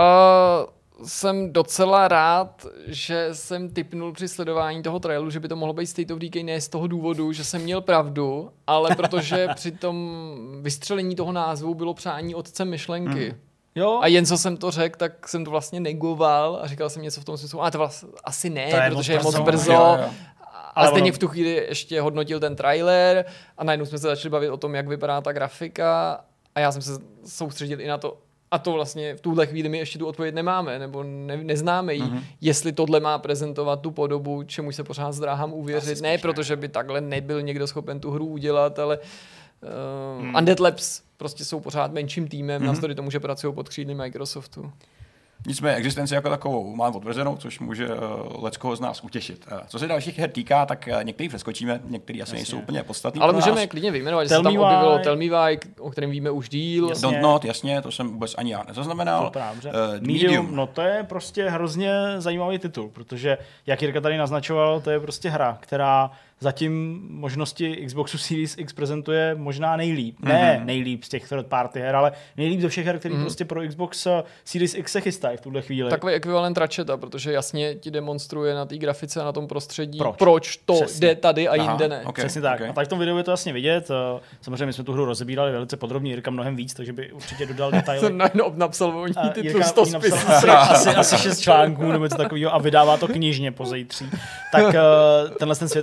Já jsem docela rád, že jsem tipnul při sledování toho trailu, že by to mohlo být State of Decay ne z toho důvodu, že jsem měl pravdu, ale protože při tom vystřelení toho názvu bylo přání otce myšlenky. Mm. Jo. A jen co jsem to řekl, tak jsem to vlastně negoval a říkal jsem něco v tom smyslu, a to vlastně asi ne, je protože je moc brzo. Jo, jo. A stejně v tu chvíli ještě hodnotil ten trailer a najednou jsme se začali bavit o tom, jak vypadá ta grafika a já jsem se soustředil i na to, a to vlastně v tuhle chvíli my ještě tu odpověď nemáme, nebo ne, neznáme ji, mm-hmm. jestli tohle má prezentovat tu podobu, čemu se pořád zdráhám uvěřit. Ne, protože by takhle nebyl někdo schopen tu hru udělat, ale uh, mm. Undead Labs prostě jsou pořád menším týmem, mm-hmm. navzdory tomu, že pracují pod křídly Microsoftu. Nicméně existenci jako takovou mám potvrzenou, což může uh, leckoho z nás utěšit. Uh, co se dalších her týká, tak uh, některý přeskočíme, některý asi Jasně. nejsou úplně podstatný. Ale můžeme je klidně vyjmenovat, že se tam objevilo Tell Me Why, o kterém víme už díl. Jasně. Don't Not, jasně, to jsem vůbec ani já nezaznamenal. Uh, Medium. Medium, no to je prostě hrozně zajímavý titul, protože jak Jirka tady naznačoval, to je prostě hra, která zatím možnosti Xboxu Series X prezentuje možná nejlíp. Mm-hmm. Ne nejlíp z těch third party her, ale nejlíp ze všech her, který mm-hmm. prostě pro Xbox Series X se chystají v tuhle chvíli. Takový ekvivalent Ratcheta, protože jasně ti demonstruje na té grafice a na tom prostředí, proč, proč to Přesně. jde tady a Aha, jinde ne. Okay, Přesně tak. Okay. A tady v tom videu je to jasně vidět. Samozřejmě my jsme tu hru rozebírali velice podrobně, Jirka mnohem víc, takže by určitě dodal detaily. Jsem najednou napsal o ní titul sto spis. asi, asi šest článků nebo něco takového a vydává to knižně po zítří. Tak tenhle ten svět operuje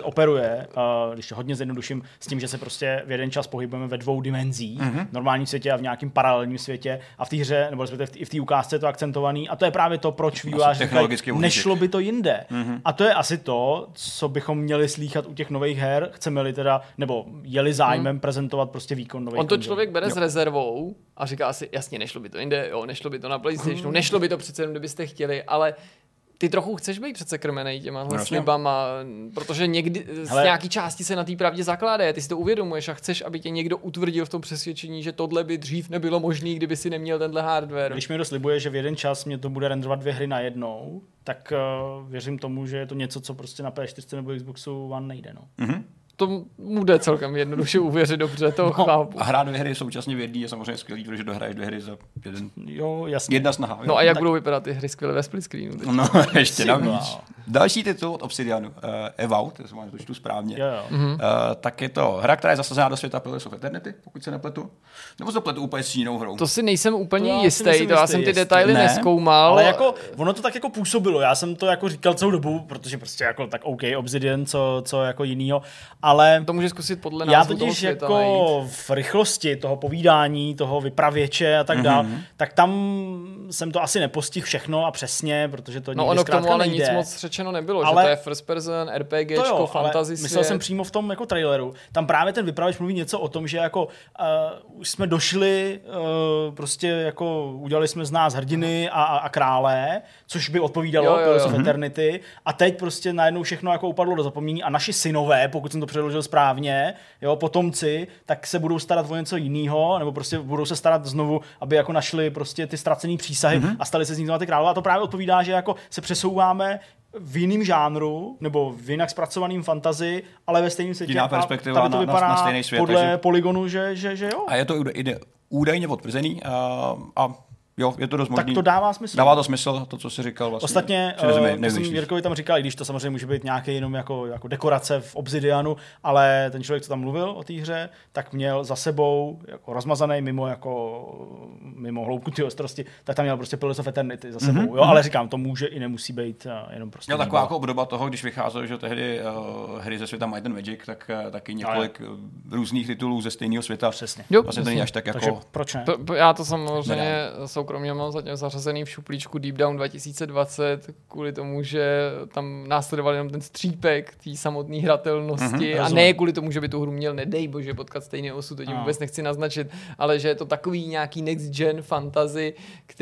koresponduje, uh, když to hodně zjednoduším, s tím, že se prostě v jeden čas pohybujeme ve dvou dimenzích, mm-hmm. v normálním světě a v nějakém paralelním světě a v té hře, nebo i v té ukázce je to akcentovaný a to je právě to, proč vývojáři říkají, nešlo by to jinde. Mm-hmm. A to je asi to, co bychom měli slýchat u těch nových her, chceme-li teda, nebo je-li zájmem mm. prezentovat prostě výkon nových. On to člověk bere jo. s rezervou a říká si, jasně, nešlo by to jinde, jo, nešlo by to na PlayStationu, mm. nešlo by to přece jenom, kdybyste chtěli, ale ty trochu chceš být přece krmenej těma no, slibama, protože někdy z nějaký části se na té pravdě zakládá, ty si to uvědomuješ a chceš, aby tě někdo utvrdil v tom přesvědčení, že tohle by dřív nebylo možné, kdyby si neměl tenhle hardware. Když mi někdo slibuje, že v jeden čas mě to bude renderovat dvě hry najednou, tak uh, věřím tomu, že je to něco, co prostě na P čtyři nebo Xboxu One nejde. No. Mm-hmm. To bude celkem jednoduše uvěřit, dobře, to no, chápu. A hrát dvě hry současně v jedný je samozřejmě skvělý, protože dohraješ dvě hry za jeden, jo, jasně. jedna snaha. Jo. No a jak tak... budou vypadat ty hry skvěle ve split screenu? Teď? No ještě navíc. Další titul od Obsidianu, uh, Evout, to jsem to čtu správně, jo, jo. Uh, tak je to hra, která je zasazená do světa Pillars of Eternity, pokud se nepletu. Nebo se to pletu úplně s jinou hrou? To si nejsem úplně to jistý, jistý, to já jsem ty jistý. detaily ne, neskoumal. Ale jako, ono to tak jako působilo, já jsem to jako říkal celou dobu, protože prostě jako tak OK, Obsidian, co, co jako jinýho, ale... To můžeš zkusit podle já názvu totiž toho jako najít. v rychlosti toho povídání, toho vypravěče a tak mm-hmm. dál, tak tam jsem to asi nepostihl všechno a přesně, protože to no nikdy ono k tomu ale nejde. nic moc řečeno nebylo, ale, že to je first person, RPGčko, fantasy svět. Myslel jsem přímo v tom jako traileru. Tam právě ten vypravěč mluví něco o tom, že jako uh, už jsme došli, uh, prostě jako udělali jsme z nás hrdiny a, a, a krále, což by odpovídalo Pillars of Eternity a teď prostě najednou všechno jako upadlo do zapomnění a naši synové, pokud jsem to přeložil správně, jo, potomci, tak se budou starat o něco jiného, nebo prostě budou se starat znovu, aby jako našli prostě ty ztracené přísahy mm-hmm. a stali se z nich ty králové. A to právě odpovídá, že jako se přesouváme v jiném žánru, nebo v jinak zpracovaným fantasy, ale ve stejném světě. Jiná perspektiva a tady to vypadá na, na stejný svět. Podle takže... polygonu, že, že, že jo. A je to ide, údajně potvrzený a, a jo, je to dost možný. Tak to dává smysl. Dává to smysl, to, co jsi říkal vlastně. Ostatně, uh, to jsem Jirkovi tam říkal, i když to samozřejmě může být nějaké jenom jako, jako dekorace v Obsidianu, ale ten člověk, co tam mluvil o té hře, tak měl za sebou jako rozmazaný mimo jako mimo hloubku ty ostrosti, tak tam měl prostě Pillars of Eternity za sebou. Mm-hmm. Jo, ale říkám, to může i nemusí být uh, jenom prostě. Jo, taková jako obdoba toho, když vycházelo, že tehdy uh, hry ze světa Might and Magic, tak uh, taky několik ale... různých titulů ze stejného světa. Přesně. Jo, vlastně to není až tak jako. Takže proč ne? To, já to samozřejmě soukromě mám zatím zařazený v šuplíčku Deep Down dva tisíce dvacet kvůli tomu, že tam následoval jenom ten střípek té samotné hratelnosti mm-hmm, a ne kvůli tomu, že by tu hru měl, nedej bože, potkat stejný osud, to tím vůbec nechci naznačit, ale že je to takový nějaký next gen fantasy,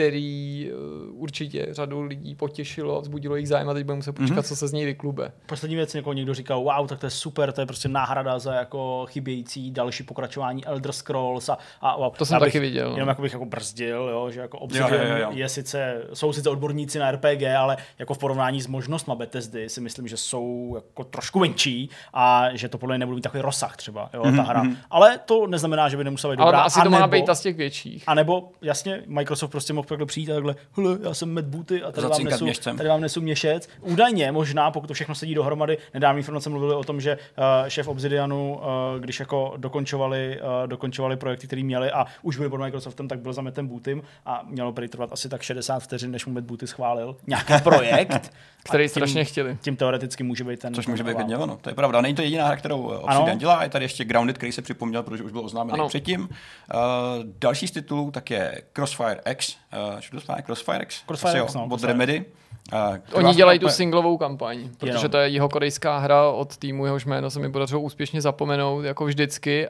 který uh, určitě řadu lidí potěšilo a vzbudilo jejich zájem a teď budeme muset počkat, mm-hmm. co se z něj vyklube. Poslední věc, jako někdo říkal, wow, tak to je super, to je prostě náhrada za jako chybějící další pokračování Elder Scrolls a, a wow. To jsem já bych, taky viděl. Jenom jako bych jako brzdil, jo, že jako Obsidian je sice, jsou sice odborníci na R P G, ale jako v porovnání s možnostma Bethesdy si myslím, že jsou jako trošku menší a že to podle mě nebude mít takový rozsah třeba, jo, mm-hmm. ta hra. Ale to neznamená, že by nemusela být dobrá. Ale asi to má nebo, být ta z těch větších. A nebo jasně, Microsoft prostě mohl takhle přijít a takhle, hele, já jsem Matt Booty a tady vám, nesu, tady vám nesu měšec. Údajně možná, pokud to všechno sedí dohromady, nedávný informace mluvili o tom, že uh, šéf Obsidianu, uh, když jako dokončovali, uh, dokončovali projekty, které měli a už byli pod Microsoftem, tak byl za Mattem Bootym a mělo prý trvat asi tak šedesát vteřin, než mu Matt Booty schválil nějaký projekt, který tím, strašně chtěli. Tím teoreticky může být ten. Což může být klidně ono. To je pravda. Není to jediná hra, kterou Obsidian dělá. Je tady ještě Grounded, který se připomněl, protože už byl oznámený předtím. Uh, další z titulů tak je Crossfire X. Uh, co to znamená Crossfire X? Crossfire Asi X, jo, no, od Remedy. Uh, Oni dělají tu singlovou kampaň, protože jenom. To je jihokorejská hra od týmu, jehož jméno se mi podařilo úspěšně zapomenout, jako vždycky.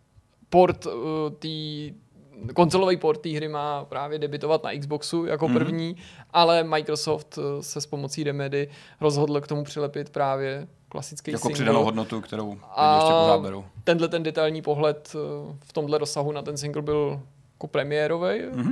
Port uh, tý konzolový port té hry má právě debitovat na Xboxu jako mm. první, ale Microsoft se s pomocí Remedy rozhodl k tomu přilepit právě klasický jako single. přidanou hodnotu, kterou ještě pořád berou. Tenhle ten detailní pohled v tomhle rozsahu na ten single byl jako premiérovej. Mm-hmm.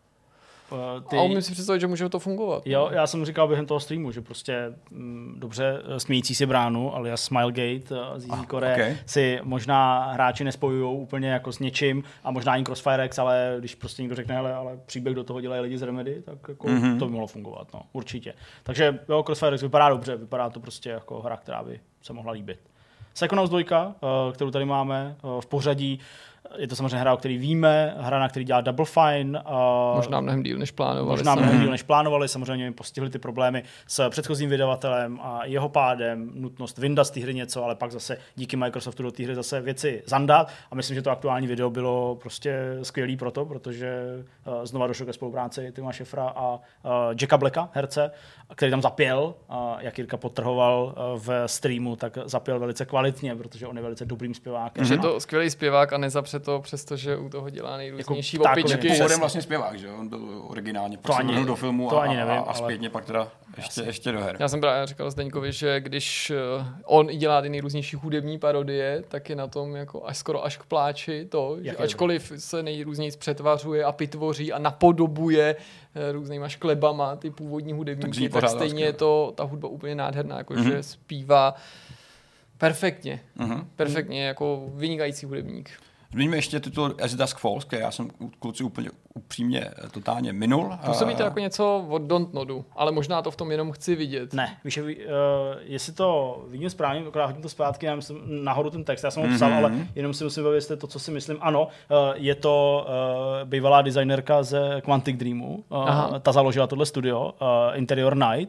Ty... A umím si představit, že může to fungovat. Jo, já jsem říkal během toho streamu, že prostě m, dobře smějící si bránu, alias Smilegate z Easy Core okay. si možná hráči nespojují úplně jako s něčím a možná ani Crossfire X, ale když prostě někdo řekne, ale, ale příběh do toho dělají lidi z Remedy, tak jako mm-hmm. to by mohlo fungovat, no, určitě. Takže jo, Crossfire X vypadá dobře, vypadá to prostě jako hra, která by se mohla líbit. Psychonauts dva, kterou tady máme v pořadí, Je to samozřejmě hra, o který víme, hra, na který dělá Double Fine. Uh, možná mnohem díl, než plánovali. Možná mnohem díl, než plánovali. Samozřejmě mi postihli ty problémy s předchozím vydavatelem a jeho pádem, nutnost vyndat z té hry něco, ale pak zase díky Microsoftu do té hry zase věci zandat. A myslím, že to aktuální video bylo prostě skvělý proto, protože uh, znova došlo ke spolupráci Tima Schäfera a uh, Jacka Blacka, herce, který tam zapěl. A jak Jirka podtrhoval uh, v streamu, tak zapěl velice kvalitně, protože on je velice dobrým zpěvákem. Je to skvělý zpěvák a nezapře to, přestože u toho dělá nejrůznější jako opičky. Původem vlastně zpěvák, že on byl originálně, pak se do filmu to a, ani nevím, a, a zpětně ale... pak teda ještě, ještě do her. Já jsem právě říkal Zdeňkovi, že když on dělá ty nejrůznější hudební parodie, tak je na tom jako až skoro až k pláči to, že ačkoliv se nejrůzněji přetvařuje a pitvoří a napodobuje různýma šklebama ty původní hudebníky, tak, tak stejně je to ta hudba úplně nádherná, jakože mm-hmm. zpívá perfektně, mm-hmm. perfektně, jako vynikající hudebník. Zmíníme ještě titul As Dusk Falls, který já jsem kluci úplně upřímně totálně minul. Působí to jako něco od Dontnodu, ale možná to v tom jenom chci vidět. Ne, víš, uh, jestli to vidím správně, akorát hodím to zpátky, já myslím nahoru ten text, já jsem ho psal, mm-hmm. ale jenom si musím bavit, jestli to, co si myslím. Ano, uh, je to uh, bývalá designerka ze Quantic Dreamu, uh, ta založila tohle studio, uh, Interior Night.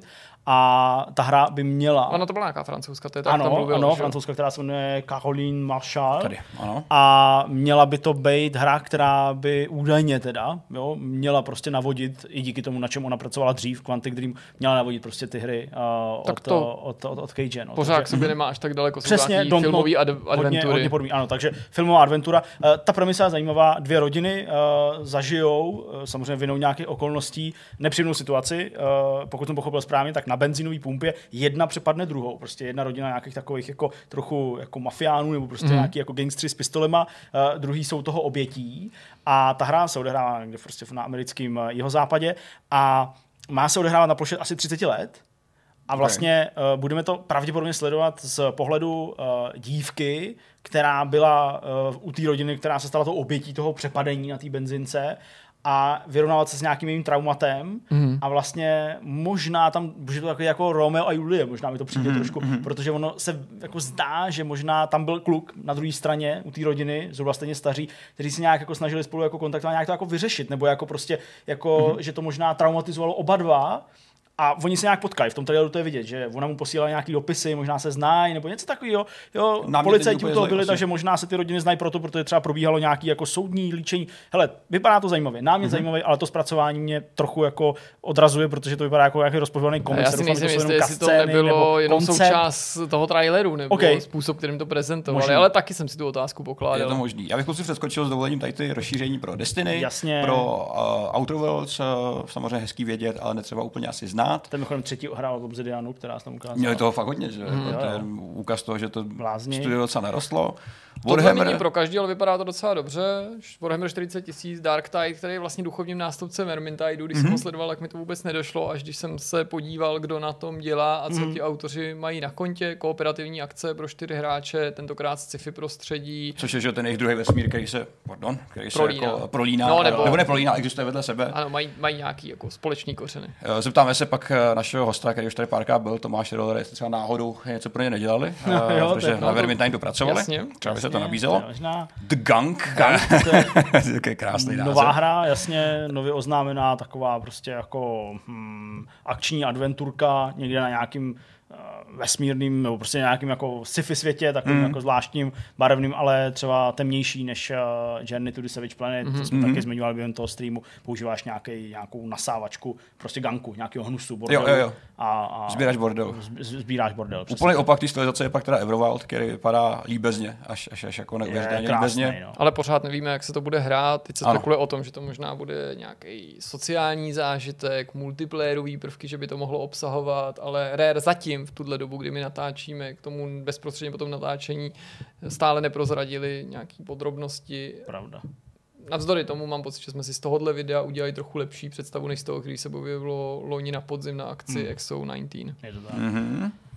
A ta hra by měla... Ona to byla nějaká francouzská, to je tak ano, tam mluvil. Ano, že? francouzská, která se jmenuje Caroline Marchal. Tady, ano. A měla by to být hra, která by údajně teda, jo, měla prostě navodit, i díky tomu, na čem ona pracovala dřív, Quantic Dream, měla navodit prostě ty hry uh, od, to od, od, od Cage. No. Pořád k sobě nemá až tak daleko, jsou přesně, nějaký filmový ad- adventury. Hodně, hodně podobný, ano, takže filmová adventura. Uh, ta premisa je zajímavá, dvě rodiny uh, zažijou, uh, samozřejmě vinou nějakých okolností, nepříjemnou situaci, uh, pokud jsem pochopil správně, tak na benzinový pumpě jedna přepadne druhou. Prostě jedna rodina nějakých takových jako trochu jako mafiánů nebo prostě mm. nějaký jako gangstři s pistolema, uh, druhý jsou toho obětí a ta hra se odehrává někde prostě na americkém uh, jihozápadě a má se odehrávat na ploše asi třicet let. A vlastně okay. uh, budeme to pravděpodobně sledovat z pohledu uh, dívky, která byla uh, u té rodiny, která se stala tou obětí toho přepadení na té benzince a vyrovnávat se s nějakým jejím traumatem mm. a vlastně možná tam, že to takový jako Romeo a Julie, možná mi to přijde mm. trošku, mm. protože ono se jako zdá, že možná tam byl kluk na druhé straně u té rodiny, zhruba stejně staří, kteří se nějak jako snažili spolu jako kontaktovat, nějak to jako vyřešit, nebo jako prostě, jako, mm. že to možná traumatizovalo oba dva. A oni se nějak potkají, v tom traileru to je vidět, že ona mu posílá nějaký dopisy, možná se znají, nebo něco takového. Jo, policajti u toho byli, takže možná se ty rodiny znají proto, protože třeba probíhalo nějaký jako soudní líčení. Hele, vypadá to zajímavě, námět mm-hmm. zajímavý, ale to zpracování mě trochu jako odrazuje, protože to vypadá jako nějaký rozpohovaný komiks. Já si nejsem jistý, jestli to nebylo jenom koncept. Součást toho traileru, nebo okay. způsob, kterým to prezentovali, možný. Ale taky jsem si tu otázku pokládal. Je to možný. Já bych si přeskočil s dovolením tady ty rozšíření pro Destiny, jasně. pro uh, Outer Worlds, uh, samozřejmě hezký vědět, ale netřeba úplně asi znát. Ten mimochodem třetí hra od Obsidianu, která jsem ukázal. Měli toho fakt hodně, že? Mm. To je úkaz toho, že to Blázni. Studio docela narostlo. Warhammer není pro každý, ale vypadá to docela dobře. Warhammer čtyřicet tisíc, Dark Tide, který je vlastně duchovním nástupcem Vermintideu, když mm-hmm. jsem ho sledoval, tak mi to vůbec nedošlo, až když jsem se podíval, kdo na tom dělá a co mm-hmm. ti autoři mají na kontě. Kooperativní akce pro čtyři hráče, tentokrát sci-fi prostředí. Což je, že ten jejich druhý vesmír, který se, pardon, který prolíná. se jako prolíná, no, nebo, nebo neprolíná, existuje vedle sebe. Ano, mají, mají nějaký jako společný kořeny. Zeptáme se pak našeho hosta, který už tady párkrát byl, Tomáš Roller, jestli třeba náhodou něco pro ně nedělali, no, jo, protože no, na Vermintide pracovali. Jasně, třeba by se to nabízelo. The Gunk. Gunk to je, to je krásný název. Nová hra, jasně, nově oznámená, taková prostě jako hm, akční adventurka, někde na nějakým uh, vesmírným, nebo prostě nějakým jako sci-fi světě, takovým mm. jako zvláštním, barevným, ale třeba temnější než uh, Journey to the Savage Planet, mm-hmm. co jsme mm-hmm. taky zmiňovali během toho streamu, používáš nějaký, nějakou nasávačku, prostě ganku, nějakého hnusu, bordelu. Jo, jo, jo. A, a sbíráš bordel. Sbíráš bordel. Úplný opak té stylizace je pak teda Everwild, který vypadá líbezně, až, až, až jako neuvěřitelně líbezně. No. Ale pořád nevíme, jak se to bude hrát. Teď se spekuluje o tom, že to možná bude nějaký sociální zážitek, multiplayerový prvky, že by to mohlo obsahovat, ale Rare zatím v tuhle dobu, kdy my natáčíme, k tomu bezprostředně po tom natáčení stále neprozradili nějaký podrobnosti. Pravda. Navzdory tomu mám pocit, že jsme si z tohohle videa udělali trochu lepší představu, než z toho, který se objevilo loni na podzim na akci hmm. X O devatenáct. Mm-hmm.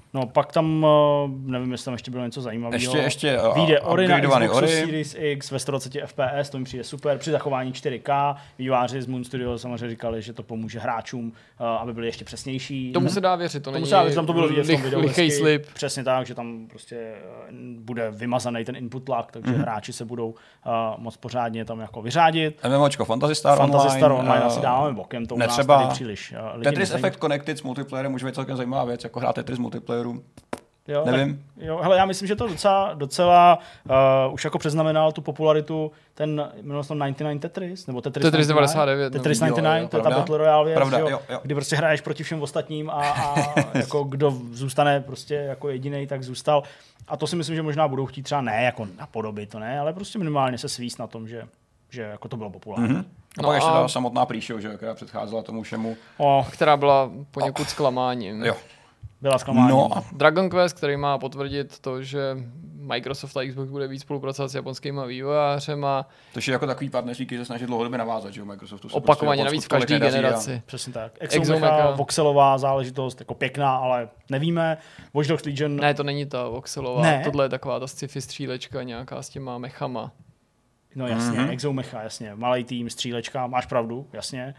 No pak tam, nevím, jestli tam ještě bylo něco zajímavého. Ještě, ještě vyjde Ori na Xboxu Ori. Series X ve sto dvacet F P S, to mi přijde super. Při zachování čtyři K, vývojáři z Moon Studio samozřejmě říkali, že to pomůže hráčům, aby byli ještě přesnější. Tomu se dá věřit, to Tomu není se dá věřit, tam to bylo vidět v tom videu. Lichý slib. Přesně tak, že tam prostě bude vymazaný ten input lag, takže mm-hmm. hráči se budou uh, moc pořádně tam jako vyřádit. MMOčko Fantasy Star Fantasy Online. Star Online asi dáváme bokem, to u nás tady příliš. Uh, Tetris Effect Connected s multiplayerem může být celkem zajímavá věc, jako hrát Tetris multiplayeru. Jo, nevím. Tak, jo, hele, já myslím, že to docela, docela uh, už jako přeznamenal tu popularitu ten, jmenoval se to devadesát devět Tetris, nebo Tetris, Tetris devadesát devět. Tetris no. devadesát devět, jo, jo, to je ta Battle Royale věc, pravda, jo, jo, jo. kdy prostě hraješ proti všem ostatním a, a jako kdo zůstane prostě jako jedinej, tak zůstal. A to si myslím, že možná budou chtít třeba ne jako napodobit, to ne, ale prostě minimálně se svíst na tom, že, že jako to bylo populární. Mm-hmm. A no pak ještě a... ta samotná pre-show, že, která předcházela tomu všemu. O, která byla poněkud oh. zklamáním. Jo. Byla zklamáním. No. Dragon Quest, který má potvrdit to, že Microsoft a Xbox bude víc spolupracovat s japonskými vývojářema. To je jako takový partnerství, který se snaží dlouhodobě navázat, že Microsoftu. Opakovaně navíc v každé generaci. A... Přesně tak. Exomecha, voxelová záležitost, jako pěkná, ale nevíme. Watch Dogs Legion... Ne, to není ta voxelová. Ne. Tohle je taková ta sci-fi střílečka nějaká s těma mechama. No jasně, mm-hmm. Exomecha, jasně. Malý tým, střílečka, máš pravdu, jasně.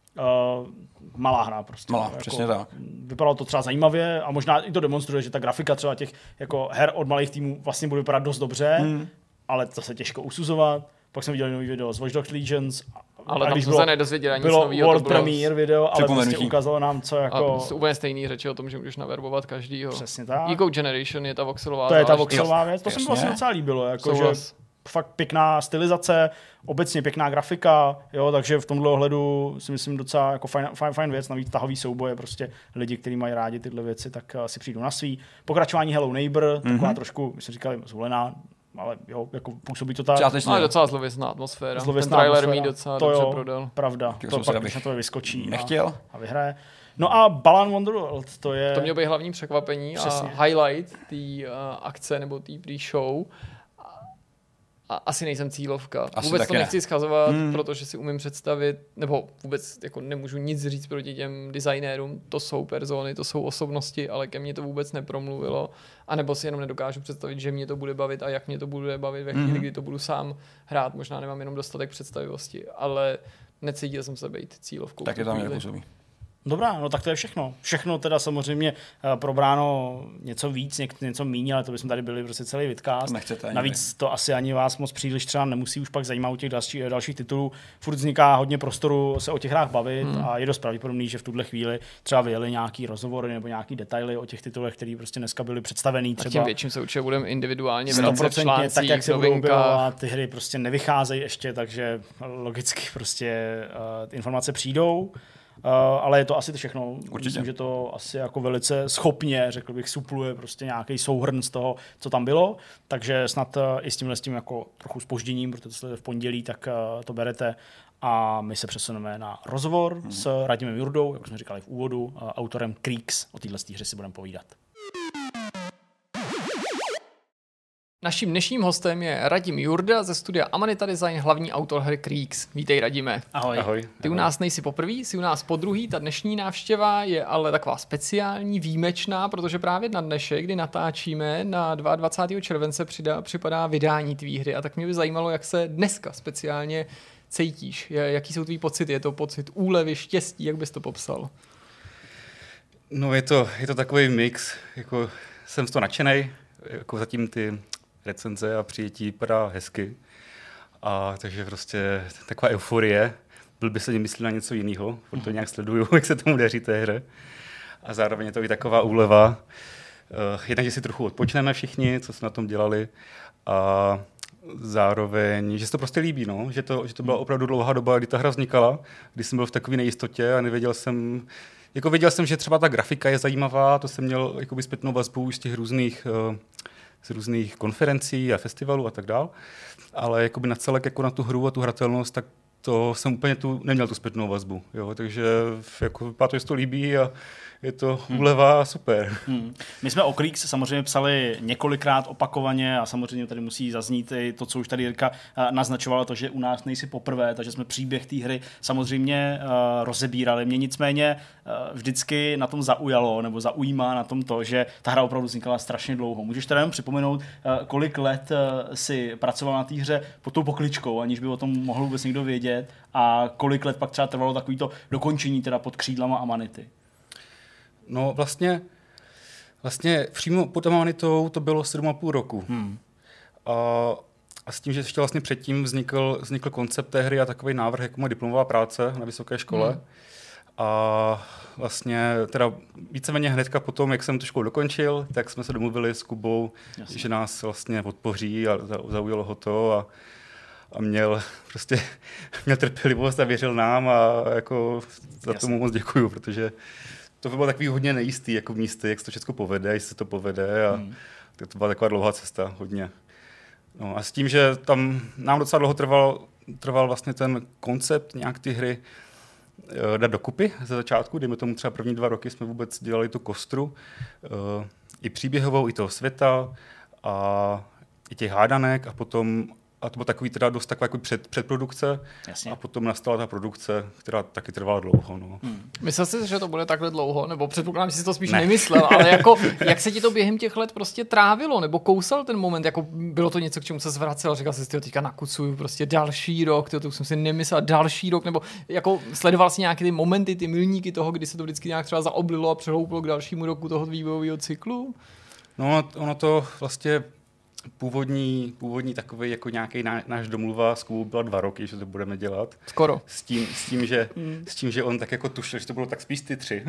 Uh, malá hra prostě. Malá, jako, přesně tak. Vypadalo to třeba zajímavě a možná i to demonstruje, že ta grafika třeba těch jako her od malých týmů vlastně bude vypadat dost dobře, hmm. ale to se těžko usuzovat. Pak jsme viděli nový video z Watch Dogs Legions. Ale tam jsme se nedozvěděli nic bylo novýho. World to bylo Premiere video, ale prostě ukázalo nám, co jako... A úplně stejný řeči o tom, že můžeš naverbovat každýho. Přesně tak. Eco Generation je ta voxelová To je ta voxelová věc, to jasně. se mi vlastně docela líbilo, jako že fakt pěkná stylizace, obecně pěkná grafika, jo, takže v tomhle ohledu si myslím docela jako fajn, fajn, fajn věc, navíc tahový souboje, prostě lidi, kteří mají rádi tyhle věci, tak uh, si přijdou na svý. Pokračování Hello Neighbor, mm-hmm. taková trošku, my jsme říkali, zvolená, ale jo, jako působí to tak. No, je docela zlověstná atmosféra. Zlověstná Ten trailer atmosféra. mi docela to dobře jo, prodal. Pravda, Těho to pak, když na to vyskočí nechtěl. A, a vyhraje. No a Balan Wonderworld, to je... To mělo být hlavní překvapení Přesně. a highlight té uh, akce nebo té pre-show. A asi nejsem cílovka. Asi vůbec to ne. nechci schazovat, hmm. protože si umím představit, nebo vůbec jako nemůžu nic říct proti těm designérům. To jsou persony, to jsou osobnosti, ale ke mně to vůbec nepromluvilo. A nebo si jenom nedokážu představit, že mě to bude bavit a jak mě to bude bavit ve chvíli, hmm. kdy to budu sám hrát. Možná nemám jenom dostatek představivosti, ale necítil jsem se být cílovkou. Tak je tam nepůsobí. Dobrá, no tak to je všechno. Všechno teda samozřejmě uh, probráno něco víc, něk, něco míň, ale to bychom tady byli prostě celý vidcast. Nechcete, Navíc to asi ani vás moc příliš třeba nemusí už pak zajímat u těch další, dalších titulů. Furt vzniká hodně prostoru se o těch hrách bavit hmm. a je dost pravděpodobný, že v tuhle chvíli třeba vyjeli nějaký rozhovory nebo nějaký detaily o těch titulech, které prostě dneska byly představený. Třeba a tím větším se určitě budeme individuálně vracet v článcích, tak jak se budou objevovat, ty hry prostě nevycházejí ještě, takže logicky prostě uh, informace přijdou. Uh, ale je to asi to všechno. Určitě. Myslím, že to asi jako velice schopně, řekl bych, supluje prostě nějaký souhrn z toho, co tam bylo. Takže snad uh, i s tímhle s tím jako trochu zpožděním, protože to je v pondělí, tak uh, to berete. A my se přesuneme na rozhovor hmm. s Radimem Jurdou, jak jsme říkali v úvodu, uh, autorem Creeks. O této hře si budeme povídat. Naším dnešním hostem je Radim Jurda ze studia Amanita Design, hlavní autor hry Creeks. Vítej, Radime. Ahoj. Ahoj. Ty u nás nejsi poprvý, jsi u nás podruhý, ta dnešní návštěva je ale taková speciální, výjimečná, protože právě na dnešek, kdy natáčíme, na dvacátého druhého července přidá, připadá vydání tvý hry a tak mě by zajímalo, jak se dneska speciálně cítíš. Jaký jsou tvý pocity? Je to pocit úlevy, štěstí, jak bys to popsal? No je to, je to takový mix, jako jsem z toho nadšenej, jako zatím ty recenze a přijetí vypadá hezky. A takže prostě taková euforie. Byl by se nemyslel na něco jiného, protože nějak sleduju, jak se tomu daří té hře. A zároveň je to i taková úleva. Uh, jednak, že si trochu odpočneme všichni, co jsme na tom dělali. A zároveň, že se to prostě líbí, no? že, to, že to byla opravdu dlouhá doba, kdy ta hra vznikala, kdy jsem byl v takové nejistotě a nevěděl jsem, jako věděl jsem, že třeba ta grafika je zajímavá, to jsem měl jakoby zpětnou vazbu už z těch různých uh, z různých konferencí a festivalů a tak dál, ale jakoby na celek jako na tu hru a tu hratelnost, tak to jsem úplně tu, neměl tu zpětnou vazbu. Jo? Takže jako, vypadá to, že to líbí a je to úleva a super. Hmm. My jsme o Creeks samozřejmě psali několikrát opakovaně a samozřejmě tady musí zaznít i to, co už tady Jirka naznačovala, to, že u nás nejsi poprvé, takže jsme příběh té hry samozřejmě uh, rozebírali. Mě nicméně uh, vždycky na tom zaujalo, nebo zaujímá na tom to, že ta hra opravdu vznikala strašně dlouho. Můžeš teda jenom připomenout, uh, kolik let uh, si pracoval na té hře pod tou pokličkou, aniž by o tom mohl vůbec někdo vědět, a kolik let pak třeba trvalo takovýto dokončení teda pod křídlama Amanity? No vlastně, vlastně přímo pod Amanitou to bylo sedm a půl roku. Hmm. A, a s tím, že ještě vlastně předtím vznikl, vznikl koncept té hry a takový návrh jako moje diplomová práce na vysoké škole. Hmm. A vlastně teda víceméně hnedka potom, jak jsem tu školu dokončil, tak jsme se domluvili s Kubou, Jasně. že nás vlastně podpoří a zaujalo ho to a, a měl prostě měl trpělivost a věřil nám a jako za Jasně. tomu moc děkuju, protože to bylo takový hodně nejistý jako v místě, jak se to všechno povede, jestli se to povede a hmm. to byla taková dlouhá cesta, hodně. No a s tím, že tam nám docela dlouho trval, trval vlastně ten koncept nějak ty hry uh, dát dokupy ze začátku, dejme tomu třeba první dva roky jsme vůbec dělali tu kostru, uh, i příběhovou, i toho světa a i těch hádanek a potom a to bylo takový teda dost taková jako před, předprodukce. Jasně. A potom nastala ta produkce, která taky trvala dlouho. No. Hmm. Myslel jsi, že to bude takhle dlouho? Nebo předpokládám, že jsi to spíš ne. nemyslel, ale jako, jak se ti to během těch let prostě trávilo? Nebo kousal ten moment? Jako bylo to něco, k čemu se zvracel? Říkal jsi, že teďka nakucuju prostě další rok, tyjo, to už jsem si nemyslel, další rok, nebo jako sledoval jsi nějaké ty momenty, ty milníky toho, kdy se to vždycky nějak třeba zaoblilo a přehouplo k dalšímu roku toho vývojového cyklu? No, ono to vlastně Původní, původní takový jako nějaký ná, náš domluva s Kubou byla dva roky, že to budeme dělat. Skoro. S tím, s tím, že, mm. s tím že on tak jako tušil, že to bylo tak spíš ty tři.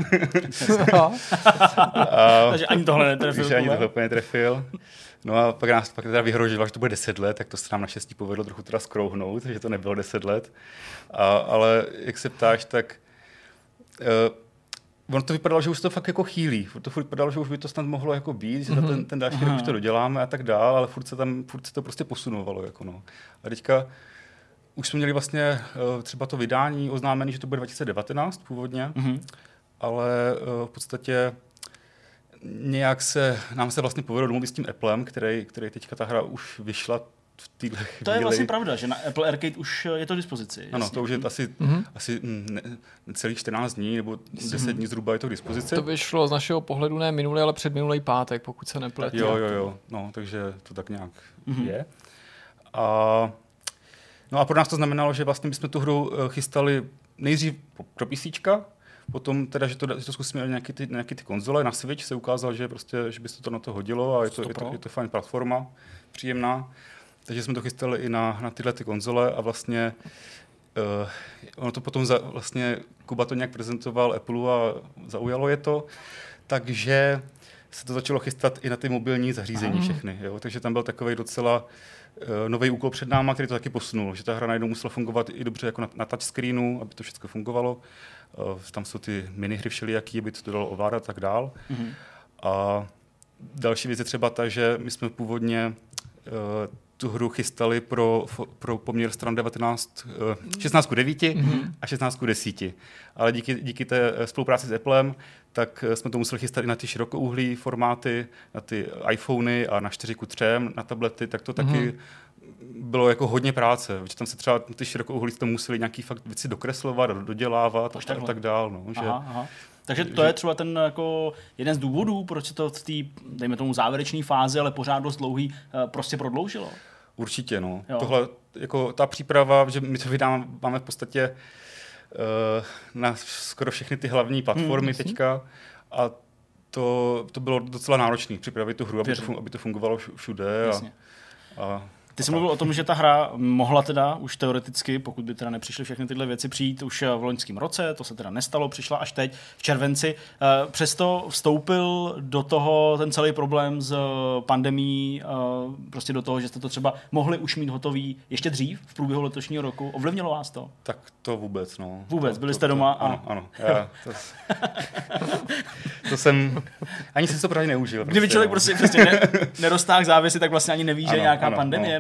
a, Takže ani tohle netrefil. Takže ani tohle úplně netrefil. No a pak nás pak teda vyhrožila, že to bude deset let, tak to se nám naštěstí povedlo trochu teda skrouhnout, že to nebylo deset let. A, ale jak se ptáš, tak uh, ono to vypadalo, že už to fakt jako chýlí. To furt vypadalo, že už by to snad mohlo jako být, že mm-hmm. ten, ten další rok už to doděláme a tak dál, ale furt se tam furt se to prostě posunovalo. Jako no. A teďka už jsme měli vlastně uh, třeba to vydání oznámené, že to bude dva tisíce devatenáct původně, mm-hmm. ale uh, v podstatě nějak se, nám se vlastně povedlo domluvit s tím Applem, který, který teďka ta hra už vyšla v téhle chvíli. To je vlastně pravda, že na Apple Arcade už je to k dispozici. Ano, jasně. To už je asi, mm-hmm. asi ne, celých čtrnáct dní nebo deset dní zhruba je to k dispozici. To vyšlo z našeho pohledu ne minulý, ale předminulý pátek, pokud se nepletu. Jo, jo, jo, no, takže to tak nějak mm-hmm. je. A, no a pro nás to znamenalo, že vlastně bychom tu hru chystali nejdřív pro PCčka, potom teda, že to, že to zkusíme na nějaké ty, nějaké ty konzole, na Switch se ukázalo, že, prostě, že by se to na to hodilo a je to, je to, je to fajn platforma, příjemná. Takže jsme to chystali i na, na tyhle ty konzole a vlastně uh, ono to potom za, vlastně Kuba to nějak prezentoval Apple a zaujalo je to, takže se to začalo chystat i na ty mobilní zařízení všechny. Jo? Takže tam byl takový docela uh, nový úkol před náma, který to taky posunul, že ta hra najednou musela fungovat i dobře jako na, na touchscreenu, aby to všechno fungovalo. Uh, tam jsou ty minihry všelijaký, aby to dalo ovládat a tak dál. Mm-hmm. A další věc je třeba ta, že my jsme původně uh, tu hru chystali pro, pro poměr stran devatenáct, šestnáct ku devíti mm-hmm. a šestnáct ku deseti. Ale díky, díky té spolupráci s Applem, tak jsme to museli chystat i na ty širokouhlý formáty, na ty iPhony a na čtyři ku tři, na tablety, tak to taky mm-hmm. bylo jako hodně práce. Že tam se třeba ty širokouhlí to museli nějaký fakt věci dokreslovat a dodělávat a, a tak dál. No, že, aha, aha. Takže to je třeba ten jako jeden z důvodů, proč se to v té, dejme tomu, závěrečné fázi, ale pořád dost dlouhý, prostě prodloužilo. Určitě, no. Jo. Tohle, jako ta příprava, že my to vydáváme v podstatě uh, na skoro všechny ty hlavní platformy hmm, teďka a to, to bylo docela náročné připravit tu hru, aby to, aby to fungovalo všude. A, a Ty jsi mluvil o tom, že ta hra mohla teda už teoreticky, pokud by teda nepřišly všechny tyhle věci, přijít už v loňském roce, to se teda nestalo, přišla až teď v červenci. Přesto vstoupil do toho ten celý problém s pandemií, prostě do toho, že jste to třeba mohli už mít hotový ještě dřív, v průběhu letošního roku. Ovlivnilo vás to? Tak to vůbec, no. Vůbec, to, byli to, jste doma? To, ano, ano. Já, to, to jsem, ani jsem to právě neužil. Kdyby prostě, člověk no. prostě, prostě ne, neroztáhl závěsy, tak vlastně ani neví, že ano, nějaká ano, pandemie. No,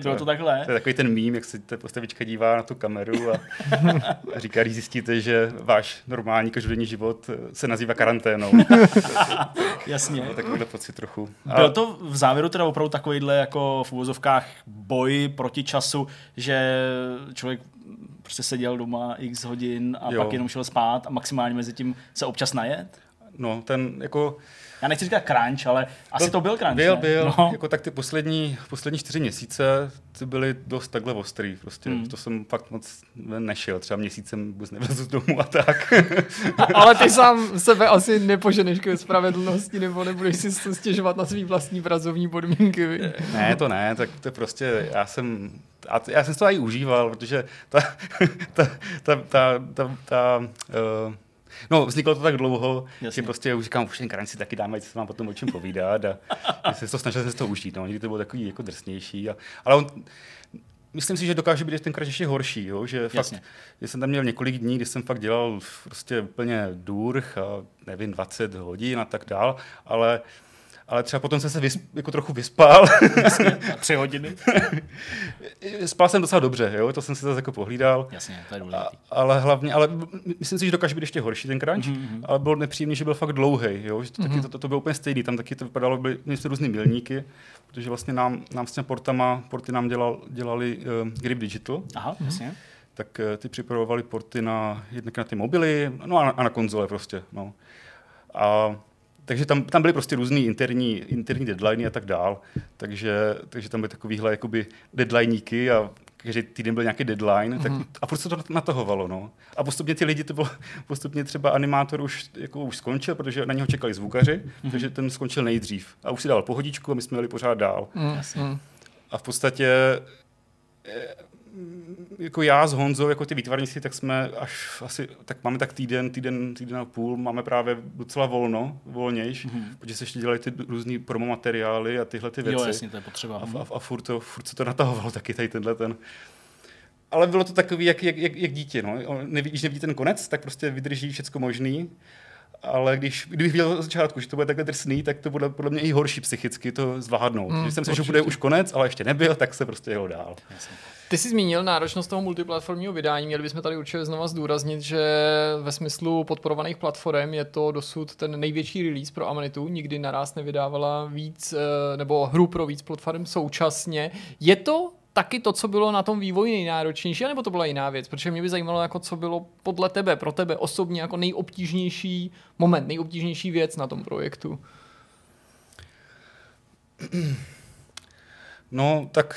Bylo to takhle? To je takový ten mím, jak se ta postavička dívá na tu kameru a, a říká, když zjistíte, že váš normální každodenní život se nazývá karanténou. Jasně. No, takovýhle pocit trochu. Bylo to v závěru teda opravdu takovýhle jako v uvozovkách boj proti času, že člověk prostě seděl doma x hodin a jo. pak jenom šel spát a maximálně mezi tím se občas najet? No, ten jako... Já nechci říkat crunch, ale asi byl, to byl crunch, Byl, ne? byl. No. Jako tak ty poslední, poslední čtyři měsíce ty byly dost takhle ostrý. Prostě. Hmm. To jsem fakt moc nešel. Třeba měsícem vůbec nevezu domů a tak. Ale ty sám sebe asi nepoženeš k spravedlnosti, nebo nebudeš si stěžovat na svý vlastní pracovní podmínky. Ne, to ne. Tak to prostě já jsem... A já jsem to i užíval, protože ta... ta, ta, ta, ta, ta uh, no, vzniklo to tak dlouho, Jasně. že prostě už říkám, už ten crunch si taky dáme, ať se vám potom o čem povídat a jsem to snažil se to užít, no, někdy to bylo takový jako drsnější, a, ale on, myslím si, že dokáže být ten crunch ještě horší, jo, že fakt, že jsem tam měl několik dní, kdy jsem fakt dělal prostě úplně durch a nevím, dvacet hodin a tak dál, ale Ale třeba potom jsem se vysp, jako trochu vyspal. Tři hodiny. Spal jsem docela dobře, jo? To jsem si zase jako pohlídal. Jasně, to je důležité. Ale hlavně, ale myslím si, že dokáže být ještě horší ten crunch, mm-hmm. ale bylo nepříjemný, že byl fakt dlouhej, jo? Že to, mm-hmm. taky, to, to, to bylo úplně stejný, tam taky to vypadalo, byly jsme různý milníky, protože vlastně nám, nám s těmi portama, porty nám dělal, dělali uh, Grip Digital. Aha, jasně. Tak uh, ty připravovali porty na jednak na ty mobily, no a na, a na konzole prostě, no. A takže tam, tam byly prostě různý interní, interní deadliny a tak dál. Takže, takže tam byly takovýhle jakoby deadliníky a každý týden byl nějaký deadline. Mm-hmm. Tak, a furt se to natahovalo. No. A postupně ty lidi, to bylo, postupně třeba animátor už, jako už skončil, protože na něho čekali zvukaři, mm-hmm. takže ten skončil nejdřív. A už si dal pohodičku a my jsme jeli pořád dál. Mm-hmm. A v podstatě jako já s Honzou, jako ty výtvarníci, tak jsme až asi, tak máme tak týden, týden, týden a půl, máme právě docela volno, volnějš, mm-hmm. protože se ještě dělají ty různý promo materiály a tyhle ty věci. Jo, jasně, to je potřeba. A, a, a furt, to, furt se to natahovalo taky tady tenhle ten. Ale bylo to takový, jak, jak, jak, jak dítě, no. Neví, když nevidí ten konec, tak prostě vydrží všecko možný. Ale když, kdybych viděl od začátku, že to bude takhle drsný, tak to bude podle mě i horší psychicky to zvládnout. Mm, když jsem si, že bude už konec, ale ještě nebyl, tak se prostě jelo dál. Jasně. Ty jsi zmínil náročnost toho multiplatformního vydání, měli bychom tady určitě znova zdůraznit, že ve smyslu podporovaných platform je to dosud ten největší release pro Amanitu, nikdy naraz nevydávala víc, nebo hru pro víc platform současně. Je to taky to, co bylo na tom vývoji nejnáročnější, nebo to byla jiná věc? Protože mě by zajímalo, jako co bylo podle tebe, pro tebe osobně jako nejobtížnější moment, nejobtížnější věc na tom projektu. No, tak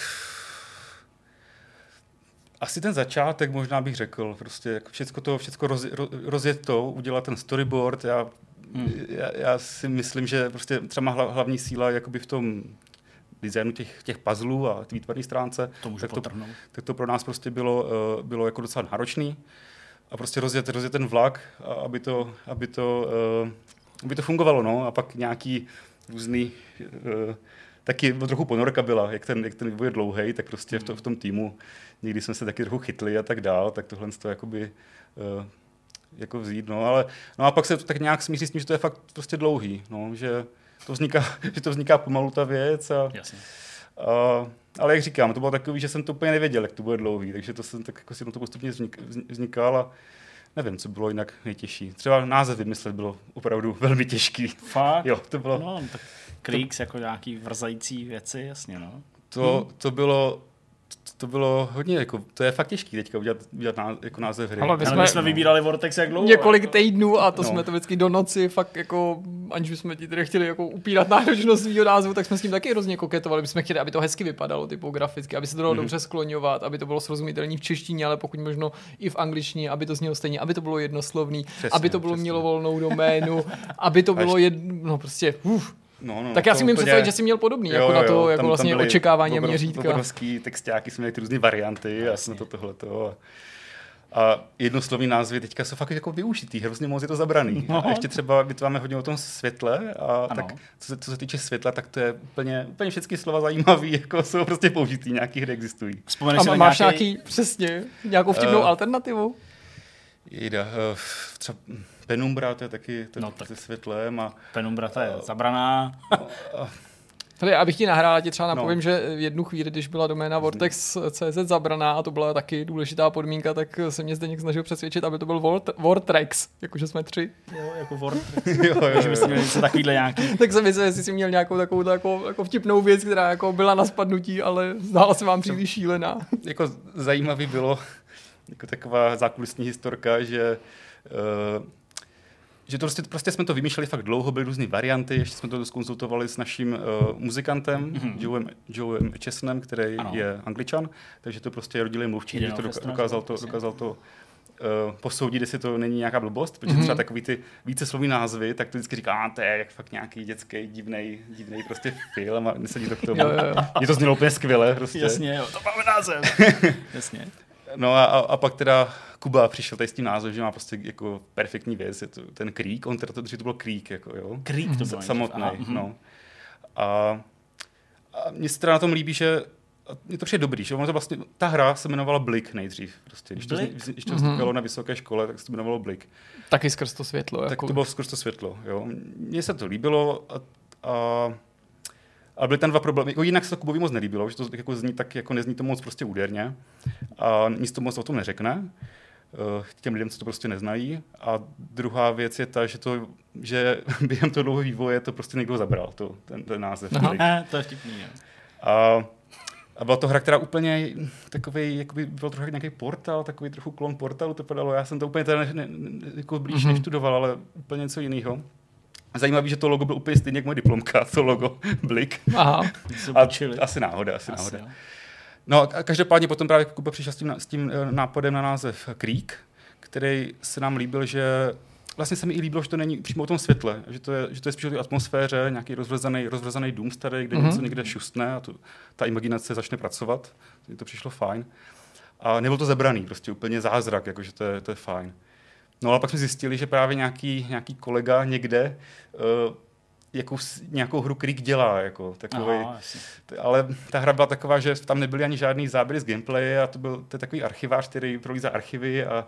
asi ten začátek možná bych řekl, prostě jako všecko to, všecko roz, rozjet to, udělat ten storyboard, já, hmm. já, já si myslím, že prostě třeba hlavní síla jakoby v tom designu těch, těch puzzlů a té výtvarné stránce, to tak, to, tak to pro nás prostě bylo, uh, bylo jako docela náročný a prostě rozjet, rozjet ten vlak, aby to, aby to, uh, aby to fungovalo, no, a pak nějaký různý, uh, taky trochu ponorka byla, jak ten, jak ten vývoj je dlouhej, tak prostě v, to, v tom týmu někdy jsme se taky trochu chytli a tak dál, tak tohle to jakoby uh, jako vzít, no, ale no a pak se to tak nějak smíří s tím, že to je fakt prostě dlouhý, no, že to vzniká, že to vzniká pomalu ta věc a, Jasně. a ale jak říkám, to bylo takový, že jsem to úplně nevěděl, jak to bude dlouhý, takže to jsem tak jako si na to postupně vznik, vznikal a nevím, co bylo jinak nejtěžší. Třeba název vymyslet bylo opravdu velmi těžký. Fakt? Jo, to bylo. No, tak Creeks jako nějaký vrzající věci, jasně, no. To, to bylo To bylo hodně, jako, to je fakt těžký teďka udělat, udělat ná, jako název hry. Ale my jsme, my jsme vybírali Vortex jak dlouho. Několik týdnů a to no. jsme to vždycky do noci, fakt jako, aniž bychom ti tady chtěli jako upírat náročnost svýho názvu, tak jsme s tím taky hrozně koketovali. My jsme chtěli, aby to hezky vypadalo typograficky, aby se to dalo mm-hmm. dobře skloňovat, aby to bylo srozumitelné v češtině, ale pokud možno i v angličtině, aby to znělo stejně, aby to bylo jednoslovný, přesně, aby to bylo přesně. mělo volnou doménu, aby to bylo jedno, no prostě, uf. No, no, tak já si můžu představit, že jsi měl podobný, jo, jako jo, na to jako tam, vlastně tam očekávání a měřítka. Obrovský textáky, jsme měli ty různé varianty a jsme to tohleto. A, a jednoslovní názvy teďka jsou fakt jako využitý, hrozně moc je to zabraný. No. A ještě třeba vytváme hodně o tom světle a ano. tak co se, co se týče světla, tak to je úplně, úplně všechny slova zajímavý, jako jsou prostě použitý, nějaký hry existují. Vzpomeneš a máš nějaký... nějaký, přesně, nějakou vtipnou uh, alternativu? Jejda, uh, třeba Penumbra, to je taky to no, se světlem. A, Penumbra to je uh, zabraná. uh, Hele, abych ti nahrál, ti třeba napovím, No. že v jednu chvíli, když byla doména Vortex tečka cé zet zabraná, a to byla taky důležitá podmínka, tak se mě zde snažil přesvědčit, aby to byl Volt- Vortrex, jakože jsme tři. Jo, jako Word. jo, jo, Že byste měli něco takovýhle nějaký. Tak jsem myslel, jestli jsi měl nějakou takovou jako, jako vtipnou věc, která jako byla na spadnutí, ale zdála se vám příliš šílená. Jako zajímavý bylo, jako taková zákulisní historka, že uh, že to prostě, prostě jsme to vymýšleli fakt dlouho, byly různé varianty, ještě jsme to skonzultovali s naším uh, muzikantem, mm-hmm. Joem, Joem Chesnem, který ano. je Angličan, takže to prostě rodilý mluvčí, že to doka- dokázal to, dokázal to uh, posoudit, jestli to není nějaká blbost, protože mm-hmm. třeba takový ty víceslový názvy, tak to vždycky říká, a to je jak fakt nějaký dětský divnej, divnej prostě film a nesedí to k tomu. Jo, jo. Je to znělo úplně skvěle. Prostě. Jasně, jo, to máme název. Jasně. No a, a pak teda Kuba přišel tady s tím názvem, že má prostě jako perfektní věc, je to ten Creek, on teda to, že to bylo Creek, jako jo. Creek to bylo. Samotný, no. A, a mně se teda na tom líbí, že je to přijde dobrý, že ono to vlastně, ta hra se jmenovala Blik nejdřív, prostě. Když to, když to vznikalo mm-hmm. na vysoké škole, tak se to jmenovalo Blik. Taky skrz to světlo. Tak jako... to bylo skrz to světlo, jo. Mně se to líbilo a, a ale byly tam dva problémy. Jako jinak se to Kubovi moc nelíbilo, že to jako zní tak, jako nezní to moc prostě úderně. A nic to moc o tom neřekne. Uh, těm lidem, co to prostě neznají. A druhá věc je ta, že, to, že během toho dlouhého vývoje to prostě někdo zabral, to, ten, ten název. Aha, to je vtipný. A, a byla to hra, která úplně takovej, jakoby byl trochu nějaký portál, takový trochu klon portálu to padalo. Já jsem to úplně teda ne, ne, jako blíž mm-hmm. neštudoval, ale úplně něco jiného. Zajímavý, že to logo bylo úplně stejně jak moje diplomka, to logo Blik. Aha. A, asi náhoda, asi, asi náhoda. Jo. No a každopádně potom právě Kuba přišel s tím, s tím nápadem na název Creek, který se nám líbil, že vlastně se mi i líbilo, že to není přímo o tom světle, že to je, že to je spíš o té atmosféře, nějaký rozvrzaný, rozvrzaný dům starý, kde mm-hmm. něco někde šustne a tu, ta imaginace začne pracovat. To přišlo fajn. A nebylo to zebraný, prostě úplně zázrak, jakože to je, to je fajn. No ale pak jsme zjistili, že právě nějaký, nějaký kolega někde uh, jakou, nějakou hru Creek dělá. Jako, takovej, Aha, t- ale ta hra byla taková, že tam nebyly ani žádný záběry z gameplaye a to byl to je takový archivář, který prolízá archivy a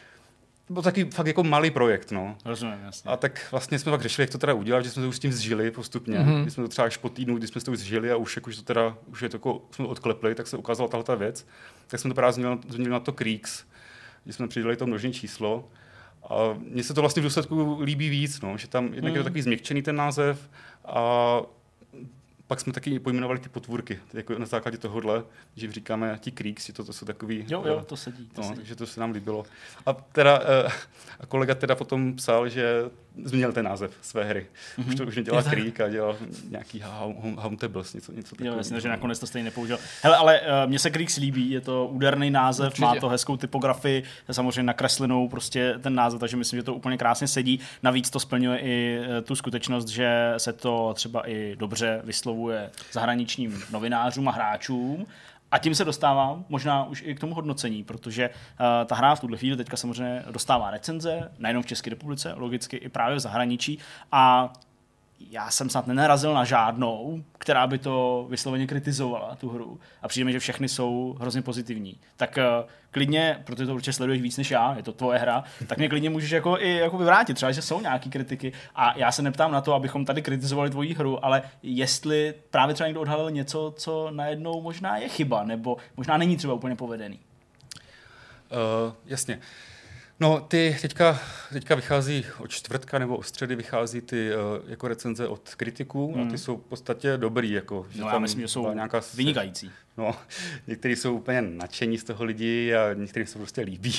to byl takový fakt jako malý projekt. No. Rozumím, jasně. A tak vlastně jsme pak řešili, jak to teda udělat, že jsme to už s tím zžili postupně. Mm-hmm. Když jsme to třeba až po týdnu, když jsme to už zžili a už, jako, to teda, už je to jako, jsme to odklepli, tak se ukázala tahle ta věc. Tak jsme to právě změnili na to Creeks, že jsme přidali to množné číslo. A mně se to vlastně v důsledku líbí víc, no, že tam jednak mm. je to takový změkčený ten název a pak jsme taky pojmenovali ty potvůrky, jako na základě tohohle, že říkáme ti Creeks, že to, to jsou takový... Jo, jo, to sedí. To no, sedí. takže to se nám líbilo. A teda a kolega teda potom psal, že změnil ten název své hry. Mm-hmm. Už to už nedělá Creek a dělal nějaký Hauntables, něco, něco takového. Jo, jasně, že nakonec to stejně nepoužil. Hele, ale uh, mně se Creeks líbí, je to úderný název, určitě. Má to hezkou typografii, samozřejmě nakreslenou prostě ten název, takže myslím, že to úplně krásně sedí. Navíc to splňuje i uh, tu skutečnost, že se to třeba i dobře vyslovuje zahraničním novinářům a hráčům. A tím se dostávám možná už i k tomu hodnocení, protože uh, ta hra v tuhle chvíli teďka samozřejmě dostává recenze, nejenom v České republice, logicky i právě v zahraničí. A já jsem snad nenarazil na žádnou, která by to vysloveně kritizovala, tu hru. A přijde mi, že všechny jsou hrozně pozitivní. Tak uh, klidně, protože to určitě sleduješ víc než já, je to tvoje hra, tak mě klidně můžeš jako i jako vyvrátit, třeba, že jsou nějaký kritiky. A já se neptám na to, abychom tady kritizovali tvoji hru, ale jestli právě třeba někdo odhalil něco, co najednou možná je chyba, nebo možná není třeba úplně povedený. Uh, jasně. No, ty teďka, teďka vychází od čtvrtka nebo od středy vychází ty uh, jako recenze od kritiků hmm. a ty jsou v podstatě dobrý. Jako, že no tam já myslím, že jsou nějaká vynikající. No, někteří jsou úplně nadšení z toho lidi a některým se prostě líbí.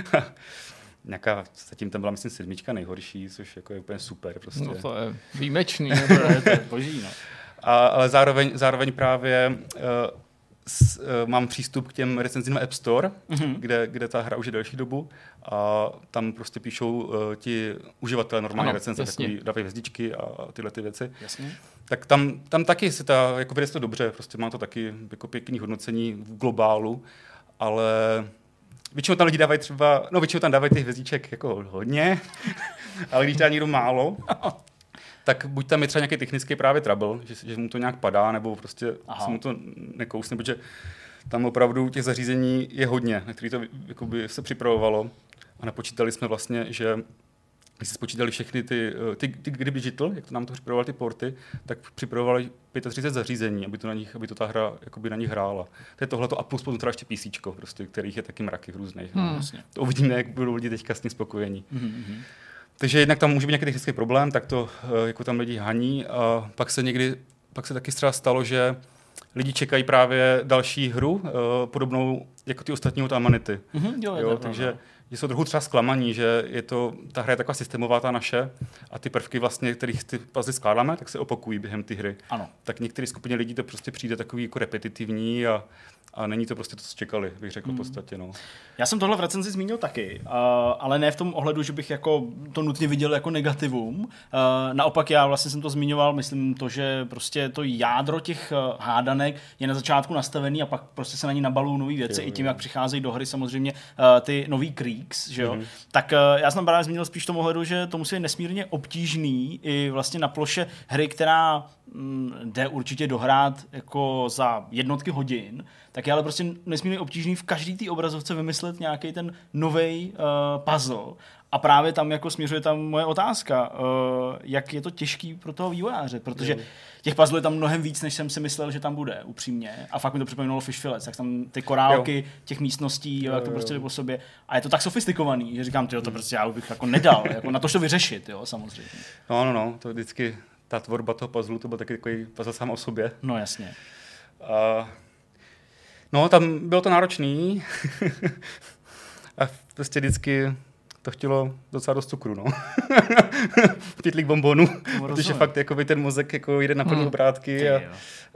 Nějaká, zatím tam byla, myslím, sedmička nejhorší, což jako je úplně super. Prostě. No to je výjimečný. No, to je, to je boží, no. A, ale zároveň, zároveň právě uh, s, uh, mám přístup k těm recenzím na App Store, mm-hmm. kde, kde ta hra už je delší dobu a tam prostě píšou uh, ti uživatelé normální ano, recenze, takový dávají hvězdičky a tyhle ty věci. Jasně. Tak tam, tam taky se ta, jako vede to dobře, prostě má to taky jako pěkný hodnocení v globálu, ale většinou tam lidi dávají třeba, no většinou tam dávají těch hvězdiček jako hodně, ale když dá někdo málo, tak buď tam je třeba nějaký technický právě trouble, že, že mu to nějak padá, nebo prostě Aha. se mu to nekousne, protože tam opravdu těch zařízení je hodně, na který to jakoby se připravovalo a napočítali jsme vlastně, že když si spočítali všechny ty, ty, ty Grip Digital, jak to nám to připravovali ty porty, tak připravovali třicet pět zařízení, aby to, na nich, aby to ta hra jakoby na nich hrála. To je tohleto a plus potom teda ještě PCčko, prostě, kterých je taky mraky různých. Hmm. To uvidíme, jak budou lidi teďka s tím spokojení. Hmm. Takže jednak tam může být nějaký technický problém, tak to jako tam lidi haní a pak se někdy, pak se taky třeba stalo, že lidi čekají právě další hru, uh, podobnou jako ty ostatní od Amanity. Mm-hmm, jo, jo, takže jsou trochu třeba zklamaní, že je to, ta hra je taková systémová, ta naše, a ty prvky vlastně, kterých ty puzzle skládáme, tak se opakují během ty hry. Ano. Tak některé skupině lidí to prostě přijde takový jako repetitivní a, a není to prostě to, co čekali, bych řekl mm. v podstatě. No. Já jsem tohle v recenzi zmínil taky, uh, ale ne v tom ohledu, že bych jako to nutně viděl jako negativum. Uh, naopak já vlastně jsem to zmiňoval, myslím to, že prostě to jádro těch uh, hádanek je na začátku nastavený a pak prostě se na ní nabalují nové věci jo, i tím, jo. jak přicházejí do hry samozřejmě uh, ty nový Creeks, že jo. Mm-hmm. Tak uh, já jsem právě zmínil spíš v tom ohledu, že to musí být nesmírně obtížný i vlastně na ploše hry, která mm, jde určitě dohrát jako za jednotky hodin, tak je ale prostě nesmírně obtížný v každý té obrazovce vymyslet nějaký ten novej uh, puzzle. A právě tam jako směřuje tam moje otázka, uh, jak je to těžký pro toho vývojáře, protože jo. těch puzzlů je tam mnohem víc, než jsem si myslel, že tam bude, upřímně. A fakt mi to připomínalo Fish Fillets, jak tam ty korálky jo. těch místností, jo, jak to prostě jde po sobě. A je to tak sofistikovaný, že říkám, tyjo, to prostě já bych jako nedal, jako na to, to vyřešit, jo, samozřejmě. No, no, no, to vždycky, ta tvorba toho puzzlu, to byl taky takový puzzle sám o sobě. No, jasně. A no, tam bylo to náročný a prostě vždycky to chtělo docela dost cukru, no. Pytlík bonbonů, protože fakt jakoby, ten mozek jako jde na plnou hmm. obrátky a, a,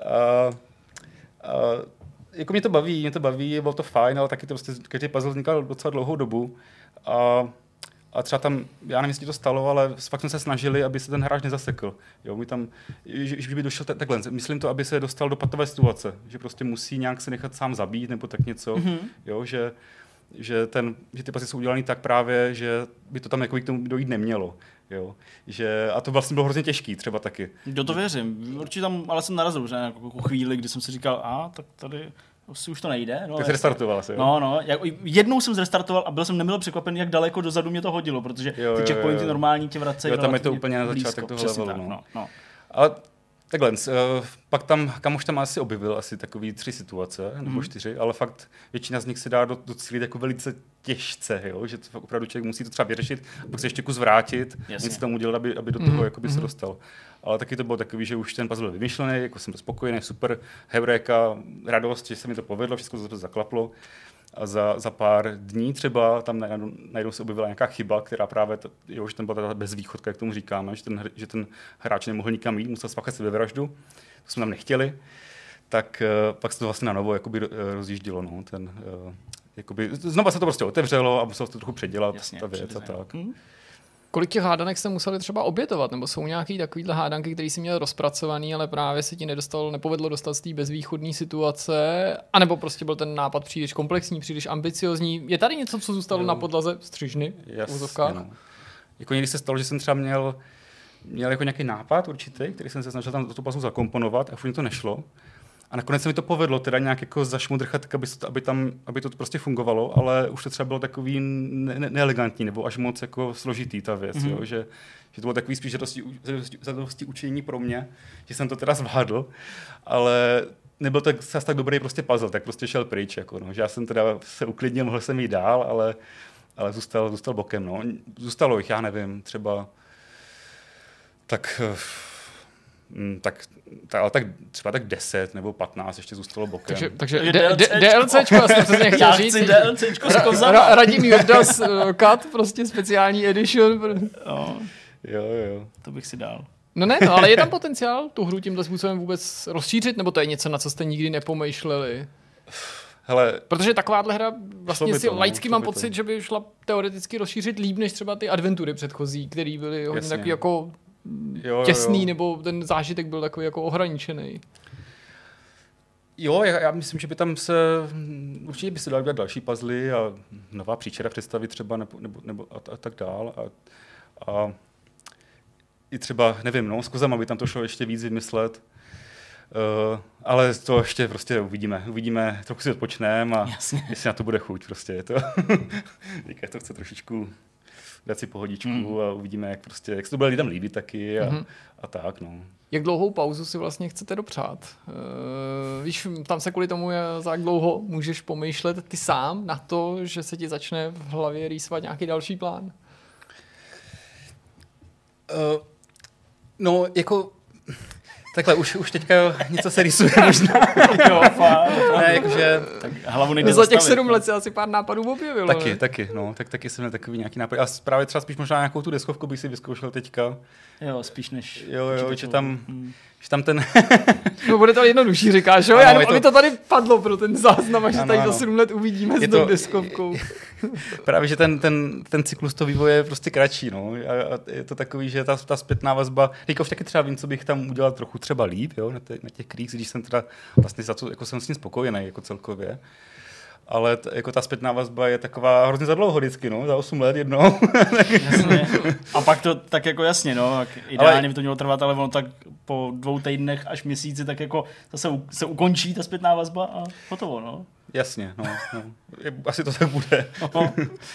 a jako mě to baví, mě to baví, bylo to fajn, ale taky to prostě, každý puzzle vznikal docela dlouhou dobu a A třeba tam, já nevím, jestli to stalo, ale fakt jsme se snažili, aby se ten hráč nezasekl. Jo, my tam, že, že by došel t- takhle, myslím to, aby se dostal do patové situace, že prostě musí nějak se nechat sám zabít nebo tak něco, mm-hmm. jo, že, že, ten, že ty pasy jsou udělané tak právě, že by to tam jako k tomu dojít nemělo. Jo, že, a to vlastně bylo hrozně těžký třeba taky. Jo, to věřím. Určitě tam, ale jsem narazil, že jako chvíli, kdy jsem si říkal, a tak tady asi už to nejde. No, tak jsi restartoval asi, jo? No, no. Jak, jednou jsem zrestartoval a byl jsem nebyl překvapen, jak daleko dozadu mě to hodilo, protože jo, ty checkpointy normální tě vracejí. Jo, tam je to úplně na začátek toho levelu. Tak, no. No, no. Ale takhle, uh, pak tam, kam už tam asi objevil asi takový tři situace, mm-hmm. nebo čtyři, ale fakt většina z nich se dá do, docílit jako velice těžce, jo? Že to opravdu člověk musí to třeba vyřešit, pak se ještě kus vrátit, Jasně. nic tam udělat, aby, aby do toho mm-hmm. jakoby se dostal. Ale taky to bylo takový, že už ten puzzle byl vymyšlený, jako jsem byl spokojený, super, heuréka, radost, že se mi to povedlo, všechno to zaklaplo. A za, za pár dní třeba tam najednou, najednou se objevila nějaká chyba, která právě, to, jo, že ten byla ta bezvýchodka, jak tomu říkáme, že ten, že ten hráč nemohl nikam jít, musel spáchat sebevraždu, to jsme tam nechtěli, tak uh, pak se to vlastně na novo jakoby, uh, rozjíždilo. No, ten, uh, jakoby, znova se to prostě otevřelo a musel se to trochu předělat, Jasně, ta věc a tak. Hmm. Kolik těch hádanek jste museli třeba obětovat? Nebo jsou nějaký takovýhle hádanky, který jsi měl rozpracovaný, ale právě se ti nedostal, nepovedlo dostat z té bezvýchodné situace? A nebo prostě byl ten nápad příliš komplexní, příliš ambiciozní? Je tady něco, co zůstalo jo. na podlaze střižny v úzovkách? No. Jako někdy se stalo, že jsem třeba měl, měl jako nějaký nápad určitý, který jsem se snažil tam do toho puzzle zakomponovat a furt mi to nešlo. A nakonec se mi to povedlo teda nějak jako zašmudrchat, aby, aby, tam, aby to prostě fungovalo, ale už to třeba bylo takový ne- ne- neelegantní nebo až moc jako složitý ta věc, mm-hmm. jo? Že, že to bylo takový spíš zadosti učení pro mě, že jsem to teda zvládl, ale nebyl to zase tak dobrý prostě puzzle, tak prostě šel pryč, jako, no. Že já jsem teda se uklidnil, mohl jsem jít dál, ale, ale zůstal, zůstal bokem. No. Zůstalo jich, já nevím, třeba tak... Tak, tak, ale tak třeba tak deset nebo patnáct ještě zůstalo bokem. Takže, takže D- D- DLCčko, já jsem přesně chtěl říct. DLCčko s kozama. Ra- Radim Jurdas uh, Cut, prostě speciální edition. No. Jo, jo. To bych si dal. No ne, no, ale je tam potenciál tu hru tímhle způsobem vůbec rozšířit, nebo to je něco, na co jste nikdy nepomýšleli? Hele, protože takováhle hra vlastně si to, laicky no, mám pocit, to. že by šla teoreticky rozšířit líp než třeba ty adventury předchozí, které byly hodně takový jako jo, těsný, jo. nebo ten zážitek byl takový jako ohraničený. Jo, já, já myslím, že by tam se určitě by se dali dělat další puzzly a nová příčera představit třeba nebo, nebo, nebo a, a tak dál. A, a i třeba, nevím, no, s kozama by tam to šlo ještě víc vymyslet. Uh, ale to ještě prostě uvidíme. Uvidíme, trochu si odpočneme a Jasně. jestli na to bude chuť. Prostě je to. Teďka to chce trošičku dát si pohodičku mm. a uvidíme, jak, prostě, jak se to bude lidem líbit taky a, mm-hmm. a tak. No. Jak dlouhou pauzu si vlastně chcete dopřát? Uh, víš, tam se kvůli tomu, za jak dlouho můžeš pomýšlet ty sám na to, že se ti začne v hlavě rýsovat nějaký další plán? Uh, no, jako... Takhle, už, už teďka něco se rýsuje možná. Jo, fakt. Ne, jakože... Tak hlavu nejde za těch zastavit, sedm let se asi pár nápadů objevilo. Taky, ne? taky, no. Tak, taky jsem měl takový nějaký nápad. A právě třeba spíš možná nějakou tu deskovku bych si vyzkoušel teďka. Jo, spíš než... Jo, jo, že tam, hmm. že tam ten... No bude to jednodušší, říkáš, jo? Ano, Já nevím, to... aby to tady padlo pro ten záznam, až se tady ano. za sedm let uvidíme je s tou to... deskovkou. Právě, že ten, ten, ten cyklus toho vývoje je prostě kratší, no. A, a je to takový, že ta, ta zpětná vazba... Teďka už taky třeba vím, co bych tam udělal trochu třeba líp, jo, na, tě, na těch Creeks, když jsem teda vlastně za to, jako jsem s ním spokojený, jako celkově. Ale t, jako ta zpětná vazba je taková hrozně za dlouho vždycky, no, za osm let jednou. Jasně. A pak to tak jako jasně, no, ideálně ale... by to mělo trvat, ale ono tak po dvou týdnech až měsíci tak jako zase u, se ukončí ta zpětná vazba a hotovo, no. Jasně, no, no. Asi to tak bude. uh,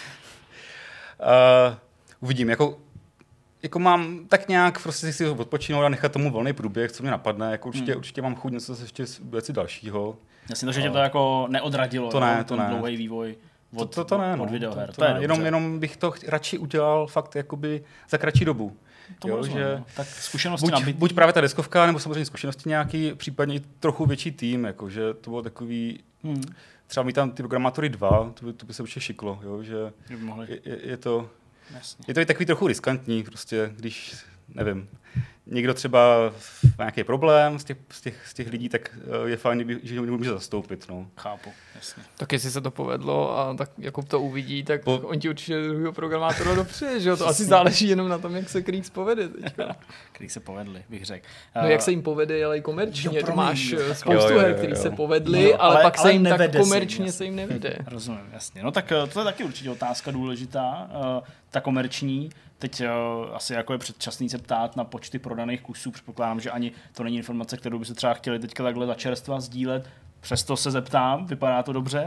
uvidím, jako jako mám tak nějak prostě si ho odpočinout a nechat tomu volný průběh, co mě napadne, jako určitě, hmm. určitě mám chuť něco ještě věci dalšího. Jasně, takže tě to jako neodradilo, to ne, to ten ne. dlouhý vývoj od, to, to, to ne, od no. videoher. To, to, to ne. je jenom, jenom bych to radši udělal fakt jakoby za kratší dobu. To jo, rozumím, že no. Tak zkušenosti buď, nabít... buď právě ta deskovka, nebo samozřejmě zkušenosti nějaký, případně i trochu větší tým, jako, že to bylo takový, hmm. třeba mít tam ty programátory dva, to by, to by se určitě šiklo, jo, že je, je, je to Jasně. je to i takový trochu riskantní, prostě, když nevím, někdo třeba má nějaký problém z těch, z těch, z těch lidí, tak je fajn, že ho může zastoupit. No. Chápu, jasně. Tak jestli se to povedlo a tak Jakub to uvidí, tak po... on ti určitě druhého programátora dopřeje, že jo? To asi záleží jenom na tom, jak se Creeks povede teďka. Creeks se povedli, bych řekl. No jak se jim povede, ale i komerčně. Jo, to máš jo, spoustu jo, jo, her, které se povedly, jo, ale, ale pak ale se jim tak komerčně se, se jim nevede. Rozumím, jasně. No tak to je taky určitě otázka důležitá, ta komerční. Teď uh, asi jako je předčasný se ptát na počty prodaných kusů. Předpokládám, že ani to není informace, kterou by se třeba chtěli teďka takhle za čerstva sdílet. Přesto se zeptám, vypadá to dobře?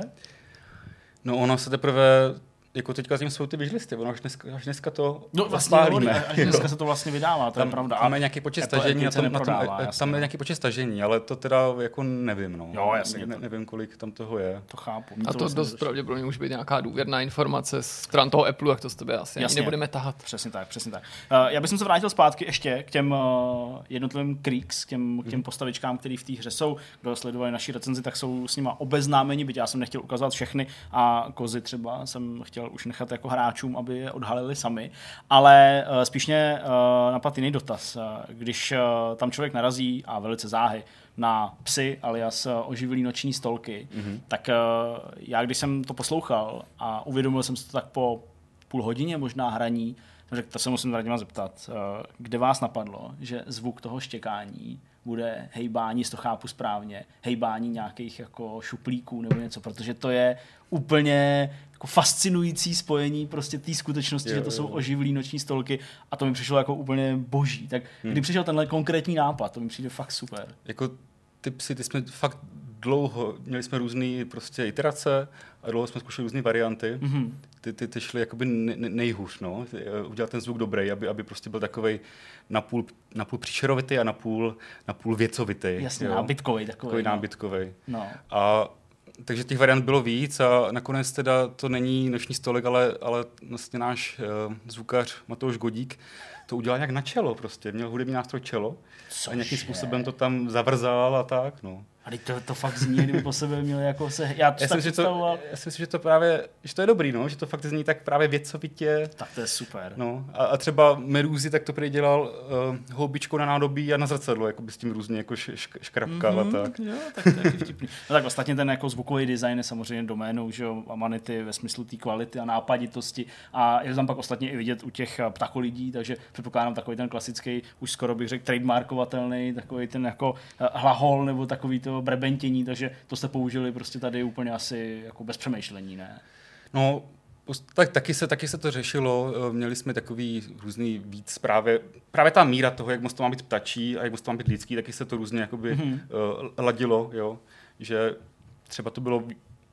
No ono se teprve, jako teďka s tím jsou ty vyžlisty, ono až dneska, až dneska to no, vlastně hovorí, až dneska se to vlastně vydává, to tam, je pravda. Máme nějaký počet stažení, na tom, na tom, tam je nějaký počet stažení, ale to teda jako nevím. No. Jo, jasně. Ne, nevím, kolik tam toho je. To chápu. A to, to dost pravděpodobně může být nějaká důvěrná informace z stran toho Apple, jak to s tebe asi ani nebudeme tahat. Přesně tak, přesně tak. Uh, já bych se vrátil zpátky ještě k těm uh, jednotlivým Creeks, k těm, k těm postavičkám, které v té hře jsou. Kdo sledovali naší recenzi, tak jsou s nima obeznámeni, byť já jsem nechtěl ukazovat všechny a kozy třeba jsem chtěl už nechat jako hráčům, aby je odhalili sami, ale uh, spíš mě uh, napadl jiný dotaz. Uh, když uh, tam člověk narazí a velice záhy na psy alias uh, oživilý noční stolky, mm-hmm. tak uh, já když jsem to poslouchal a uvědomil jsem si to tak po půl hodině možná hraní, řekl, to se musím Radima zeptat, uh, kde vás napadlo, že zvuk toho štěkání bude hejbání, jestli to chápu správně, hejbání nějakých jako šuplíků nebo něco, protože to je úplně jako fascinující spojení prostě té skutečnosti, jo, že to jo. jsou oživlý noční stolky a to mi přišlo jako úplně boží. Tak hmm. kdy přišel tenhle konkrétní nápad, to mi přijde fakt super. Jako ty psy, ty jsme fakt dlouho, měli jsme různé prostě iterace a dlouho jsme zkoušeli různé varianty. Mm-hmm. Ty, ty, ty šly jakoby nejhůř, no. Udělat ten zvuk dobrý, aby, aby prostě byl takovej napůl, napůl příšerovitý a napůl, napůl věcovitý. Jasně, nábytkový takový. Takový no. nábytkový. No. A takže těch variant bylo víc a nakonec teda to není noční stolek, ale, ale vlastně náš uh, zvukař Matouš Godík to udělal nějak na čelo prostě. Měl hudební nástroj čelo Což a nějakým je? způsobem to tam zavrzal a tak, no. A to, to fakt zní, kdyby po sebe měl jako se... Já, já, si myslím, to, já si myslím, že to právě, že to je dobrý, no, že to fakt zní tak právě věcovitě. Tak to je super. No, a, a třeba Merúzy tak to prý dělal uh, houbičkou na nádobí a na zrcadlo, jako by s tím různě jako š, š, škrapkal mm-hmm, a tak. Jo, tak to je vtipný. No tak ostatně ten jako zvukový design je samozřejmě doménou, že jo, Amanity ve smyslu té kvality a nápaditosti a je to tam pak ostatně i vidět u těch ptakolidí, takže předpokládám takový ten klasický, už skoro bych řekl trademarkovatelný, takový ten jako hlahol nebo takový to brebentění, takže to jste použili prostě tady úplně asi jako bez přemýšlení, ne? No, tak, taky, se, taky se to řešilo, měli jsme takový různý víc právě, právě ta míra toho, jak moc to má být ptačí a jak moc to má být lidský, taky se to různě jakoby mm-hmm. uh, ladilo, jo, že třeba to bylo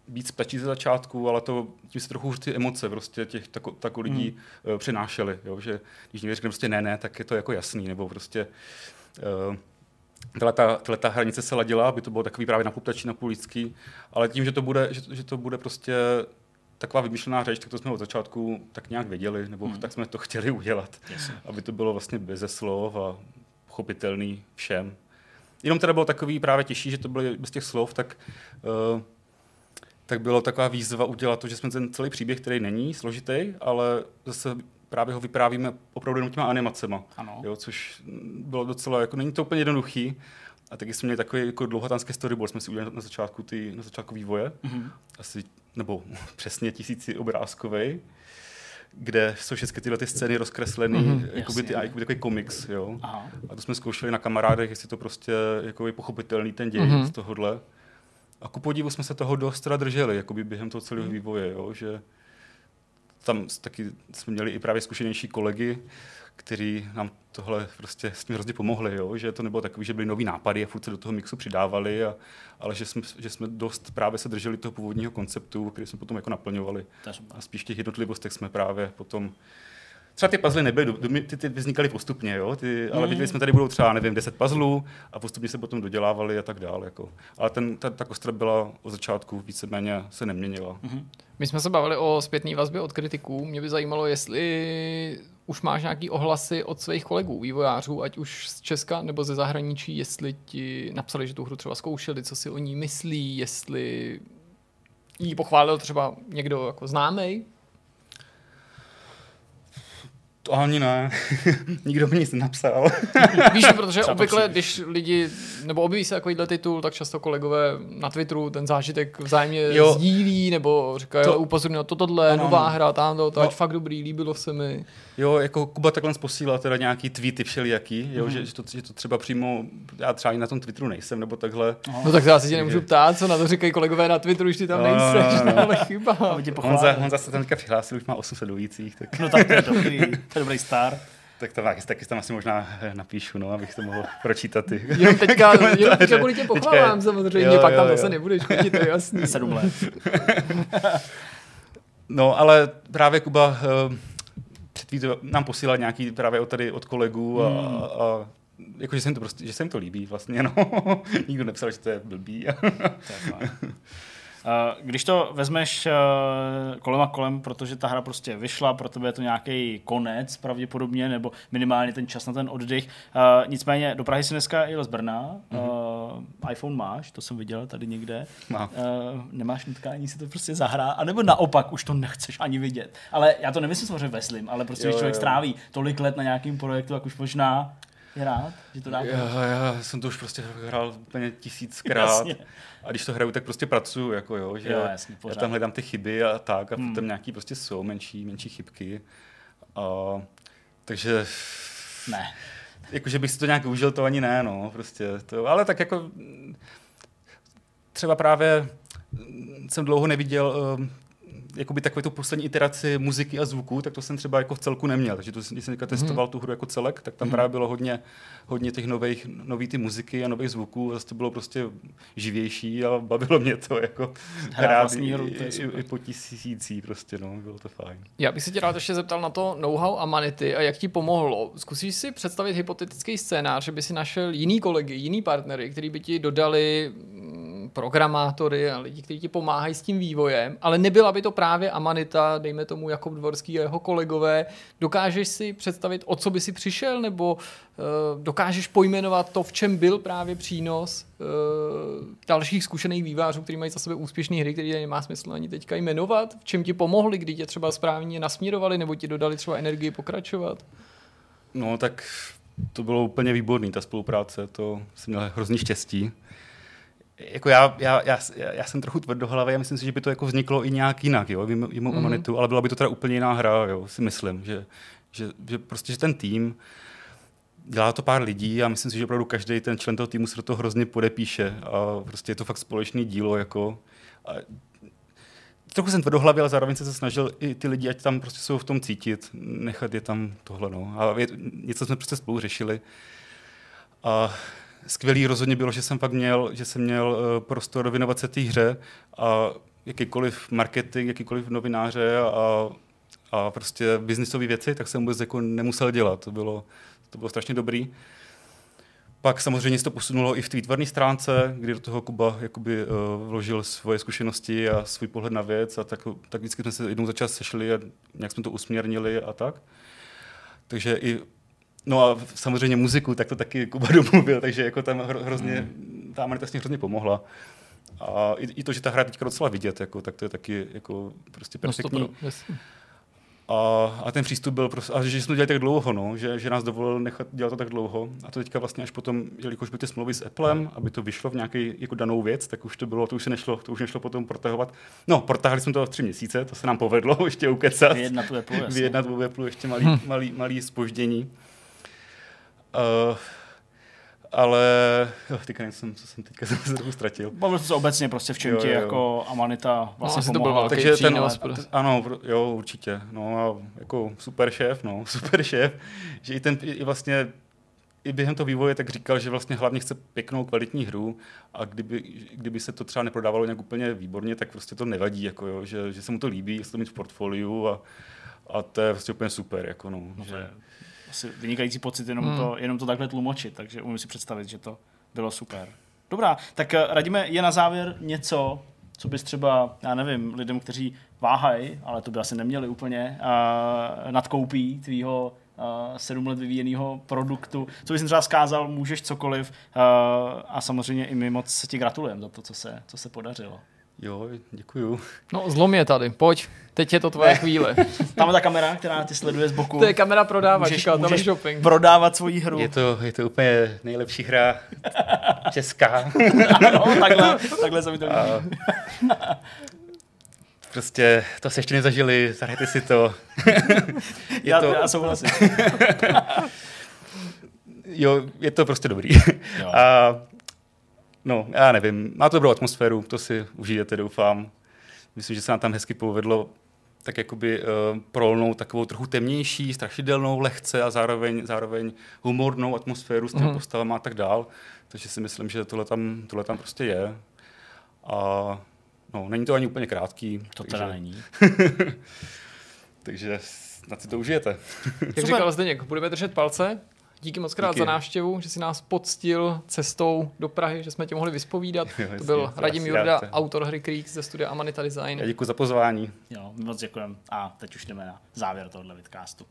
být stačí ze začátku, ale to tím se trochu ty emoce prostě těch tako, tako lidí hmm. uh, přenášely, jo, že když někdo řekne prostě ne, ne, tak je to jako jasný, nebo prostě uh, Tato, tato hranice se ladila, aby to bylo takový právě napůl ptačí, napůl lidský, ale tím, že to bude, že, že to bude prostě taková vymyšlená řeč, tak to jsme od začátku tak nějak věděli, nebo hmm. tak jsme to chtěli udělat, yes. aby to bylo vlastně beze slov a pochopitelný všem. Jenom teda bylo takový právě těžší, že to bylo bez těch slov, tak, uh, tak bylo taková výzva udělat to, že jsme ten celý příběh, který není složitý, ale zase právě ho vyprávíme opravdu jenom těma animacema, jo, což bylo docela, jako není to úplně jednoduchý. A taky jsme měli takový jako dlouhatánský storyboard, jsme si udělali na začátku, ty, na začátku vývoje, mm-hmm. asi, nebo přesně tisíci obrázkovej, kde jsou všechny tyhle ty scény rozkreslený, mm-hmm, jakoby, ty, jakoby takový komiks, jo. Aha. A to jsme zkoušeli na kamarádech, jestli to prostě jako je pochopitelný ten děj mm-hmm. z tohohle. A ku podivu jsme se toho dost teda drželi, jakoby během toho celého vývoje, jo, že tam taky jsme měli i právě zkušenější kolegy, kteří nám tohle prostě s tím hrozně pomohli, jo? Že to nebylo takový, že byly nový nápady a furt se do toho mixu přidávali, a, ale že jsme, že jsme dost právě se drželi toho původního konceptu, který jsme potom jako naplňovali. A spíš v těch jednotlivostech jsme právě potom... Třeba ty puzzle nebyly, ty, ty vznikaly postupně, jo? Ty, ale viděli jsme, tady budou třeba, nevím, deset puzzlů a postupně se potom dodělávali a tak dále. Jako. Ale ten, ta, ta kostra byla od začátku víceméně se neměnila. Mm-hmm. My jsme se bavili o zpětné vazbě od kritiků. Mě by zajímalo, jestli už máš nějaký ohlasy od svých kolegů, vývojářů, ať už z Česka nebo ze zahraničí, jestli ti napsali, že tu hru třeba zkoušeli, co si o ní myslí, jestli jí pochválil třeba někdo jako známej. To ani ne. Nikdo mi nic nenapsal. Víš, protože obvykle, když lidi, nebo objeví se takovýhle titul, tak často kolegové na Twitteru ten zážitek vzájemně jo. sdílí, nebo říkají, to... upozorňuji na to, tohle, ano, nová hra, tamto, to, no. ať fakt dobrý, líbilo se mi. Jo, jako Kuba takhle posílal teda nějaký tweety všelijaký, jo, mm. že, že, to, že to třeba přímo, já třeba i na tom Twitteru nejsem, nebo takhle. No tak já si tě nemůžu ptát, co na to říkají kolegové na Twitteru, když ty tam no, nejseš, no, no, no. ale chyba. Honza, Honza se tam teďka přihlásil, už má osm set sledujících. Tak... No tak to je dobrý, to je dobrý start. Tak to taky tam asi možná napíšu, no, abych to mohl pročítat. Ty. Jenom teďka, jenom teďka kvůli tě pochválám samozřejmě, jo, pak jo, tam jo. zase nebudeš chodit, to je jasný. Sedm let. No, ale právě Kuba uh, nám posílal nějaký právě od tady od kolegů a, hmm. a, a jako, že se jim to prostě, že se jim to líbí vlastně, no. Nikdo nepsal, že to je blbý. To je fajn. Když to vezmeš kolem a kolem, protože ta hra prostě vyšla, pro tebe je to nějaký konec pravděpodobně, nebo minimálně ten čas na ten oddych. Nicméně do Prahy si dneska jel z Brna, mm-hmm. iPhone máš, to jsem viděl tady někde. Mám. Nemáš nutkání si to prostě zahrá, anebo naopak už to nechceš ani vidět. Ale já to nemyslím samozřejmě veslím, ale prostě jo, když člověk jo. stráví tolik let na nějakým projektu, tak už možná je rád, že to dá. Já, já jsem to už prostě hrál úplně tisíckrát. Jasně. A když to hraju, tak prostě pracuju, jako jo, že jo, jasně, já tam hledám ty chyby a tak a hmm. tam nějaký prostě jsou menší, menší chybky. A, takže ne. Jakože bych si to nějak užil, to ani ne, no, prostě to, ale tak jako třeba právě jsem dlouho neviděl jakoby takovou tu poslední iteraci muziky a zvuku, tak to jsem třeba jako v celku neměl. Takže to, když jsem testoval mm. tu hru jako celek, tak tam mm. právě bylo hodně, hodně těch nových, nový ty muziky a nových zvuků. Zase to bylo prostě živější a bavilo mě to jako hrát i, hru, to i, i po tisící prostě, no, bylo to fajn. Já bych se tě rád ještě zeptal na to know-how Amanity a jak ti pomohlo. Zkusíš si představit hypotetický scénář, že by si našel jiný kolegy, jiný partnery, který by ti dodali programátory a lidi, kteří ti pomáhají s tím vývojem, ale nebyla by to právě Amanita, dejme tomu Jakub Dvorský a jeho kolegové. Dokážeš si představit, o co by si přišel, nebo uh, dokážeš pojmenovat to, v čem byl právě přínos uh, dalších zkušených vývojářů, kteří mají za sebe úspěšné hry, které nemá smysl ani teďka jmenovat? V čem ti pomohli, kdy tě třeba správně nasměrovali, nebo ti dodali třeba energii pokračovat? No tak to bylo úplně výborný, ta spolupráce, to jsem měl hrozný štěstí. Jako já, já, já, já jsem trochu tvrdohlavý a myslím si, že by to jako vzniklo i nějak jinak, jo, mimo mm-hmm. Amanitu, ale byla by to teda úplně jiná hra, jo, si myslím, že, že, že prostě že ten tým, dělá to pár lidí a myslím si, že opravdu každý ten člen toho týmu se do toho hrozně podepíše a prostě je to fakt společný dílo, jako. A trochu jsem tvrdohlavý, ale zároveň jsem se snažil i ty lidi, ať tam prostě jsou v tom cítit, nechat je tam tohle, no. A je, něco jsme prostě spolu řešili. A skvělý rozhodně bylo, že jsem fakt měl, že jsem měl prostor věnovat se té hře a jakýkoliv marketing, jakýkoliv novináře a, a prostě biznisové věci, tak jsem vůbec jako nemusel dělat. To bylo, to bylo strašně dobrý. Pak samozřejmě se to posunulo i v té výtvarné stránce, kdy do toho Kuba jakoby, uh, vložil svoje zkušenosti a svůj pohled na věc a tak, tak vždycky jsme se jednou za čas sešli a nějak jsme to usměrnili a tak. Takže i, no a samozřejmě muziku, tak to taky Kuba domluvil, takže jako tam hro, hrozně, ta Amanita vlastně hrozně pomohla. A i, i to, že ta hra je teďka docela vidět, jako, tak to je taky jako prostě perfektní. No to pro, A, a ten přístup byl prostě, a že jsme to dělali tak dlouho, no, že, že nás dovolil nechat dělat to tak dlouho. A to teďka vlastně až potom, jelikož byly ty smlouvy s Applem, aby to vyšlo v nějaký jako danou věc, tak už to bylo, to už se nešlo, to už nešlo potom protahovat. No, protahali jsme to v tři měsíce, to se nám povedlo ještě ukecat. Vyjednat u Apple, Vyjednat u Apple, ještě malý, hm. malý, malý zpoždění. Uh, ale jo, teďka nevím, co jsem teďka se trochu ztratil. Bavil jsem se obecně prostě v čem ti jako Amanita vlastně no, pomohla. Takže ten, ano, jo, určitě. No a jako super šéf, no, super šéf, že i ten, i vlastně i během toho vývoje tak říkal, že vlastně hlavně chce pěknou, kvalitní hru a kdyby, kdyby se to třeba neprodávalo nějak úplně výborně, tak prostě to nevadí, jako jo, že, že se mu to líbí, že se to mít v portfoliu a, a to je prostě úplně super, jako no. no že... asi vynikající pocit jenom, hmm. to, jenom to takhle tlumočit, takže umím si představit, že to bylo super. Dobrá, tak Radime, je na závěr něco, co bys třeba, já nevím, lidem, kteří váhají, ale to by asi neměli úplně, uh, nadkoupí tvýho uh, sedm let vyvíjeného produktu. Co bys jim třeba zkázal, můžeš cokoliv uh, a samozřejmě i my moc ti gratulujeme za to, co se, co se podařilo. Jo, děkuju. No, zlom je tady, pojď, teď je to tvoje ne. chvíle. Tam je ta kamera, která tě sleduje z boku. To je kamera prodávačka, můžeš, můžeš shopping. prodávat svoji hru. Je to, je to úplně nejlepší hra česká. Ano, takhle, takhle se mi to líbí. Prostě to se ještě nezažili, zahrajte si to. já, to... já souhlasím. Jo, je to prostě dobrý. Jo. A no, já nevím, má to dobrou atmosféru, to si užijete, doufám. Myslím, že se nám tam hezky povedlo tak jakoby uh, prolnout takovou trochu temnější, strašidelnou, lehce a zároveň, zároveň humornou atmosféru s těmi mm. postavami a tak dál. Takže si myslím, že tohle tam, tohle tam prostě je. A no, není to ani úplně krátký. To takže... teda není. Takže snad si to užijete. Jak říkal Zdeněk, budeme držet palce. Díky moc krát za návštěvu, že si nás poctil cestou do Prahy, že jsme tě mohli vyspovídat. Jo, to byl Radim Jurda, autor hry Creeks ze studia Amanita Design. Já děkuji za pozvání. Jo, moc děkujeme. A teď už jdeme na závěr tohohle vidcastu.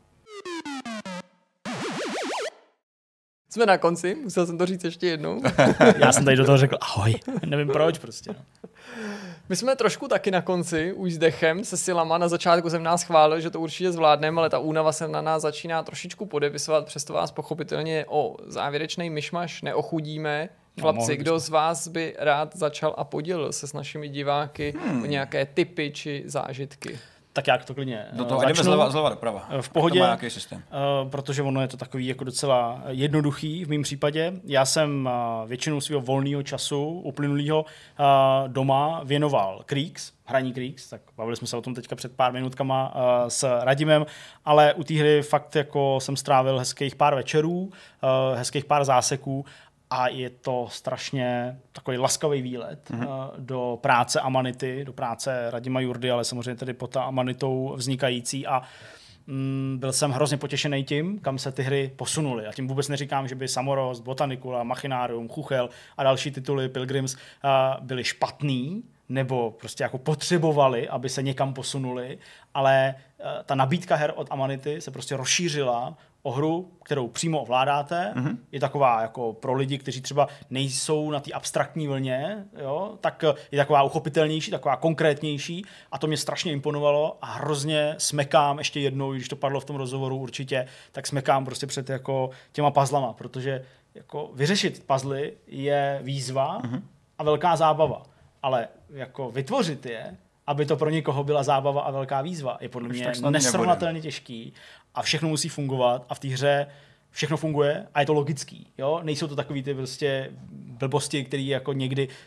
Jsme na konci, musel jsem to říct ještě jednou. Já jsem tady do toho řekl ahoj, nevím proč prostě. No. My jsme trošku taky na konci, už s dechem, se silama. Na začátku jsem nás chválil, že to určitě zvládneme, ale ta únava se na nás začíná trošičku podepisovat, přesto vás pochopitelně o závěrečný myšmaš neochudíme. Chlapci, no, kdo z vás by rád začal a podělil se s našimi diváky hmm. o nějaké tipy či zážitky? Tak jak to klidně do toho jdeme zleva, zleva doprava. V pohodě, to má nějaký systém. Uh, protože ono je to takový jako docela jednoduchý v mém případě. Já jsem uh, většinu svého volného času uplynulého uh, doma věnoval Creeks, hraní Creeks, tak bavili jsme se o tom teďka před pár minutkama uh, s Radimem, ale u té hry fakt jako jsem strávil hezkých pár večerů, uh, hezkých pár záseků. A je to strašně takový laskavý výlet mm-hmm. uh, do práce Amanity, do práce Radima Jurdy, ale samozřejmě tedy pod Amanitou vznikající. A mm, byl jsem hrozně potěšený tím, kam se ty hry posunuly. A tím vůbec neříkám, že by Samorost, Botanicula, Machinarium, Chuchel a další tituly Pilgrims uh, byly špatný, nebo prostě jako potřebovali, aby se někam posunuli, ale uh, ta nabídka her od Amanity se prostě rozšířila o hru, kterou přímo ovládáte, mm-hmm. je taková jako pro lidi, kteří třeba nejsou na té abstraktní vlně, jo, tak je taková uchopitelnější, taková konkrétnější a to mě strašně imponovalo a hrozně smekám ještě jednou, když to padlo v tom rozhovoru určitě, tak smekám prostě před jako těma puzzlama, protože jako vyřešit puzzly je výzva mm-hmm. a velká zábava, ale jako vytvořit je, aby to pro někoho byla zábava a velká výzva, je podle mě nesrovnatelně těžký a všechno musí fungovat a v té hře všechno funguje a je to logický. Jo? Nejsou to takový ty prostě blbosti, které jako někdy uh,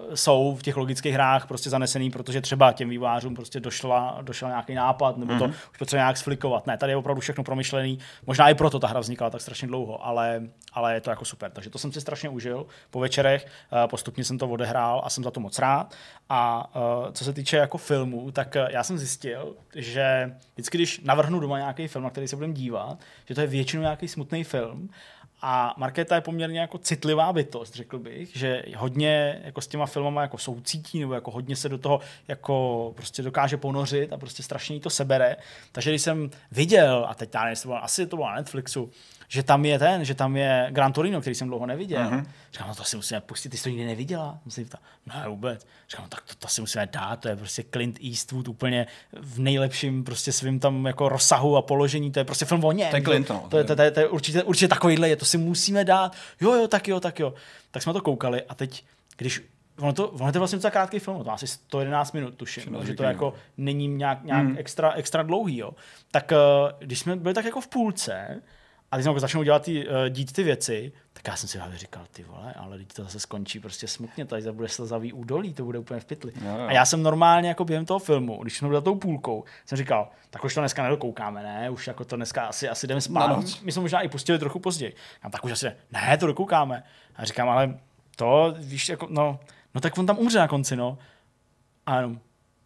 jsou v těch logických hrách prostě zanesený, protože třeba těm vývojářům prostě došla, došel nějaký nápad, nebo to mm-hmm. už potřebuje nějak sflikovat. Ne, tady je opravdu všechno promyšlený. Možná i proto ta hra vznikala tak strašně dlouho, ale, ale je to jako super. Takže to jsem si strašně užil po večerech, postupně jsem to odehrál a jsem za to moc rád. A co se týče jako filmů, tak já jsem zjistil, že vždycky, když navrhnu doma nějaký film, na který se budeme dívat, že to je většinou nějaký smutný film. A Markéta je poměrně jako citlivá bytost, řekl bych, že hodně jako s těma filmama jako soucítí, nebo jako hodně se do toho jako prostě dokáže ponořit a prostě strašně jí to sebere. Takže když jsem viděl, a teď já nevím, asi to bylo na Netflixu, že tam je ten, že tam je Gran Torino, který jsem dlouho neviděl. Uh-huh. Říkám, no to si musíme pustit, ty jsi to nikdy neviděla? Musím to, ne, vůbec. Říkám, no tak to, to si musíme dát, to je prostě Clint Eastwood úplně v nejlepším prostě svým tam jako rozsahu a položení, to je prostě film o něm. To je Clint, no. To je, to, to, je, to je určitě, určitě takovýhle, je, to si musíme dát. Jo, jo, tak jo, tak jo. Tak jsme to koukali a teď, když Ono to, ono to je vlastně docela krátký film, to má asi sto jedenáct minut, tuším, že to jako není nějak, nějak mm. extra, extra dlouhý, jo. Tak když jsme byli tak jako v půlce, a když jsme začnou dělat ty, uh, dít ty věci, tak já jsem si hlavně říkal, ty vole, ale teď to zase skončí prostě smutně, tady bude slzavý údolí, to bude úplně v pytli. Jo, jo. A já jsem normálně jako během toho filmu, když jsme byli tou půlkou, jsem říkal, tak už to dneska nedokoukáme, ne, už jako to dneska asi, asi jdeme spát. My jsme možná i pustili trochu později. A tak už asi ne, to dokoukáme. A říkám, ale to, víš, jako, no, no tak on tam umře na konci, no. A jenom.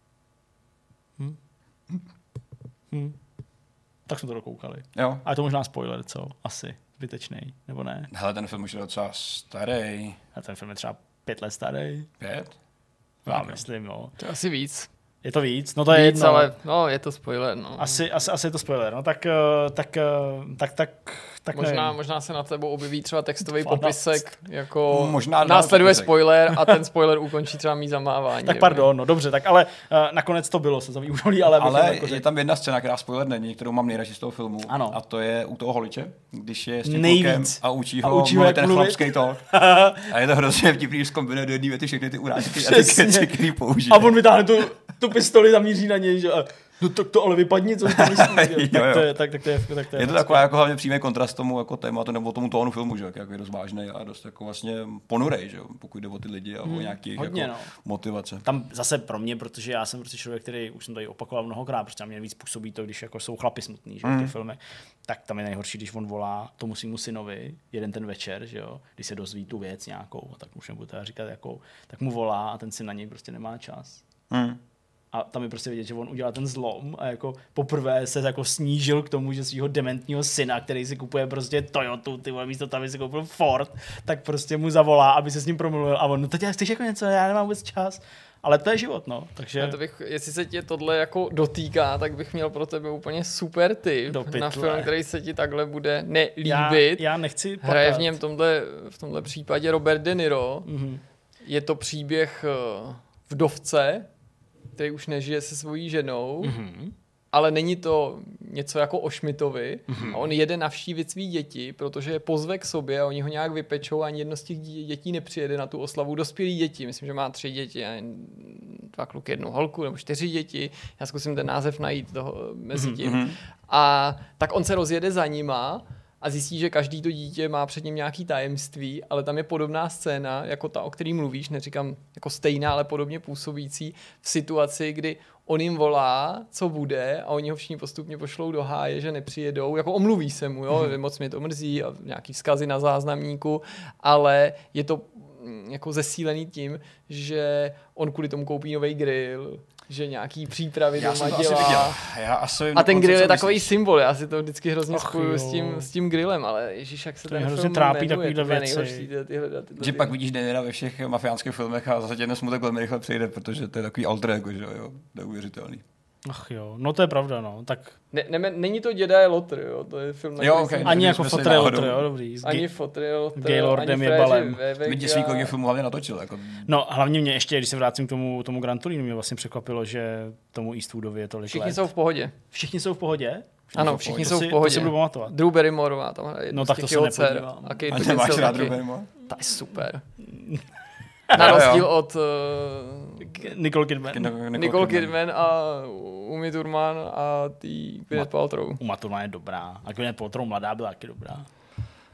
Hm? Hm. Tak jsme to dokoukali. Jo. A je to možná spoiler, co? Asi. Zbytečný, nebo ne? Hele, ten film už je docela starý. A ten film je třeba pět let starý. Pět? Já myslím, no. To je asi víc. Je to víc? No to je víc, jedno. ale no, je to spoiler, no. Asi, asi, asi je to spoiler, no tak, tak, tak, tak, tak možná, možná se na tebou objeví třeba textový popisek, jako možná následuje spoiler a ten spoiler ukončí třeba mý zamávání. Tak pardon, no dobře, tak ale uh, nakonec to bylo, se to údolí, ale... Ale jako je tam jedna scéna, která spoiler není, kterou mám nejradši z toho filmu. Ano. A to je u toho holiče, když je s tím klukem a učí a ho učí mluvit ten mluvit. chlapský talk. A je to hrozně vtipný, že zkombinuje do jedné věty všechny ty urážky a ty keci, který použije. A on vytáhne tu, tu pistoli a míří na něj, že... No tak to ale vypadni, co to myslíš. tak, to je, tak, tak to je, tak to je, je to taková jako hlavně přímý kontrast tomu jako tématu nebo tomu tónu filmu, že jak je dost vážný a dost jako vlastně ponurej, že pokud jde o ty lidi a hmm, o nějaký hodně, jako no. motivace. Tam zase pro mě, protože já jsem prostě člověk, který už jsem tady opakoval mnohokrát, protože mě víc působí to, když jako jsou chlapi smutný, že hmm. v těch filmech, tak tam je nejhorší, když on volá tomu svýmu synovi jeden ten večer, že jo, když se dozví tu věc nějakou, tak už nebudu teda říkat jakou, tak mu volá a ten syn na něj prostě nemá čas. Hmm. A tam je prostě vidět, že on udělal ten zlom a jako poprvé se jako snížil k tomu, že svýho dementního syna, který si kupuje prostě Toyotu, ty vole, místo tam, aby si koupil Ford, tak prostě mu zavolá, aby se s ním promluvil a on, no teď chceš jako něco, já nemám vůbec čas. Ale to je život, no. Takže... To bych, jestli se tě tohle jako dotýká, tak bych měl pro tebe úplně super tip na film, který se ti takhle bude nelíbit. Já, já nechci plakat. Hraje v něm tomhle, v tomhle případě Robert De Niro. Mm-hmm. Je to příběh vdovce, který už nežije se svojí ženou, mm-hmm. ale není to něco jako o Schmidtovi. Mm-hmm. A on jede navštívit svý děti, protože je pozve k sobě a oni ho nějak vypečou a ani jedno z těch dětí nepřijede na tu oslavu. Dospělí děti, myslím, že má tři děti, dva kluky, jednu holku nebo čtyři děti. Já zkusím ten název najít toho mezi tím. Mm-hmm. A tak on se rozjede za nima a zjistí, že každý to dítě má před ním nějaký tajemství, ale tam je podobná scéna, jako ta, o který mluvíš, neříkám jako stejná, ale podobně působící v situaci, kdy on jim volá, co bude a oni ho všichni postupně pošlou do háje, že nepřijedou, jako omluví se mu, jo, mm. moc mě to mrzí a nějaký vzkazy na záznamníku, ale je to jako zesílený tím, že on kvůli tomu koupí nový grill, že nějaký přípravy já doma dělá. Já asi a ten grill je takový symbol, já si to vždycky hrozně spojuju s tím, s tím grillem, ale ježíš, jak se to ten film trápí jmenuje, to je nejhorší. Tyhle, tyhle, tyhle, že pak vidíš Denira ve všech mafiánských filmech a zase ten smutek velmi rychle přejde, protože to je takový alter ego, že jo, neuvěřitelný. Ach jo, no to je pravda, no, tak... Ne, ne, není to Děda je Lotr, jo, to je film, na jo, okay, ani jako Fotr je Lotr, jo, dobrý. Ani Fotr je Lotr, Gaylordem je balem. Vidíš svý, kolik film hlavně natočil, jako... No, hlavně mě ještě, když se vrátím k tomu, tomu Gran Torinu, mě vlastně překvapilo, že tomu Eastwoodovi je tolik Všichni let. jsou v pohodě. Všichni jsou v pohodě? Všichni ano, všichni to jsou si, v pohodě. To si budu pamatovat. Drew Barrymoreová tam hraje. No tak to se nepodívám. A Kate a nemáš rád Drew Barrymore? Ta je super. Na rozdíl od uh, Nicole Kidman. Nicole, Nicole Kidman a Uma Thurman a tý Gwyneth Paltrow. Uma Thurman je dobrá. A Gwyneth Paltrow mladá byla taky dobrá.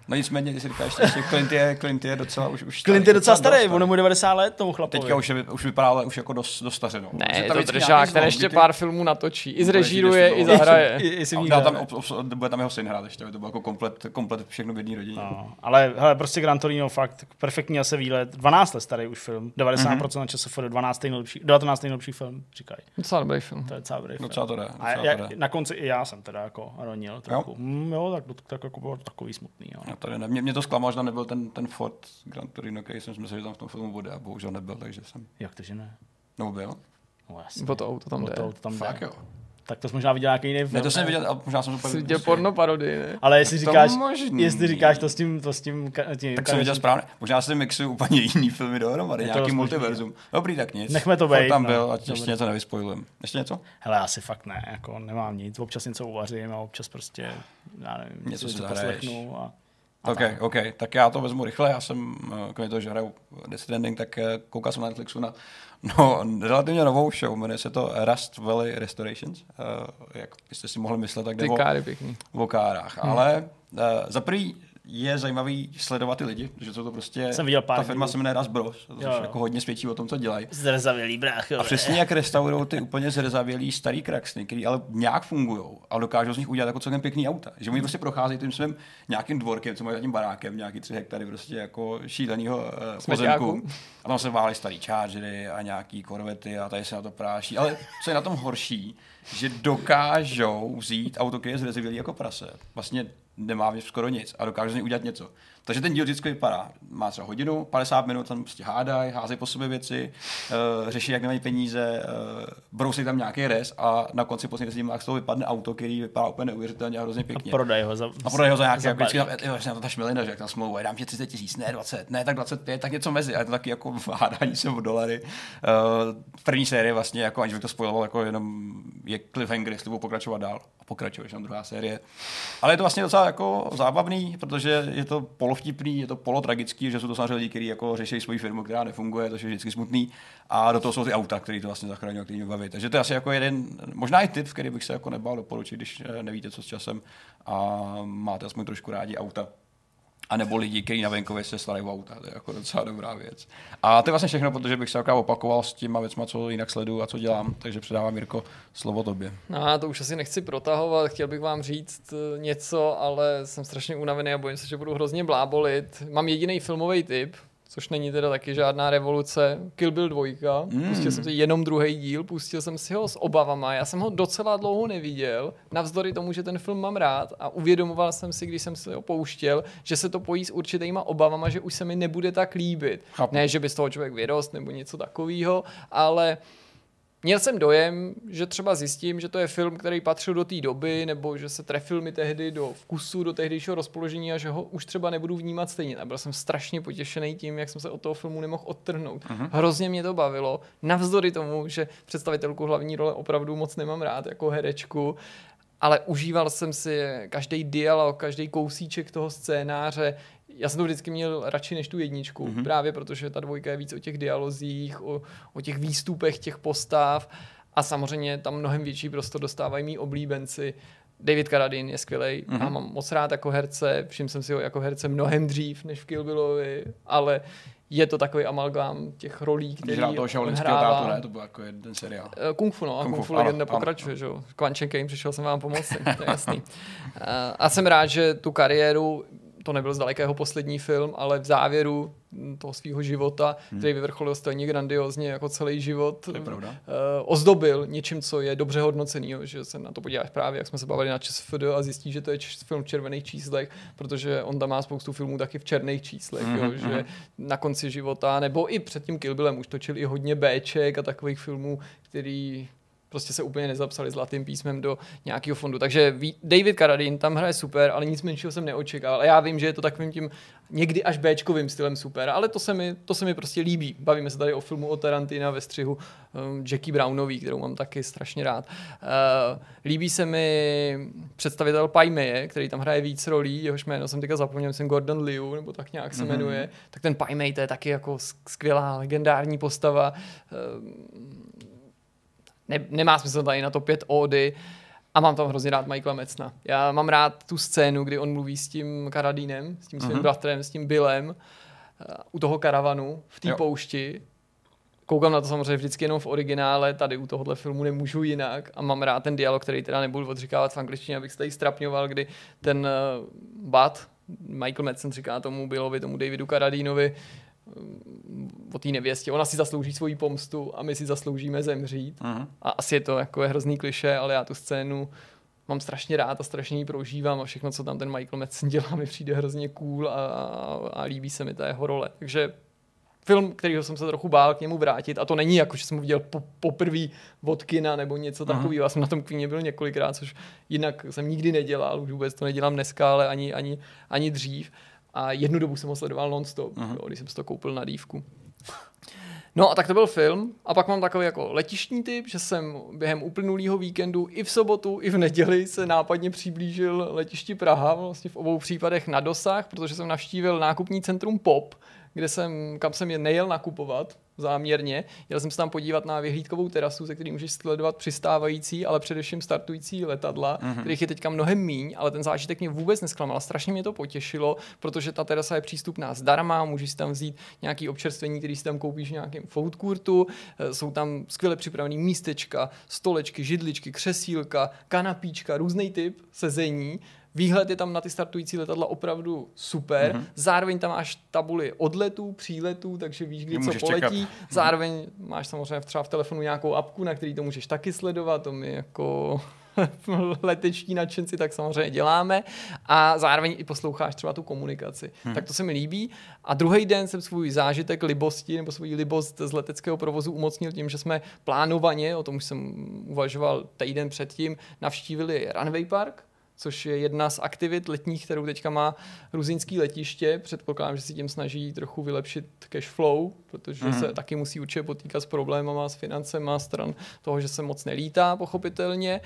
No nicméně, když si říkáš, že Clint je, Clint je docela už, už Clint je docela starý, on mu devadesát let tomu chlapovi. Teďka už, je, už vypadá ale už jako dost, dost stařeno. Ne, je to držák, ten ještě pár filmů natočí. I zrežíruje, i zahraje. I, i si a tam, ob, ob, bude tam jeho syn hrát ještě, to bylo jako komplet, komplet všechno v jedné rodině. No, ale hele, prostě Gran Torino fakt perfektní asi výlet. dvanáct let starý už film, devadesát procent mm-hmm. na ČSFD, dvanáctý nejlepší, devatenáctý nejlepší film, říkají. Docela dobrý film. To je docela dobrý film. Docela to jde. A já, na konci i já jsem teda jako ronil trochu. Jo, mm, jo tak, tak jako bylo takový smutný. Jo. No, tady ne, mě, mě to zklamalo, že tam nebyl ten, ten Ford Gran Torino, který jsem si myslel, že tam v tom filmu bude a bohužel nebyl, takže jsem... Jak to, že ne? No byl. No jasně. Bo to auto tam jde. To auto tam Fakt jde. jo. Tak to jsi možná viděl nějaký jiný film. Ne, to jsem viděl, a možná jsem to jsi viděl porno parodii, ne? Ale jestli říkáš, možný. jestli říkáš to s tím, to s tím, tím tak jsem viděl správně. Možná si mixuju úplně jiný filmy dohromady, nějaký multiverzum. Dobrý, tak nic. Nechme to být. tam no. byl, ať ještě něco nevyspojujem. Ještě něco? Hele, asi fakt ne, jako nemám nic. Občas něco uvařím a občas prostě, já nevím, něco si poslechnu a... OK, OK, tak já to vezmu rychle. Já jsem, kromě toho, že hraju Death Stranding, tak koukal jsem na Netflixu na no, relativně novou show, jmenuje se to Rust Valley Restorations. Uh, jak byste si mohli myslet, tak jde o, o kárách. Hmm. Ale uh, za prvý je zajímavý sledovat ty lidi, že jsou to prostě, jsem viděl pár ta firma se jmenuje Rust Bros, to jo, jo. jako hodně svědčí o tom, co dělají. Zrzavělý brácho. A přesně jak restaurujou ty úplně zrzavělý starý kraxny, který ale nějak fungují a dokážou z nich udělat jako celkem pěkný auta. Že oni prostě procházejí tím svým nějakým dvorkem, co mají za tím barákem, nějaký tři hektary prostě jako šílenýho uh, pozemku. A tam se válí starý Chargery a nějaký korvety a tady se na to práší. Ale co je na tom horší, že dokážou vzít auto, které je zrzavělý jako prase. Vlastně nemá v něm skoro nic a dokáže z něj udělat něco. Takže ten díl vždycky vypadá. Má třeba hodinu, padesát minut, tam prostě hádají, házejí po sobě věci, uh, řeší, jak nemají peníze, uh, brousí tam nějaký res a na konci poslední s ním z toho vypadne auto, který vypadá úplně neuvěřitelně a hrozně pěkně. A prodají ho za, a prodají ho za nějaké, za jako vždycky tam, jo, na to ta šmelina, že jak tam smlouva, dám ti třicet tisíc, ne dvacet, ne tak dvacet pět, tak něco mezi. A je to taky jako hádání se o dolary. Uh, první série vlastně, jako aniž bych to spojiloval, jako jenom je cliffhanger, jestli budou pokračovat dál. A pokračuje, že tam druhá série. Ale je to vlastně docela jako zábavný, protože je to polovtipný, je to polotragický, že jsou to samozřejmě lidi, kteří jako řeší svoji firmu, která nefunguje, to je vždycky smutný. A do toho jsou ty auta, které to vlastně zachraňují, který mě baví. Takže to je asi jako jeden, možná i tip, který bych se jako nebál doporučit, když nevíte, co s časem a máte aspoň trošku rádi auta. A nebo lidi, kteří na venkově se starají o auta, to je jako docela dobrá věc. A to je vlastně všechno, protože bych se opakoval s těma věcma, co jinak sleduju a co dělám, takže předávám, Jirko, slovo tobě. No, to už asi nechci protahovat, chtěl bych vám říct něco, ale jsem strašně unavený a bojím se, že budu hrozně blábolit. Mám jediný filmový tip, což není teda taky žádná revoluce. Kill Bill dva. Mm. Pustil jsem si jenom druhý díl, pustil jsem si ho s obavama. Já jsem ho docela dlouho neviděl, navzdory tomu, že ten film mám rád a uvědomoval jsem si, když jsem si ho pouštěl, že se to pojí s určitýma obavama, že už se mi nebude tak líbit. Chápu. Ne, že by z toho člověk vyrost nebo něco takového, ale měl jsem dojem, že třeba zjistím, že to je film, který patřil do té doby, nebo že se trefil mi tehdy do vkusu, do tehdejšího rozpoložení a že ho už třeba nebudu vnímat stejně. A byl jsem strašně potěšený tím, jak jsem se od toho filmu nemohl odtrhnout. Uh-huh. Hrozně mě to bavilo, navzdory tomu, že představitelku hlavní role opravdu moc nemám rád jako herečku, ale užíval jsem si každý dialog, každý kousíček toho scénáře. Já jsem to vždycky měl radši než tu jedničku, mm-hmm. právě protože ta dvojka je víc o těch dialozích, o, o těch výstupech těch postav a samozřejmě tam mnohem větší prostor dostávají mý oblíbenci. David Carradine je skvělej, mm-hmm. a mám moc rád jako herce, všiml jsem si ho jako herce mnohem dřív než v Kill Billovi, ale je to takový amalgám těch rolí, který on hrává. Tátu, ne? To byl jako jeden seriál. Kung Fu, no. Kung, Kung Fu legenda pokračuje, že jo. Quan Chen Kane, přišel jsem vám pomoci, to je jasný. A jsem rád, že tu kariéru, to nebyl zdaleka jeho poslední film, ale v závěru toho svého života, hmm. který vyvrcholil stejně grandiozně jako celý život, to je pravda. Uh, ozdobil něčím, co je dobře hodnocený, že se na to podíváš právě, jak jsme se bavili na ČSFD a zjistí, že to je č- film v červených číslech, protože on tam má spoustu filmů taky v černých číslech, mm-hmm. jo, že na konci života, nebo i před tím Kill Billem už točil i hodně Béček a takových filmů, který prostě se úplně nezapsali zlatým písmem do nějakého fondu. Takže David Carradine tam hraje super, ale nic menšího jsem neočekával. A já vím, že je to takovým tím někdy až béčkovým stylem super, ale to se mi, to se mi prostě líbí. Bavíme se tady o filmu o Tarantina ve střihu um, Jackie Brownový, kterou mám taky strašně rád. Uh, líbí se mi představitel Pai Mei, který tam hraje víc rolí, jehož jméno jsem teďka zapomněl, jsem Gordon Liu, nebo tak nějak se mm-hmm. jmenuje. Tak ten Pai Mei, to je taky jako skvělá, legendární postava. Uh, Ne, nemá smysl tady na to pět ódy. A mám tam hrozně rád Michaela Madsena. Já mám rád tu scénu, kdy on mluví s tím Carradinem, s tím svým uh-huh. bratrem, s tím Billem, uh, u toho karavanu v té poušti. Koukám na to samozřejmě vždycky jenom v originále, tady u tohohle filmu nemůžu jinak a mám rád ten dialog, který teda nebudu odříkávat v angličtině, abych se tady strapňoval, kdy ten uh, Bud, Michael Madsen říká tomu Billovi, tomu Davidu Carradinovi o té nevěstě. Ona si zaslouží svoji pomstu a my si zasloužíme zemřít. Uh-huh. A asi je to jako je hrozný klišé, ale já tu scénu mám strašně rád a strašně ji prožívám a všechno, co tam ten Michael Madsen dělá, mi přijde hrozně cool a, a, a líbí se mi ta jeho role. Takže film, kterýho jsem se trochu bál k němu vrátit, a to není jako, že jsem ho viděl po, poprvý od kina nebo něco takového. Já jsem na tom kvíně byl několikrát, což jinak jsem nikdy nedělal, už vůbec to nedělám dneska, ale ani, ani, ani dřív. A jednu dobu jsem ho sledoval non-stop, jo, když jsem si to koupil na dívku. No a tak to byl film. A pak mám takový jako letištní tip, že jsem během uplynulého víkendu i v sobotu, i v neděli se nápadně přiblížil letišti Praha, vlastně v obou případech na dosah, protože jsem navštívil nákupní centrum Pop, kde jsem, kam jsem je nejel nakupovat záměrně. Jel jsem se tam podívat na vyhlídkovou terasu, ze který můžeš sledovat přistávající, ale především startující letadla, mm-hmm. kterých je teďka mnohem míň, ale ten zážitek mě vůbec nesklamal. Strašně mě to potěšilo, protože ta terasa je přístupná zdarma, můžeš si tam vzít nějaký občerstvení, který si tam koupíš v nějakém food courtu, jsou tam skvěle připravený místečka, stolečky, židličky, křesílka, kanapíčka, různý typ sezení. Výhled je tam na ty startující letadla opravdu super. Mm-hmm. Zároveň tam máš tabuly odletů, příletů, takže víš, kdy co poletí. Čekat. Zároveň máš samozřejmě třeba v telefonu nějakou apku, na který to můžeš taky sledovat. To my jako leteční nadšenci tak samozřejmě děláme. A zároveň i posloucháš třeba tu komunikaci. Mm. Tak to se mi líbí. A druhý den jsem svůj zážitek libosti nebo svůj libost z leteckého provozu umocnil tím, že jsme plánovaně, o tom už jsem uvažoval týden předtím, navštívili Runway Park, což je jedna z aktivit letních, kterou teďka má gruzínský letiště. Předpokládám, že si tím snaží trochu vylepšit cash flow, protože mm. se taky musí určitě potýkat s problémama, s financema, stran toho, že se moc nelítá, pochopitelně.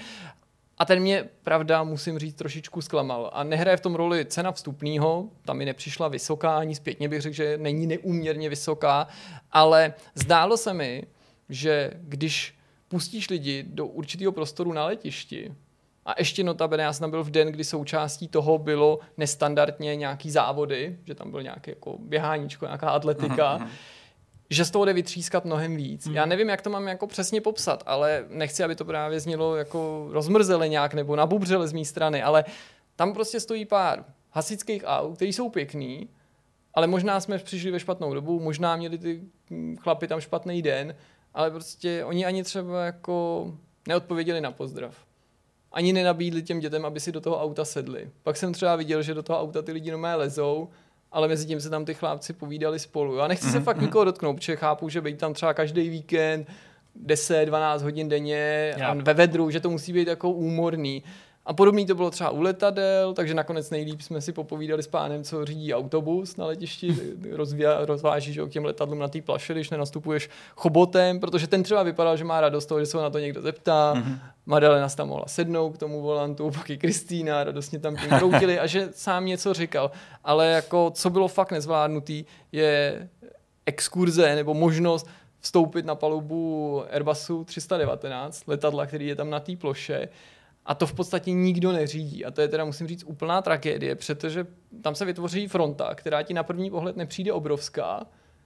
A ten mě, pravda, musím říct, trošičku zklamal. A nehraje v tom roli cena vstupného, tam mi nepřišla vysoká, ani zpětně bych řekl, že není neúměrně vysoká, ale zdálo se mi, že když pustíš lidi do určitého prostoru na letišti, a ještě notabene, já jsem tam byl v den, kdy součástí toho bylo nestandardně nějaký závody, že tam byl nějaké jako běháníčko, nějaká atletika, uh-huh. že z toho jde vytřískat mnohem víc. Uh-huh. Já nevím, jak to mám jako přesně popsat, ale nechci, aby to právě znělo jako rozmrzele nějak nebo nabubřele z mé strany, ale tam prostě stojí pár hasičských aut, který jsou pěkný, ale možná jsme přišli ve špatnou dobu, možná měli ty chlapi tam špatný den, ale prostě oni ani třeba jako neodpověděli na pozdrav. Ani nenabídli těm dětem, aby si do toho auta sedli. Pak jsem třeba viděl, že do toho auta ty lidi normálně lezou, ale mezi tím se tam ty chlápci povídali spolu. Já nechci se fakt nikoho dotknout, protože chápu, že být tam třeba každý víkend deset dvanáct hodin denně a ve vedru, že to musí být jako úmorný. A podobný to bylo třeba u letadel, takže nakonec nejlíp jsme si popovídali s pánem, co řídí autobus na letišti, rozvia, rozvážíš k těm letadlům na té plaše, když nenastupuješ chobotem, protože ten třeba vypadal, že má radost toho, že se ho na to někdo zeptá. Mm-hmm. Madalena tam mohla sednout k tomu volantu, pak i Kristýna, radostně tam tím kroutili a že sám něco říkal. Ale jako, co bylo fakt nezvládnutý, je exkurze nebo možnost vstoupit na palubu Airbusu tři sta devatenáct, letadla, který je tam na té ploše. A to v podstatě nikdo neřídí. A to je teda, musím říct, úplná tragédie, protože tam se vytvoří fronta, která ti na první pohled nepřijde obrovská.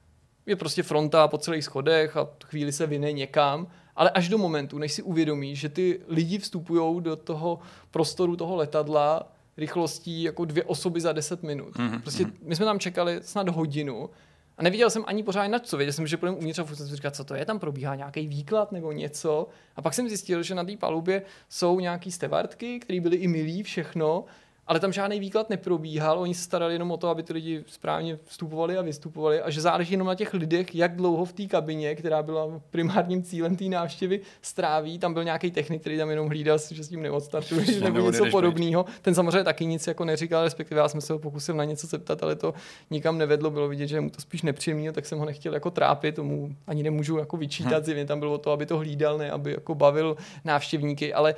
Je prostě fronta po celých schodech a chvíli se vyne někam. Ale až do momentu, než si uvědomíš, že ty lidi vstupují do toho prostoru toho letadla rychlostí jako dvě osoby za deset minut. Prostě my jsme tam čekali snad hodinu a neviděl jsem ani pořád na co. Věděl jsem, že půjdeme uvnitř a jsem si říkal, co to je, tam probíhá nějaký výklad nebo něco. A pak jsem zjistil, že na té palubě jsou nějaký stevardky, které byly i milí, všechno, ale tam žádný výklad neprobíhal. Oni se starali jenom o to, aby ty lidi správně vstupovali a vystupovali a že záleží jenom na těch lidech, jak dlouho v té kabině, která byla primárním cílem té návštěvy, stráví. Tam byl nějaký technik, který tam jenom hlídal, že s tím neodstartuje nebo něco podobného. Ten samozřejmě taky nic jako neříkal, respektive já jsem se ho pokusil na něco zeptat, ale to nikam nevedlo, bylo vidět, že mu to spíš nepříjemné, tak jsem ho nechtěl jako trápit, tomu ani nemůžu jako vyčítat, hmm. tam bylo to, aby to hlídal, ne aby jako bavil návštěvníky, ale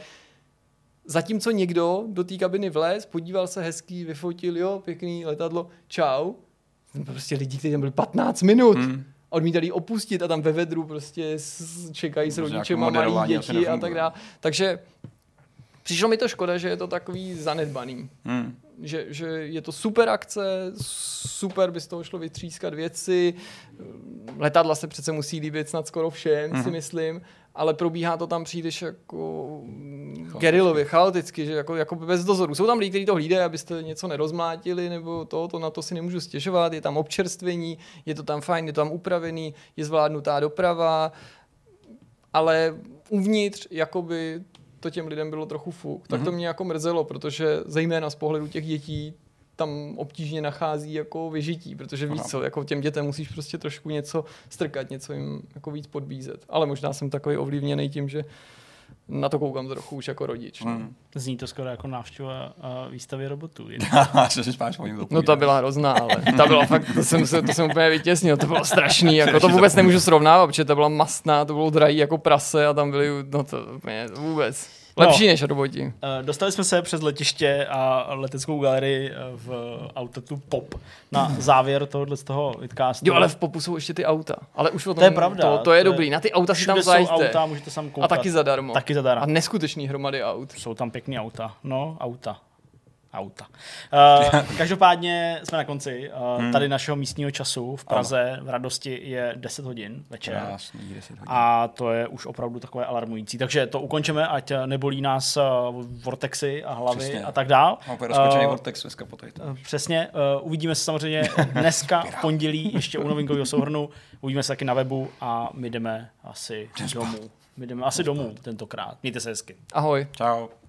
zatímco někdo do té kabiny vlez, podíval se hezký, vyfotil, jo, pěkný letadlo, čau. Prostě lidi, kteří tam byli patnáct minut. Hmm. Odmítali opustit a tam ve vedru prostě čekají s rodičema malí děti a tak dále. Takže přišlo mi to škoda, že je to takový zanedbaný. Hmm. Že, že je to super akce, super by z toho šlo vytřískat věci, letadla se přece musí líbit snad skoro všem, mm-hmm. si myslím, ale probíhá to tam příliš jako gerilově, chaoticky, že jako, jako bez dozoru. Jsou tam lidi, kteří to hlídají, abyste něco nerozmlátili, nebo to, to na to si nemůžu stěžovat, je tam občerstvení, je to tam fajn, je to tam upravený, je zvládnutá doprava, ale uvnitř jakoby to těm lidem bylo trochu fuk. Tak to mě jako mrzelo, protože zejména z pohledu těch dětí tam obtížně nachází jako vyžití, protože víš co, jako těm dětem musíš prostě trošku něco strkat, něco jim jako víc podbízet. Ale možná jsem takový ovlivněný tím, že na to koukám trochu už jako rodič. No, hmm. Zní to skoro jako návštěva uh, výstavy robotů. No ta byla hrozná, ale ta byla fakt, to jsem, se, to jsem úplně vytěsnil, to bylo strašný, jako to vůbec nemůžu srovnávat, protože to byla mastná, to bylo drahý jako prase a tam byly, no to úplně vůbec. Lepší no, než roboti. Dostali jsme se přes letiště a leteckou galerii v Outletu Pop na závěr tohohle z toho vidcastu. Jo, ale v Popu jsou ještě ty auta. Ale už o tom, to je pravda. To, to je to dobrý. Je, na ty auta si tam zajďte. Auta, můžete tam koukat. A taky zadarmo. Taky zadarmo. A neskutečný hromady aut. Jsou tam pěkný auta. No, auta. Auta. Uh, každopádně jsme na konci. Uh, hmm. Tady našeho místního času v Praze ano. v Radosti je deset hodin večer. Krásný, deset hodin. A to je už opravdu takové alarmující. Takže to ukončíme, ať nebolí nás uh, vortexy a hlavy přesně. A tak dál. Mám úplně rozkočený uh, vortex dneska po uh, Přesně. Uh, uvidíme se samozřejmě dneska v pondělí ještě u novinkového souhrnu. Uvidíme se taky na webu a my jdeme asi domů. My jdeme asi domů tentokrát. Mějte se hezky. Ahoj. Čau.